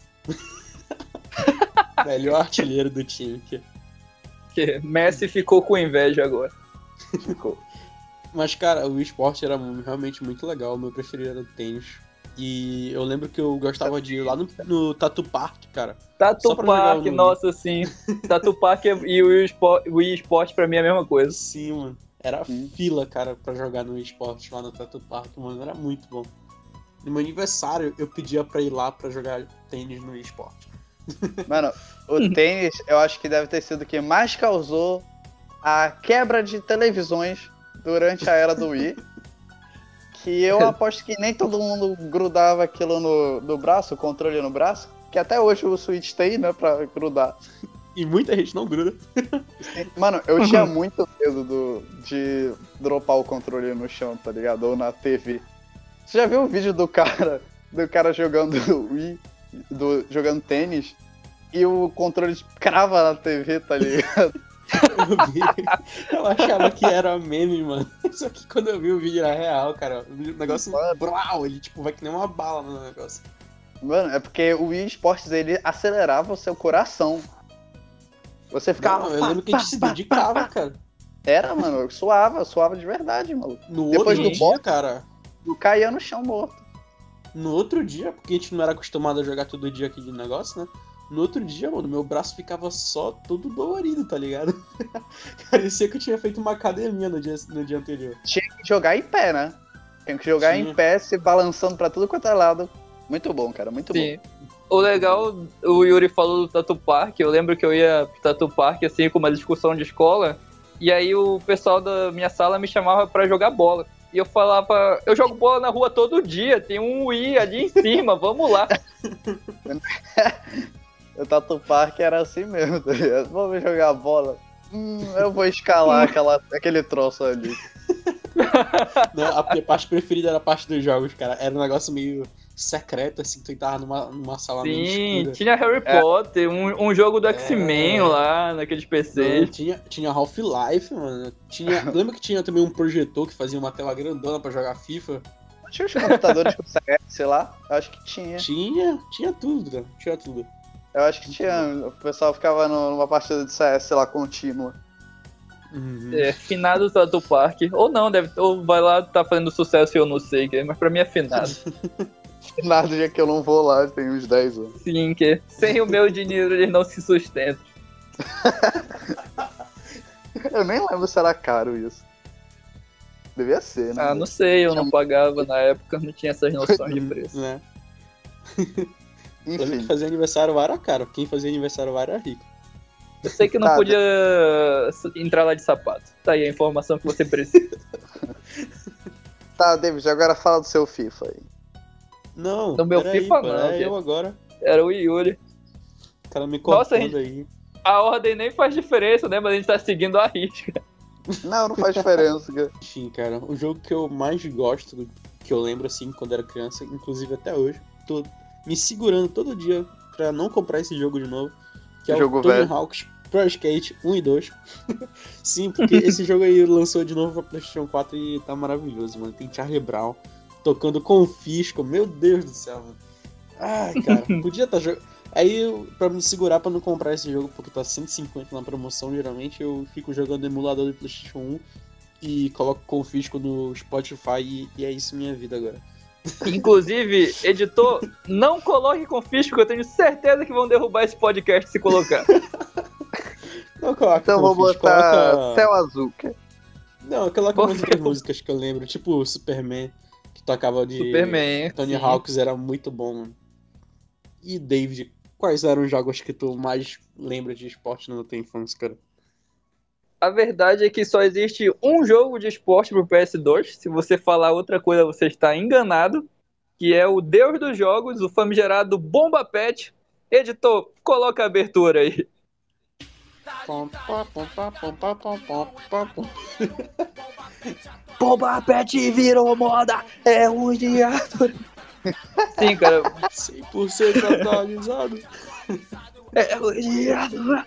Melhor artilheiro do time. Que Messi ficou com inveja agora. Ficou. Mas, cara, o esporte era realmente muito legal. O meu preferido era o tênis. E eu lembro que eu gostava de ir lá no Tatu Park, cara. Tatu Park, nossa, sim. Tatu Park e o Wii Sport pra mim é a mesma coisa. Sim, mano. Era fila, cara, pra jogar no esporte lá no Tatu Park, mano. Era muito bom. No meu aniversário, eu pedia pra ir lá pra jogar tênis no esporte. Mano, o tênis, eu acho que deve ter sido o que mais causou a quebra de televisões durante a era do Wii. Que eu aposto que nem todo mundo grudava aquilo no braço, o controle no braço. Que até hoje o Switch tem, né, pra grudar. E muita gente não gruda. Mano, eu tinha muito medo de dropar o controle no chão, tá ligado? Ou na TV. Você já viu o vídeo do cara jogando Wii, jogando tênis, e o controle crava na TV, tá ligado? Eu achava que era meme, mano. Só que quando eu vi o vídeo era real, cara. O negócio, brau, ele tipo vai que nem uma bala no negócio. Mano, é porque o Wii Sports, ele acelerava o seu coração. Você ficava... Não, eu lembro que a gente se dedicava, cara. Era, mano, eu suava de verdade, mano. No Depois outro do dia, cara. Eu caía no chão morto. No outro dia, porque a gente não era acostumado a jogar todo dia aquele negócio, né? No outro dia, mano, meu braço ficava só todo dolorido, tá ligado? Parecia que eu tinha feito uma academia no dia anterior. Tinha que jogar em pé, né? Tinha que jogar em pé, se balançando pra tudo quanto é lado. Muito bom, cara, muito bom. O legal, o Yuri falou do Tatu Park, eu lembro que eu ia pro Tatu Park, assim, com uma discussão de escola, e aí o pessoal da minha sala me chamava pra jogar bola. E eu falava, eu jogo bola na rua todo dia, tem um Wii ali em cima, vamos lá. O Tatu Park era assim mesmo, tá ligado? Vamos jogar bola. Eu vou escalar aquele troço ali. Não, a minha parte preferida era a parte dos jogos, cara. Era um negócio meio secreto, assim, tu entrava numa sala meio escura. Tinha Harry Potter, um jogo do X-Men lá, naqueles PCs. Tinha Half-Life, mano. Lembra que tinha também um projetor que fazia uma tela grandona pra jogar FIFA? Tinha os computadores com CS, sei lá? Eu acho que tinha. Tinha tudo, cara. Tinha tudo. Eu acho que tinha. O pessoal ficava numa partida de CS, sei lá, contínua. Uhum. Finado Tatu Park. Ou não, ou vai lá, tá fazendo sucesso e eu não sei, mas pra mim é finado. Finado já que eu não vou lá, tem uns 10 anos. Sim, que sem o meu dinheiro eles não se sustentam. Eu nem lembro se era caro isso. Devia ser, né? Não sei, eu não pagava na época, não tinha essas noções de preço. Né? Enfim. Quem fazia aniversário lá era caro, quem fazia aniversário lá era rico. Eu sei que não podia entrar lá de sapato. Tá aí a informação que você precisa. Tá, David, agora fala do seu FIFA aí. Não, do meu FIFA aí, não. Era eu agora. Era o Yuri. O cara me cortando aí. A ordem nem faz diferença, né? Mas a gente tá seguindo a risca. Não faz diferença, cara. Enfim, cara, o jogo que eu mais gosto, que eu lembro assim, quando era criança, inclusive até hoje, tô me segurando todo dia pra não comprar esse jogo de novo, que é o Tony Hawk's Pro Skate 1 e 2. Sim, porque esse jogo aí lançou de novo pra PlayStation 4 e tá maravilhoso, mano. Tem Charlie Brown tocando Confisco, meu Deus do céu, mano. Ai, cara, podia estar jogando. Aí, pra me segurar pra não comprar esse jogo, porque tá 150 na promoção, geralmente, eu fico jogando emulador do PlayStation 1 e coloco Confisco no Spotify e é isso minha vida agora. Inclusive, editor, não coloque Confisco, que eu tenho certeza que vão derrubar esse podcast se colocar. Não coloca então vou botar Céu Azul. Não, eu coloco muitas músicas que eu lembro, tipo Superman, que tocava de Superman, Tony Hawks, era muito bom, mano. E David, quais eram os jogos que tu mais lembra de esporte na tua infância, cara? A verdade é que só existe um jogo de esporte pro PS2. Se você falar outra coisa, você está enganado. Que é o Deus dos Jogos, o famigerado Bomba Pet. Editor, coloca a abertura aí. Bomba Pet virou moda, é um dia. Sim, cara. 100% atualizado. É um dia.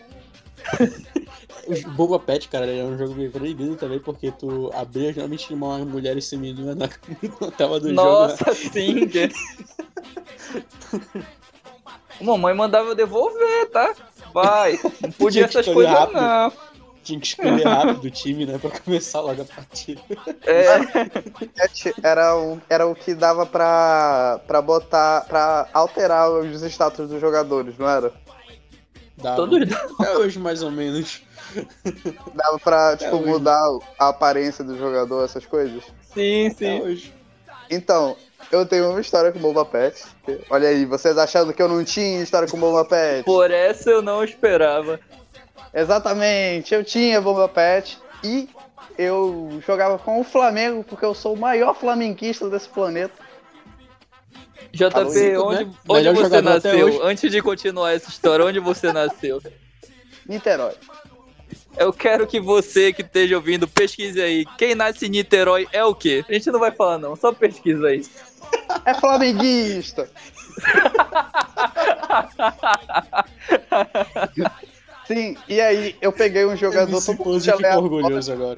O Bomba Pet, cara, é um jogo meio proibido também, porque tu abria geralmente uma mulher seminua na tela do Nossa, jogo. Nossa, sim. Que... Mamãe mandava eu devolver, tá? Vai. Não podia essas coisas, rápido. Não. Tinha que escolher rápido o time, né? Pra começar logo a partida. Era o que dava pra botar, pra alterar os status dos jogadores, não era? Dava. Até hoje, mais ou menos. Dava pra, tipo, mudar a aparência do jogador, essas coisas? Sim, sim. Até hoje. Então, eu tenho uma história com o Bomba Pet. Olha aí, vocês achando que eu não tinha história com o Bomba Pet? Por essa eu não esperava. Exatamente, eu tinha Bomba Pet e eu jogava com o Flamengo, porque eu sou o maior flamenguista desse planeta. JP, onde você nasceu? Antes de continuar essa história, onde você nasceu? Niterói. Eu quero que você que esteja ouvindo pesquise aí. Quem nasce em Niterói é o quê? A gente não vai falar não, só pesquisa aí. É flamenguista. Sim, e aí eu peguei um jogador totalmente aleatório. Orgulhoso agora.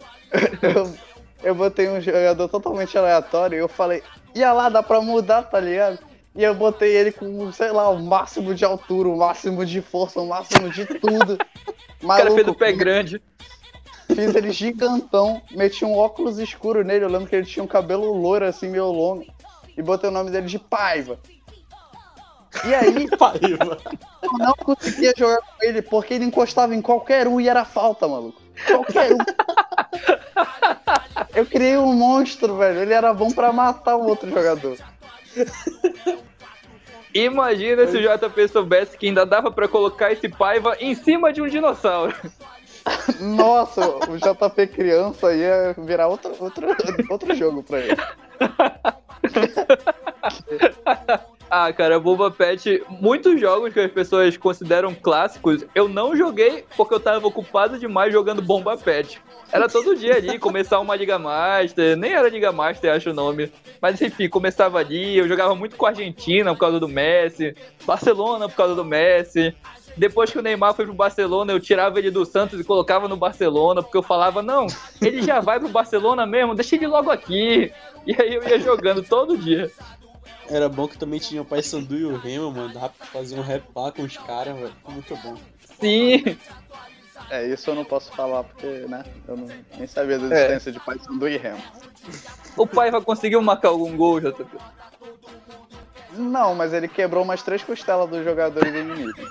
eu botei um jogador totalmente aleatório e eu falei, ia lá, dá pra mudar, tá ligado? E eu botei ele com, sei lá, o máximo de altura, o máximo de força, o máximo de tudo. O cara fez o pé grande. Fiz ele gigantão, meti um óculos escuro nele, eu lembro que ele tinha um cabelo loiro assim, meio longo. E botei o nome dele de Paiva. E aí, Paiva. Eu não conseguia jogar com ele porque ele encostava em qualquer um e era falta, maluco. Qualquer um. Eu criei um monstro, velho. Ele era bom pra matar o outro jogador. Imagina se o JP soubesse que ainda dava pra colocar esse Paiva em cima de um dinossauro. Nossa, o JP criança ia virar outro jogo pra ele. Ah, cara, Bomba Pet, muitos jogos que as pessoas consideram clássicos, eu não joguei porque eu tava ocupado demais jogando Bomba Pet. Era todo dia ali, começar uma Liga Master, nem era Liga Master, acho o nome. Mas enfim, começava ali, eu jogava muito com a Argentina por causa do Messi, Barcelona por causa do Messi. Depois que o Neymar foi pro Barcelona, eu tirava ele do Santos e colocava no Barcelona, porque eu falava, não, ele já vai pro Barcelona mesmo, deixa ele logo aqui. E aí eu ia jogando todo dia. Era bom que também tinha o Paysandu e o Remo, mano. Dá pra fazer um rap lá com os caras, velho. Ficou muito bom. Sim. Isso eu não posso falar porque, né? Eu nem sabia da existência de Paysandu e Remo. O Paiva conseguiu marcar algum gol, JP? Não, mas ele quebrou umas 3 costelas dos jogadores inimigos.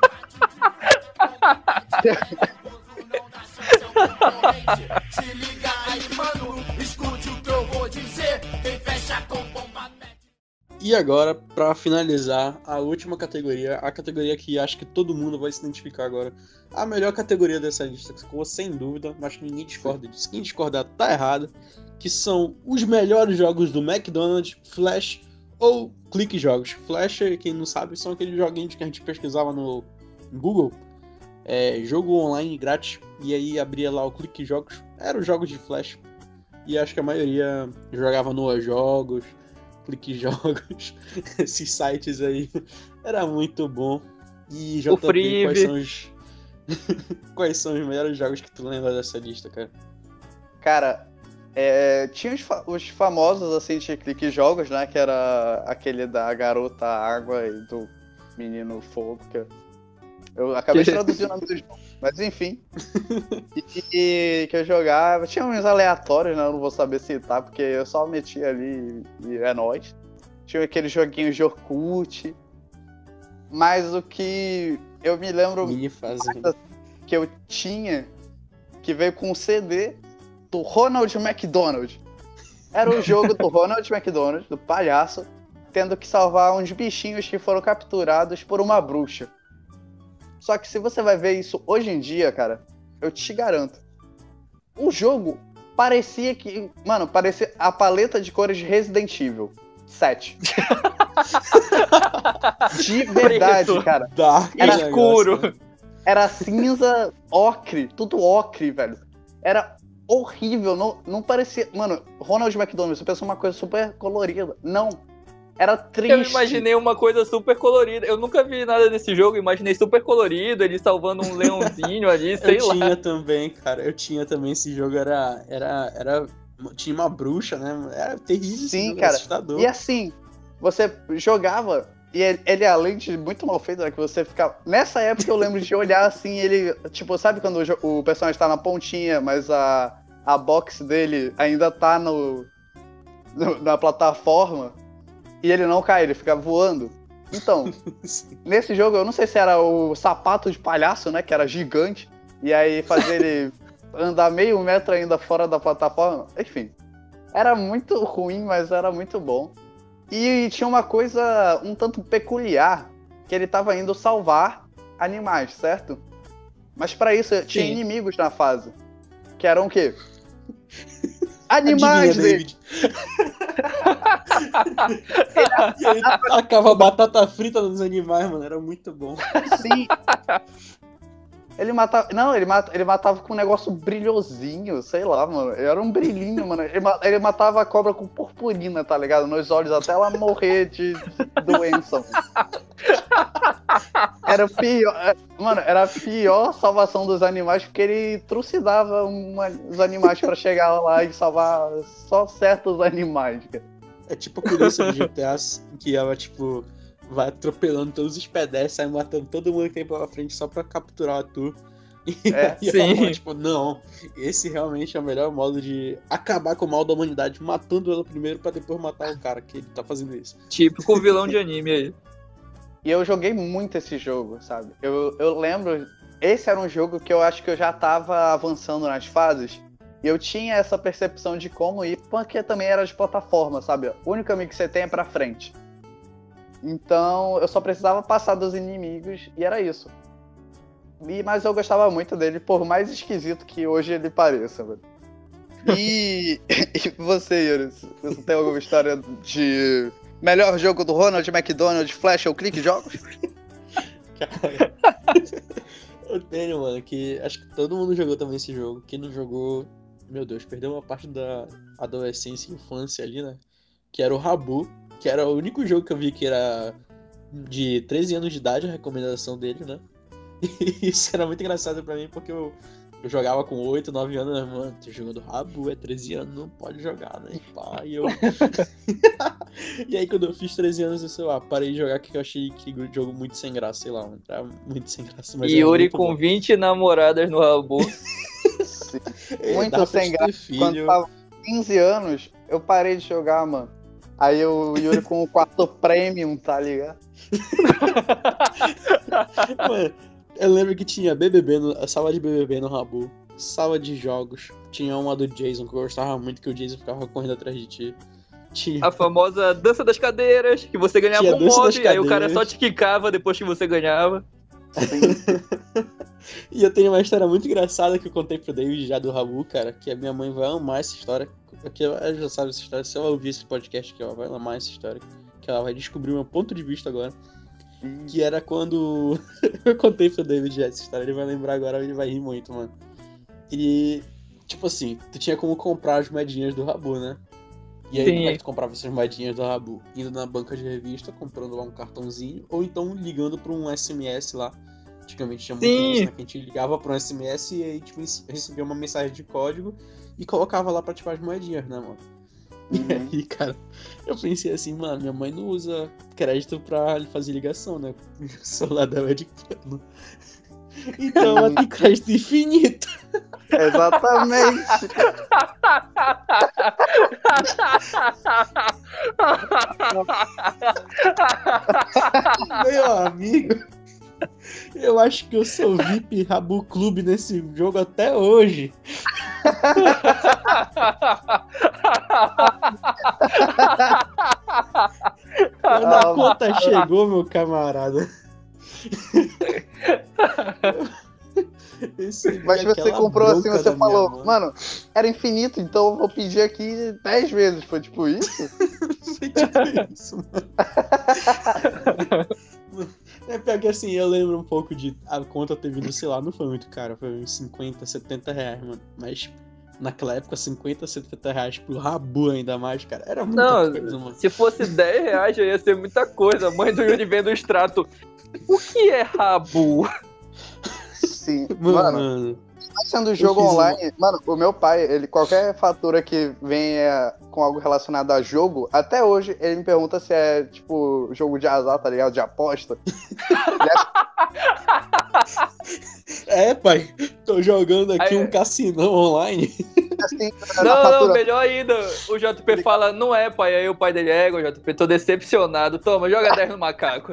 Se liga aí, mano. Escute o que eu vou dizer. Quem fecha com bomba. E agora, pra finalizar, a última categoria, a categoria que acho que todo mundo vai se identificar agora, a melhor categoria dessa lista, que ficou sem dúvida, mas que ninguém discorda disso. Quem discordar tá errado, que são os melhores jogos do McDonald's, Flash ou Clique Jogos. Flash, quem não sabe, são aqueles joguinhos que a gente pesquisava no Google, jogo online grátis, e aí abria lá o Clique Jogos, eram os jogos de Flash, e acho que a maioria jogava no Jogos, Clique Jogos, esses sites aí, era muito bom. E JP, quais são os melhores jogos que tu lembra dessa lista, cara? Cara, tinha os famosos, assim, de Clique Jogos, né, que era aquele da garota água e do menino fogo, que eu acabei de traduzir o nome do jogo, mas enfim. E que eu jogava, tinha uns aleatórios, né, eu não vou saber citar, porque eu só metia ali e é nóis. Tinha aqueles joguinhos de Orkut, mas o que eu me lembro que eu tinha, que veio com um CD do Ronald McDonald. Era o jogo do Ronald McDonald, do palhaço, tendo que salvar uns bichinhos que foram capturados por uma bruxa. Só que se você vai ver isso hoje em dia, cara, eu te garanto, o jogo parecia a paleta de cores de Resident Evil 7. De verdade, cara. Era escuro. Era cinza, ocre, tudo ocre, velho. Era horrível, não parecia... Mano, Ronald McDonald, você pensa uma coisa super colorida. Não. Era triste. Eu imaginei uma coisa super colorida. Eu nunca vi nada desse jogo, imaginei super colorido, ele salvando um leãozinho ali, sei lá. Eu tinha também, cara. Eu tinha também esse jogo, tinha uma bruxa, né? Era terrível. Sim, cara. Assustador. E assim, você jogava e ele além de muito mal feito, né, que você ficava... Nessa época eu lembro de olhar assim, ele... Tipo, sabe quando o personagem tá na pontinha, mas a box dele ainda tá na plataforma? E ele não cai, ele fica voando. Então, nesse jogo, eu não sei se era o sapato de palhaço, né? Que era gigante. E aí fazer ele andar meio metro ainda fora da plataforma. Enfim, era muito ruim, mas era muito bom. E tinha uma coisa um tanto peculiar, que ele tava indo salvar animais, certo? Mas pra isso, tinha inimigos na fase. Que eram o quê? Animais dele. E aí tacava batata frita nos animais, mano. Era muito bom. Sim. Ele matava com um negócio brilhosinho, sei lá, mano. Era um brilhinho, mano. Ele matava a cobra com purpurina, tá ligado? Nos olhos até ela morrer de doença, mano. Era pior. Mano, era a pior salvação dos animais, porque ele trucidava os animais pra chegar lá e salvar só certos animais, cara. É tipo a polícia do GTA que ela, tipo, vai atropelando todos os pedestres, sai matando todo mundo que tem pela frente só pra capturar tu. E aí ela fala, tipo, não, esse realmente é o melhor modo de acabar com o mal da humanidade, matando ela primeiro pra depois matar o cara que ele tá fazendo isso. Típico vilão de anime aí. E eu joguei muito esse jogo, sabe? Eu lembro, esse era um jogo que eu acho que eu já tava avançando nas fases. E eu tinha essa percepção de como ir, porque também era de plataforma, sabe? O único caminho que você tem é pra frente. Então, eu só precisava passar dos inimigos e era isso. Mas eu gostava muito dele, por mais esquisito que hoje ele pareça, velho. E você, Yuri? Você tem alguma história de melhor jogo do Ronald McDonald, Flash ou Clique Jogos? Cara, eu tenho, mano, que acho que todo mundo jogou também esse jogo. Quem não jogou, meu Deus, perdeu uma parte da adolescência e infância ali, né? Que era o Rabu, que era o único jogo que eu vi que era de 13 anos de idade, a recomendação dele, né? E isso era muito engraçado pra mim, porque eu jogava com 8, 9 anos, né? Mano, tô jogando Rabu, é 13 anos, não pode jogar, né? E pá, e eu... E aí quando eu fiz 13 anos, eu sei lá, parei de jogar porque eu achei que o jogo muito sem graça, sei lá, mano. Era muito sem graça, mas Yuri com 20 namoradas no Rabu. Muito sem graça. Quando eu tava com 15 anos, eu parei de jogar, mano. Aí o Yuri com o quarto premium, tá ligado? Mano, eu lembro que tinha a sala de BBB no Rabu, sala de jogos, tinha uma do Jason que eu gostava muito, que o Jason ficava correndo atrás de ti. Tinha... A famosa dança das cadeiras, que você ganhava um mob, aí o cara só te quicava depois que você ganhava. E eu tenho uma história muito engraçada que eu contei pro David já do Rabu, cara, que a minha mãe vai amar essa história, porque ela já sabe essa história, se ela ouvir esse podcast aqui, ela vai amar essa história, que ela vai descobrir o meu ponto de vista agora. Que era quando eu contei pro David já essa história, ele vai lembrar agora, ele vai rir muito, mano. E, tipo assim, tu tinha como comprar as moedinhas do Rabu, né? E aí, como é que tu comprava essas moedinhas do Rabu? Indo na banca de revista, comprando lá um cartãozinho, ou então ligando pra um SMS lá. Antigamente tinha muito isso, né? Que a gente ligava pra um SMS e aí, tipo, recebia uma mensagem de código e colocava lá pra ativar as moedinhas, né, mano? E aí, cara, eu pensei assim, mano, minha mãe não usa crédito pra fazer ligação, né? O celular dela é de plano. Então ela tem crédito infinito. Exatamente. Meu amigo, eu acho que eu sou VIP Rabu Clube nesse jogo até hoje. Quando a conta chegou, meu camarada. Mas você comprou assim, você falou, mano, era infinito, então eu vou pedir aqui 10 vezes. Foi tipo isso? Foi tipo isso, mano. É pior que assim, eu lembro um pouco de a conta ter vindo, sei lá, não foi muito caro, foi uns 50, 70 reais, mano. Mas naquela época, 50, 70 reais pro Rabu ainda mais, cara, era muita coisa, mano. Se fosse 10 reais já ia ser muita coisa. A mãe do Yuri vendo o extrato. O que é Rabu? Sim, mano. Sendo jogo online, mano, o meu pai, ele qualquer fatura que venha com algo relacionado a jogo, até hoje ele me pergunta se é tipo jogo de azar, tá ligado? De aposta. É, pai, tô jogando aqui um cassinão online. Assim, não, melhor ainda. O JP fala, não é, pai. Aí o pai dele é, o JP, tô decepcionado. Toma, joga 10 no macaco.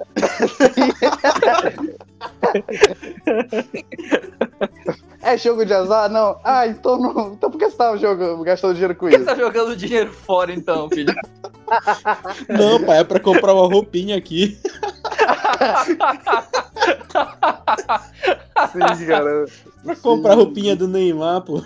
É jogo de azar? Não. Ah, então não. Então por que você tava gastando dinheiro com isso? Por que você tá jogando dinheiro fora então, filho? Não, pai, é pra comprar uma roupinha aqui. Sim, cara. Pra comprar a roupinha do Neymar, pô.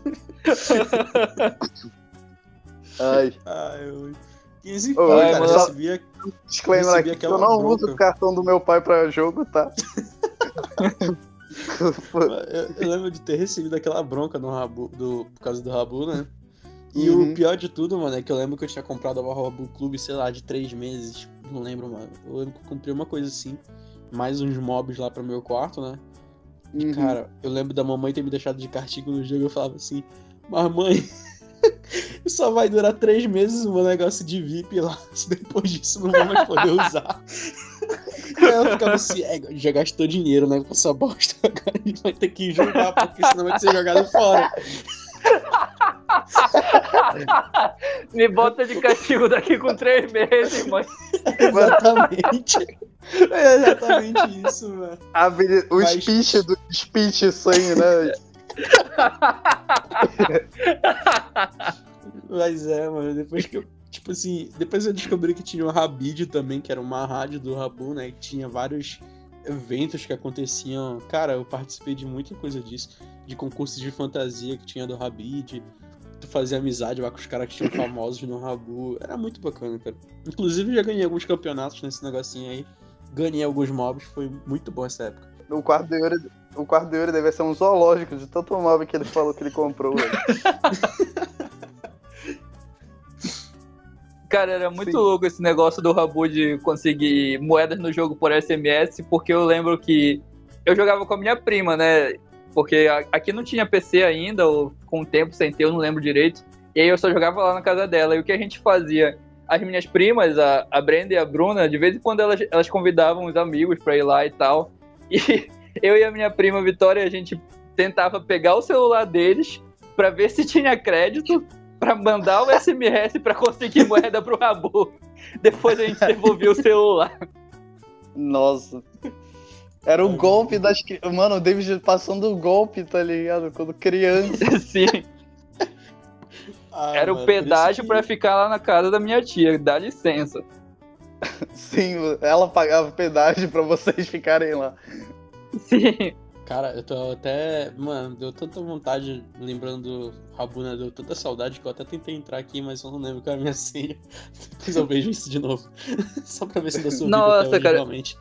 Ai. Ai, 15 pau, cara. Mano, Recebia disclaimer aqui, eu não uso o cartão do meu pai pra jogo, tá? Eu lembro de ter recebido aquela bronca no Rabu, por causa do Rabu, né? E o pior de tudo, mano, é que eu lembro que eu tinha comprado a Rabu Clube, sei lá, de 3 meses. Não lembro, mano. Eu lembro que eu comprei uma coisa assim, mais uns mobs lá pro meu quarto, né? E, cara, eu lembro da mamãe ter me deixado de castigo no jogo. Eu falava assim, mas mãe, só vai durar 3 meses o meu negócio de VIP lá. Depois disso não vou mais poder usar. Aí ela ficava assim, já gastou dinheiro, né, com essa bosta. Agora a gente vai ter que jogar, porque senão vai ser jogado fora. Me bota de castigo daqui com 3 meses, mãe. Exatamente. É exatamente isso, velho. Speech sonho, né? Mas mano, depois que eu... Tipo assim, depois eu descobri que tinha o Rabid também, que era uma rádio do Rabu, né? Que tinha vários eventos que aconteciam. Cara, eu participei de muita coisa disso. De concursos de fantasia que tinha do Rabid. Tu fazia amizade lá com os caras que tinham famosos no Rabu. Era muito bacana, cara. Inclusive, já ganhei alguns campeonatos nesse negocinho aí. Ganhei alguns mobs, foi muito bom essa época. O quarto de ouro deve ser um zoológico de tanto mob que ele falou que ele comprou. Cara, era muito louco esse negócio do Rabu de conseguir moedas no jogo por SMS, porque eu lembro que eu jogava com a minha prima, né? Porque aqui não tinha PC ainda, ou com o tempo sem ter, eu não lembro direito. E aí eu só jogava lá na casa dela. E o que a gente fazia? As minhas primas, a Brenda e a Bruna, de vez em quando elas convidavam os amigos pra ir lá e tal. E eu e a minha prima Vitória, a gente tentava pegar o celular deles pra ver se tinha crédito, pra mandar o SMS pra conseguir moeda pro Rabu. Depois a gente devolvia o celular. Nossa. Era o golpe das crianças. Mano, o David passando o golpe, tá ligado? Quando criança. Sim. Era o pedágio pra ficar lá na casa da minha tia. Dá licença. Sim, ela pagava o pedágio pra vocês ficarem lá. Sim. Cara, eu tô até... Mano, deu tanta vontade, lembrando do Rabu, né? Deu tanta saudade que eu até tentei entrar aqui, mas eu não lembro qual é a minha senha. Depois eu vejo isso de novo. Só pra ver se ainda sou vivo até hoje, cara. Realmente.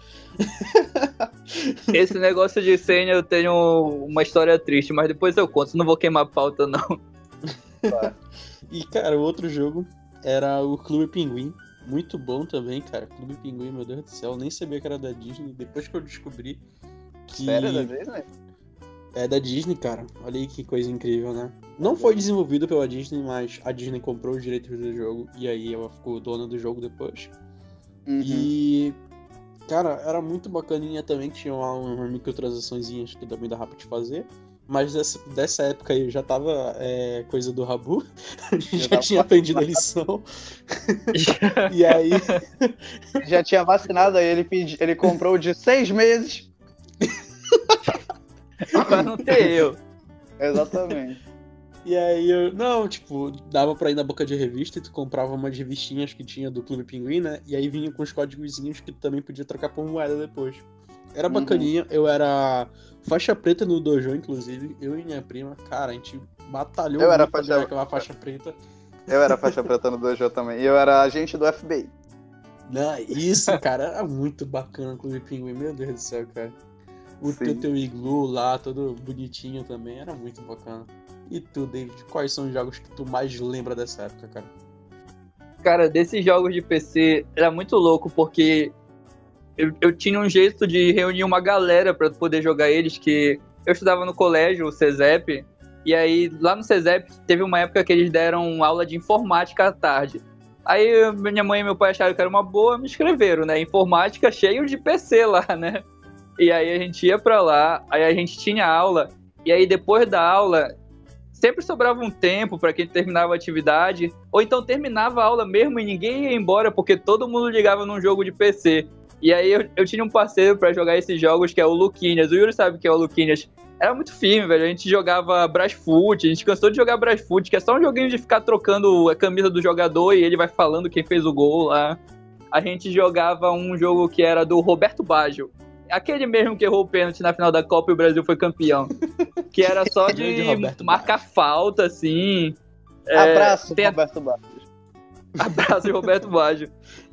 Esse negócio de senha eu tenho uma história triste, mas depois eu conto. Não vou queimar a pauta, não. E, cara, o outro jogo era o Clube Pinguim. Muito bom também, cara. Clube Pinguim, meu Deus do céu. Eu nem sabia que era da Disney. Depois que eu descobri que... Sério, da Disney? É da Disney, cara. Olha aí que coisa incrível, né? Não foi desenvolvido pela Disney, mas a Disney comprou os direitos do jogo. E aí ela ficou dona do jogo depois. E... Cara, era muito bacaninha também. Tinha lá umas microtransaçõezinhas que também dá rápido de fazer. Mas dessa época aí já tava coisa do Rabu. Já tinha aprendido a lição. E aí... Já tinha vacinado, aí ele comprou de 6 meses. Pra não ter eu. Exatamente. E aí dava pra ir na banca de revista e tu comprava umas revistinhas que tinha do Clube Pinguim, né? E aí vinha com os códigozinhos que tu também podia trocar por moeda depois. Era bacaninha, eu era faixa preta no dojo, inclusive, eu e minha prima, cara, a gente batalhou muito pra ganhar aquela faixa preta. Eu era faixa preta no dojo também, e eu era agente do FBI. Não, isso, cara, era muito bacana o Clube Pinguim, meu Deus do céu, cara. O teu iglu lá, todo bonitinho também, era muito bacana. E tu, David, quais são os jogos que tu mais lembra dessa época, cara? Cara, desses jogos de PC, era muito louco, porque eu tinha um jeito de reunir uma galera pra poder jogar eles, que eu estudava no colégio, o CESEP, e aí lá no CESEP teve uma época que eles deram aula de informática à tarde. Aí minha mãe e meu pai acharam que era uma boa, me inscreveram, né? Informática cheio de PC lá, né? E aí a gente ia pra lá, aí a gente tinha aula, e aí depois da aula sempre sobrava um tempo pra quem terminava a atividade, ou então terminava a aula mesmo e ninguém ia embora porque todo mundo ligava num jogo de PC. E aí eu tinha um parceiro pra jogar esses jogos que é o Luquinhas. O Yuri sabe o que é o Luquinhas. Era muito firme, velho. A gente jogava Brasfoot, a gente cansou de jogar Brasfoot, que é só um joguinho de ficar trocando a camisa do jogador e ele vai falando quem fez o gol lá. A gente jogava um jogo que era do Roberto Baggio. Aquele mesmo que errou o pênalti na final da Copa e o Brasil foi campeão. Que era só de marcar falta, assim. Abraço, Roberto Baggio. Abraço, Roberto Baggio.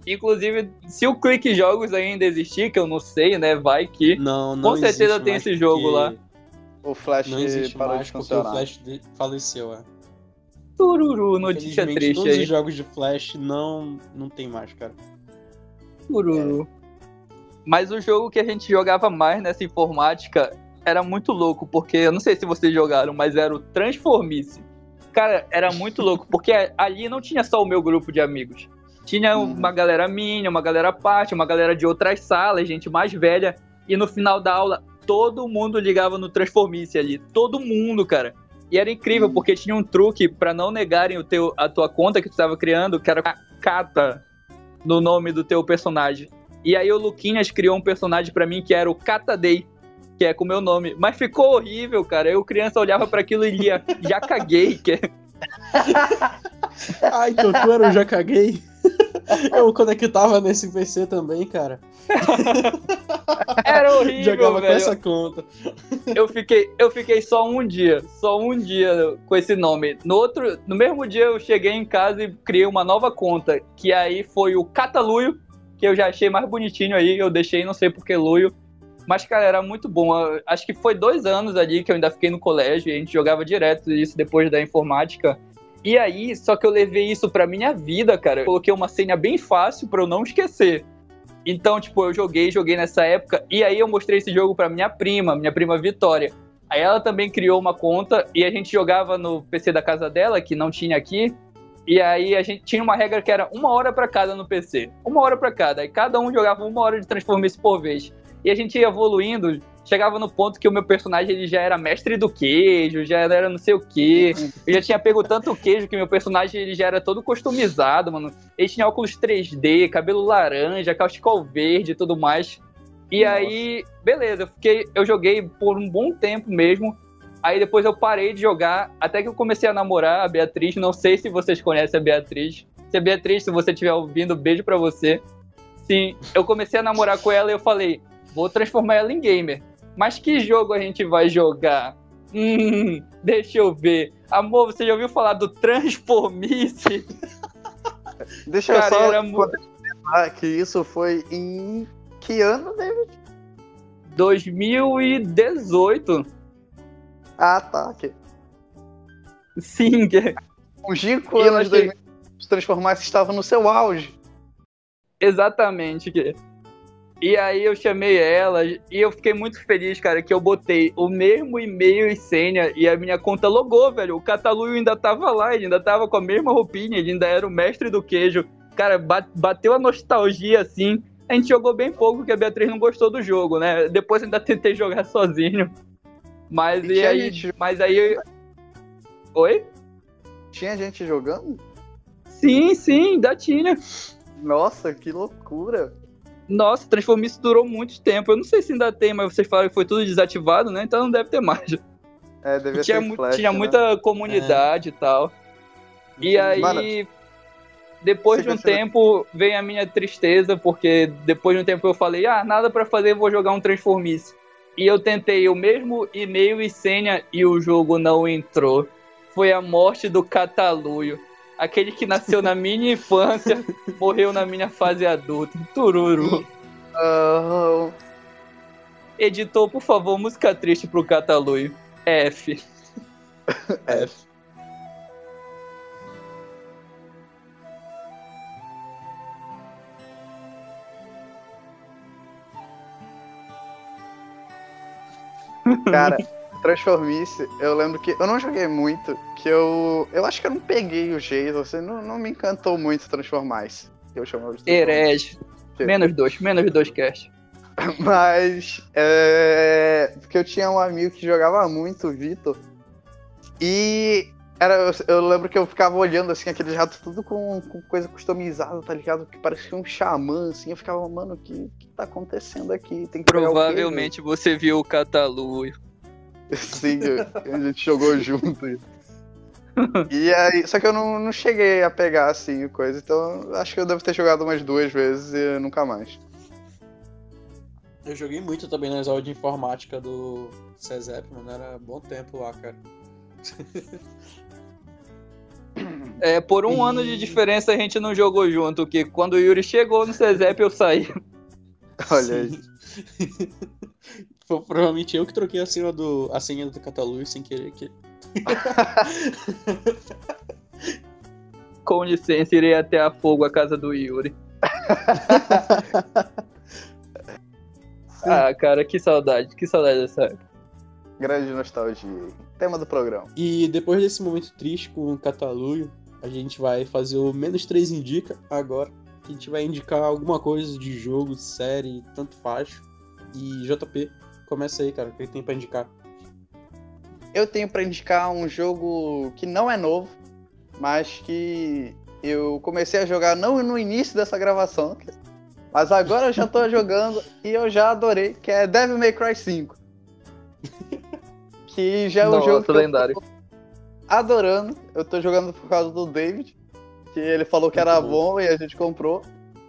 Inclusive, se o Clique Jogos ainda existir, que eu não sei, né? Vai que. Não com certeza tem esse jogo lá. O Flash não existe parou mais de porque o funcionar. Flash faleceu, Tururu, notícia Infelizmente, triste todos aí. os jogos de Flash não tem mais, cara. Tururu. Mas o jogo que a gente jogava mais nessa informática era muito louco, porque eu não sei se vocês jogaram, mas era o Transformice. Cara, era muito louco, porque ali não tinha só o meu grupo de amigos. Tinha uma galera minha, uma galera parte, uma galera de outras salas, gente mais velha. E no final da aula, todo mundo ligava no Transformice ali. Todo mundo, cara. E era incrível, porque tinha um truque pra não negarem a tua conta que tu tava criando, que era Kata no nome do teu personagem. E aí o Luquinhas criou um personagem pra mim que era o Kata Day, que é com o meu nome. Mas ficou horrível, cara. Eu, criança, olhava pra aquilo e lia, já caguei. Ah, então tu era o Já Caguei? Eu conectava nesse PC também, cara. Era horrível, Jogava velho. com essa conta. Eu fiquei só um dia com esse nome. No mesmo dia eu cheguei em casa e criei uma nova conta, que aí foi o Cataluio, que eu já achei mais bonitinho aí, eu deixei, não sei por que Luio. Mas, cara, era muito bom. Acho que foi 2 anos ali que eu ainda fiquei no colégio e a gente jogava direto isso depois da informática. E aí, só que eu levei isso pra minha vida, cara. Eu coloquei uma senha bem fácil pra eu não esquecer. Então, tipo, eu joguei nessa época. E aí eu mostrei esse jogo pra minha prima Vitória. Aí ela também criou uma conta e a gente jogava no PC da casa dela, que não tinha aqui. E aí a gente tinha uma regra que era 1 hora pra cada no PC. 1 hora pra cada. Aí cada um jogava 1 hora de Transformice por vez. E a gente ia evoluindo, chegava no ponto que o meu personagem ele já era mestre do queijo, já era não sei o quê. Eu já tinha pego tanto queijo que meu personagem ele já era todo customizado, mano. Ele tinha óculos 3D, cabelo laranja, cachecol verde e tudo mais. E aí, beleza, eu joguei por um bom tempo mesmo. Aí depois eu parei de jogar, até que eu comecei a namorar a Beatriz. Não sei se vocês conhecem a Beatriz. Se você estiver ouvindo, beijo pra você. Sim, eu comecei a namorar com ela e eu falei, vou transformar ela em gamer. Mas que jogo a gente vai jogar? Deixa eu ver. Amor, você já ouviu falar do Transformice? Deixa eu só lembrar que isso foi em... Que ano, David? 2018. Ah, tá. Okay. Sim. Os 5 anos de 2018 Transformice estava no seu auge. Exatamente. E aí eu chamei ela e eu fiquei muito feliz, cara, que eu botei o mesmo e-mail e senha e a minha conta logou, velho. O Cataluio ainda tava lá, ele ainda tava com a mesma roupinha, ele ainda era o mestre do queijo. Cara, bateu a nostalgia, assim. A gente jogou bem pouco, porque a Beatriz não gostou do jogo, né? Depois ainda tentei jogar sozinho. Mas aí... Oi? Tinha gente jogando? Sim, ainda tinha. Nossa, que loucura. Nossa, Transformice durou muito tempo. Eu não sei se ainda tem, mas vocês falaram que foi tudo desativado, né? Então não deve ter mais. É, devia ter Flash, tinha muita comunidade e tal. E aí, depois de um tempo, vem a minha tristeza, porque depois de um tempo eu falei, nada pra fazer, vou jogar um Transformice. E eu tentei o mesmo e-mail e senha e o jogo não entrou. Foi a morte do Cataluio. Aquele que nasceu na minha infância, morreu na minha fase adulta. Tururu. Editor, por favor, música triste pro Cataluio. F. F. Cara, Transformice, eu lembro que eu não joguei muito, que eu acho que eu não peguei o jeito, assim, não me encantou muito Transformice. Eu chamava de Herege. Menos dois cast. Mas, porque eu tinha um amigo que jogava muito, o Vitor, e eu lembro que eu ficava olhando, assim, aquele jato tudo com coisa customizada, tá ligado? Que parecia um xamã, assim, eu ficava, mano, o que tá acontecendo aqui? Tem que Provavelmente você viu o Cataluio. Sim, a gente jogou junto. E aí, só que eu não cheguei a pegar, assim, coisa, então acho que eu devo ter jogado umas 2 vezes e nunca mais. Eu joguei muito também nas aulas de informática do CESEP, mano, era bom tempo lá, cara. Por um ano de diferença a gente não jogou junto, que quando o Yuri chegou no CESEP eu saí. Olha aí. Foi provavelmente eu que troquei a senha do Catalu sem querer. Com licença, irei até a fogo a casa do Yuri. Cara, que saudade dessa época. Grande nostalgia. Tema do programa. E depois desse momento triste com o Catalu, a gente vai fazer o Menos 3 Indica agora. A gente vai indicar alguma coisa de jogo, série, tanto faz. E JP, começa aí, cara. O que tem pra indicar? Eu tenho pra indicar um jogo que não é novo, mas que eu comecei a jogar não no início dessa gravação, mas agora eu já tô jogando e eu já adorei, que é Devil May Cry 5. Que já é um jogo que lendário. eu tô adorando. Eu tô jogando por causa do David, que ele falou que era bom e a gente comprou.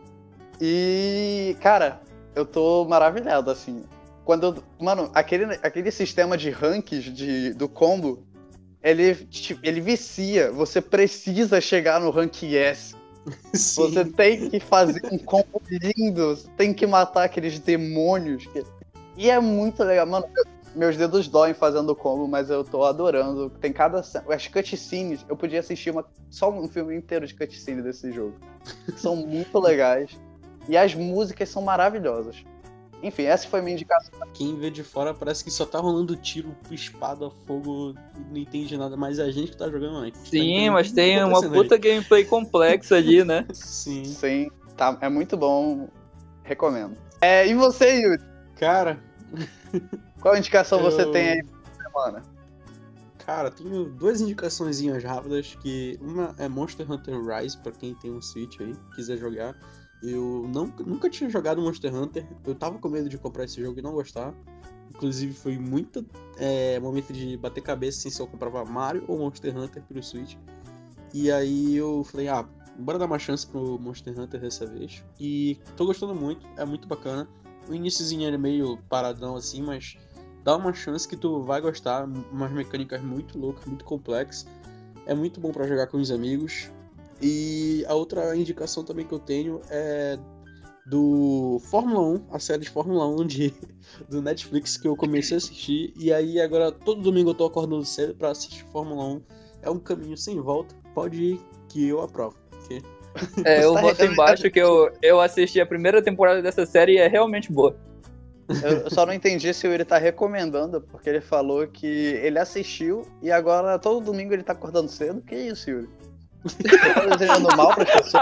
E, cara, eu tô maravilhado, assim. Mano, aquele sistema de ranks do combo, ele vicia. Você precisa chegar no rank S. Sim. Você tem que fazer um combo lindo. Você tem que matar aqueles demônios. E é muito legal. Mano, meus dedos doem fazendo o combo, mas eu tô adorando. Tem as cutscenes. Eu podia assistir só um filme inteiro de cutscene desse jogo. São muito legais. E as músicas são maravilhosas. Enfim, essa foi a minha indicação. Quem vê de fora parece que só tá rolando tiro, espada, fogo, não entende nada, mas é a gente que tá jogando antes. Sim, tá, mas tem uma puta gameplay complexa ali, né? Sim. Sim, tá, é muito bom. Recomendo. E você, Yuri? Cara... Qual indicação você tem aí por semana? Cara, tenho duas indicaçõezinhas rápidas, que uma é Monster Hunter Rise, pra quem tem um Switch aí, quiser jogar. Eu nunca tinha jogado Monster Hunter, eu tava com medo de comprar esse jogo e não gostar. Inclusive foi muito momento de bater cabeça assim, se eu comprava Mario ou Monster Hunter pro Switch. E aí eu falei, bora dar uma chance pro Monster Hunter dessa vez. E tô gostando muito, é muito bacana. O iniciozinho é meio paradão assim, mas dá uma chance que tu vai gostar. Umas mecânicas muito loucas, muito complexas. É muito bom pra jogar com os amigos. E a outra indicação também que eu tenho é do Fórmula 1, a série de Fórmula 1 do Netflix que eu comecei a assistir. E aí agora todo domingo eu tô acordando cedo pra assistir Fórmula 1. É um caminho sem volta, pode ir que eu aprovo. Okay? Eu boto embaixo que eu assisti a primeira temporada dessa série e é realmente boa. Eu só não entendi se o Yuri tá recomendando, porque ele falou que ele assistiu e agora todo domingo ele tá acordando cedo. Que isso, Yuri? Você tá desejando mal pras pessoas?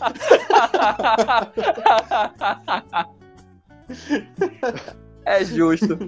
É justo.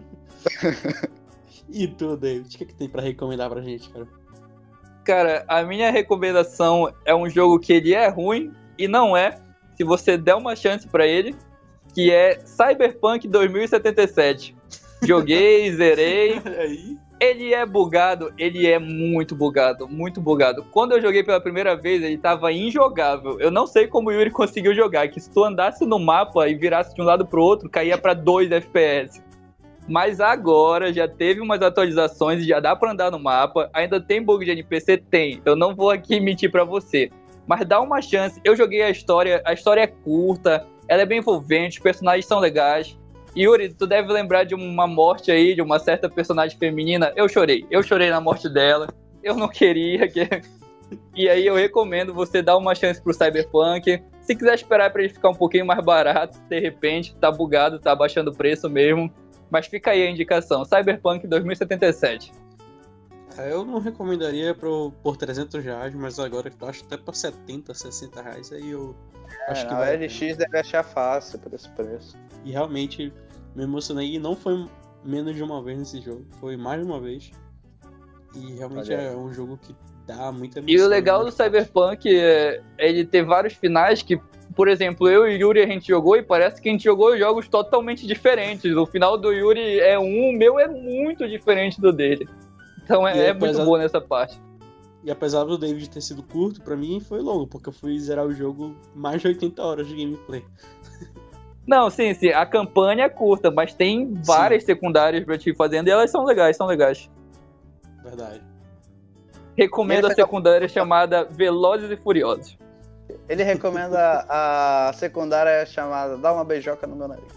E tu, David, o que tem pra recomendar pra gente, cara? Cara, a minha recomendação é um jogo que ele é ruim e não é, se você der uma chance pra ele, que é Cyberpunk 2077. Joguei, zerei. Ele é bugado, ele é muito bugado, muito bugado. Quando eu joguei pela primeira vez, ele tava injogável. Eu não sei como o Yuri conseguiu jogar, que se tu andasse no mapa e virasse de um lado pro outro, caía pra 2 FPS. Mas agora já teve umas atualizações e já dá pra andar no mapa. Ainda tem bug de NPC? Tem. Eu não vou aqui mentir pra você. Mas dá uma chance. Eu joguei a história é curta, ela é bem envolvente, os personagens são legais. Yuri, tu deve lembrar de uma morte aí, de uma certa personagem feminina. Eu chorei na morte dela. Eu não queria que... E aí eu recomendo você dar uma chance pro Cyberpunk. Se quiser esperar pra ele ficar um pouquinho mais barato, de repente, tá bugado, tá baixando o preço mesmo. Mas fica aí a indicação, Cyberpunk 2077. Eu não recomendaria por R$300, mas agora eu acho até pra 70, 60 reais, aí eu acho que a LX deve achar fácil por esse preço. E realmente me emocionei, e não foi menos de uma vez nesse jogo, foi mais de uma vez. E realmente é um jogo que dá muita emoção. E o legal do Cyberpunk é ele ter vários finais que, por exemplo, eu e o Yuri a gente jogou e parece que a gente jogou jogos totalmente diferentes. O final do Yuri é o meu é muito diferente do dele. Então é muito bom nessa parte. E apesar do David ter sido curto, pra mim foi longo, porque eu fui zerar o jogo mais de 80 horas de gameplay. Não, sim, a campanha é curta, mas tem várias secundárias pra te ir fazendo e elas são legais, Verdade. Recomendo a secundária chamada Velozes e Furiosos. Ele recomenda a secundária chamada Dá uma beijoca no meu nariz.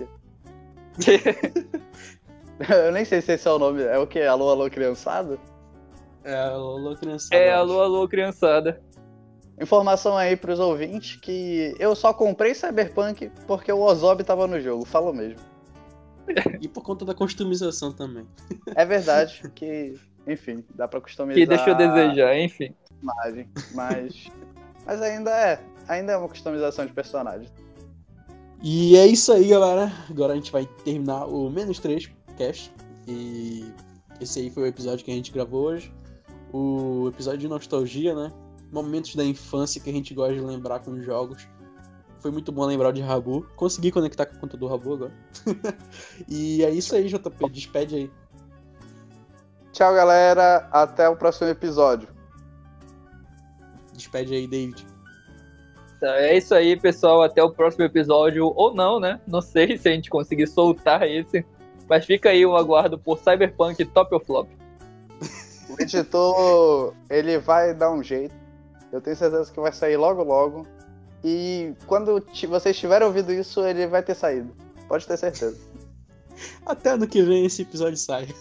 Eu nem sei se esse é o nome. É o quê? Alô, alô, criançada? É, alô, criançada. É, alô, alô, criançada. Informação aí pros ouvintes que eu só comprei Cyberpunk porque o Ozob tava no jogo. Falo mesmo. E por conta da customização também. É verdade que, enfim, dá pra customizar. Que deixou a desejar, enfim. Imagem, mas ainda é uma customização de personagem. E é isso aí, galera. Agora a gente vai terminar o Menos 3 Cast. E esse aí foi o episódio que a gente gravou hoje. O episódio de nostalgia, né? Momentos da infância que a gente gosta de lembrar com os jogos. Foi muito bom lembrar de Rabu. Consegui conectar com a conta do Rabu agora. E é isso aí, JP. Despede aí. Tchau, galera. Até o próximo episódio. Despede aí, David. Então, é isso aí, pessoal. Até o próximo episódio. Ou não, né? Não sei se a gente conseguir soltar esse. Mas fica aí o aguardo por Cyberpunk Top ou Flop. O editor, ele vai dar um jeito. Eu tenho certeza que vai sair logo, logo. E quando vocês tiverem ouvido isso, ele vai ter saído. Pode ter certeza. Até ano que vem esse episódio sai.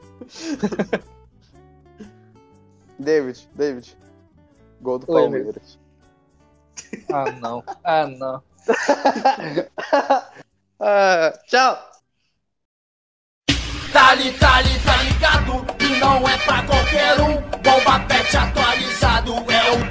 David. Gol do Oi, Palmeiras. Ah, não. Tchau. Tá ligado, e não é pra qualquer um. Bomba Pet atualizado é o 4.1.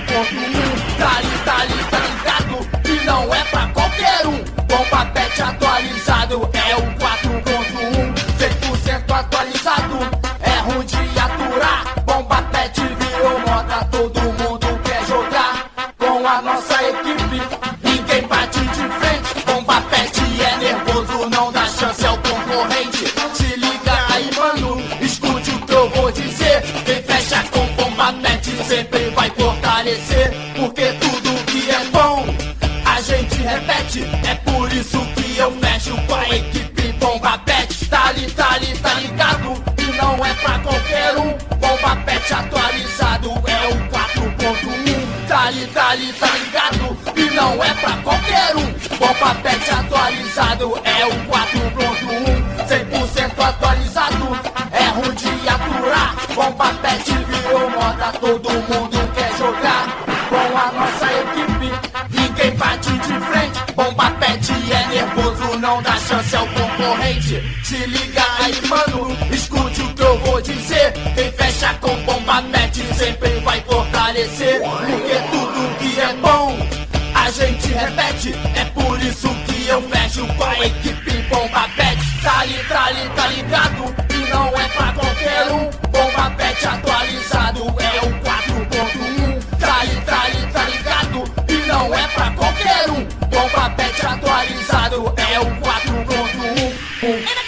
Tá ligado, e não é pra qualquer um. Bomba Pet atualizado é o 4.1. 100% atualizado, é ruim de aturar. Bomba Pet virou moda, todo mundo quer jogar. Com a nossa equipe, ninguém bate de frente. Bomba Pet é nervoso, não dá chance ao concorrente. Se liga aí, mano, escute o que eu vou dizer. Quem fecha com Bomba Pet sempre vai fortalecer. Porque tudo que é bom, a gente repete. É por isso que eu fecho com a equipe Bomba Pet. Tá ligado, e não é pra qualquer um. Bomba Pet atualizado é o 4.1. Tá ligado, e não é pra qualquer um. Bomba Pet atualizado é o 4.1. 100% atualizado, é ruim de aturar. Bomba Pet virou moda, todo mundo quer jogar. Com a nossa equipe, ninguém bate de frente. Bomba Pet é nervoso, não dá chance ao concorrente. Se liga aí, mano, escute o que eu vou dizer. Quem fecha com Bomba Pet sempre vai fortalecer. Porque tudo que é bom, a gente repete. É por isso que eu fecho com a equipe Bomba Pet. Tá ligado, e não é pra qualquer um. Bomba Pet atualizado é o 4.1. Tá ligado, e não é pra qualquer um. Bomba Pet atualizado é o 4.1.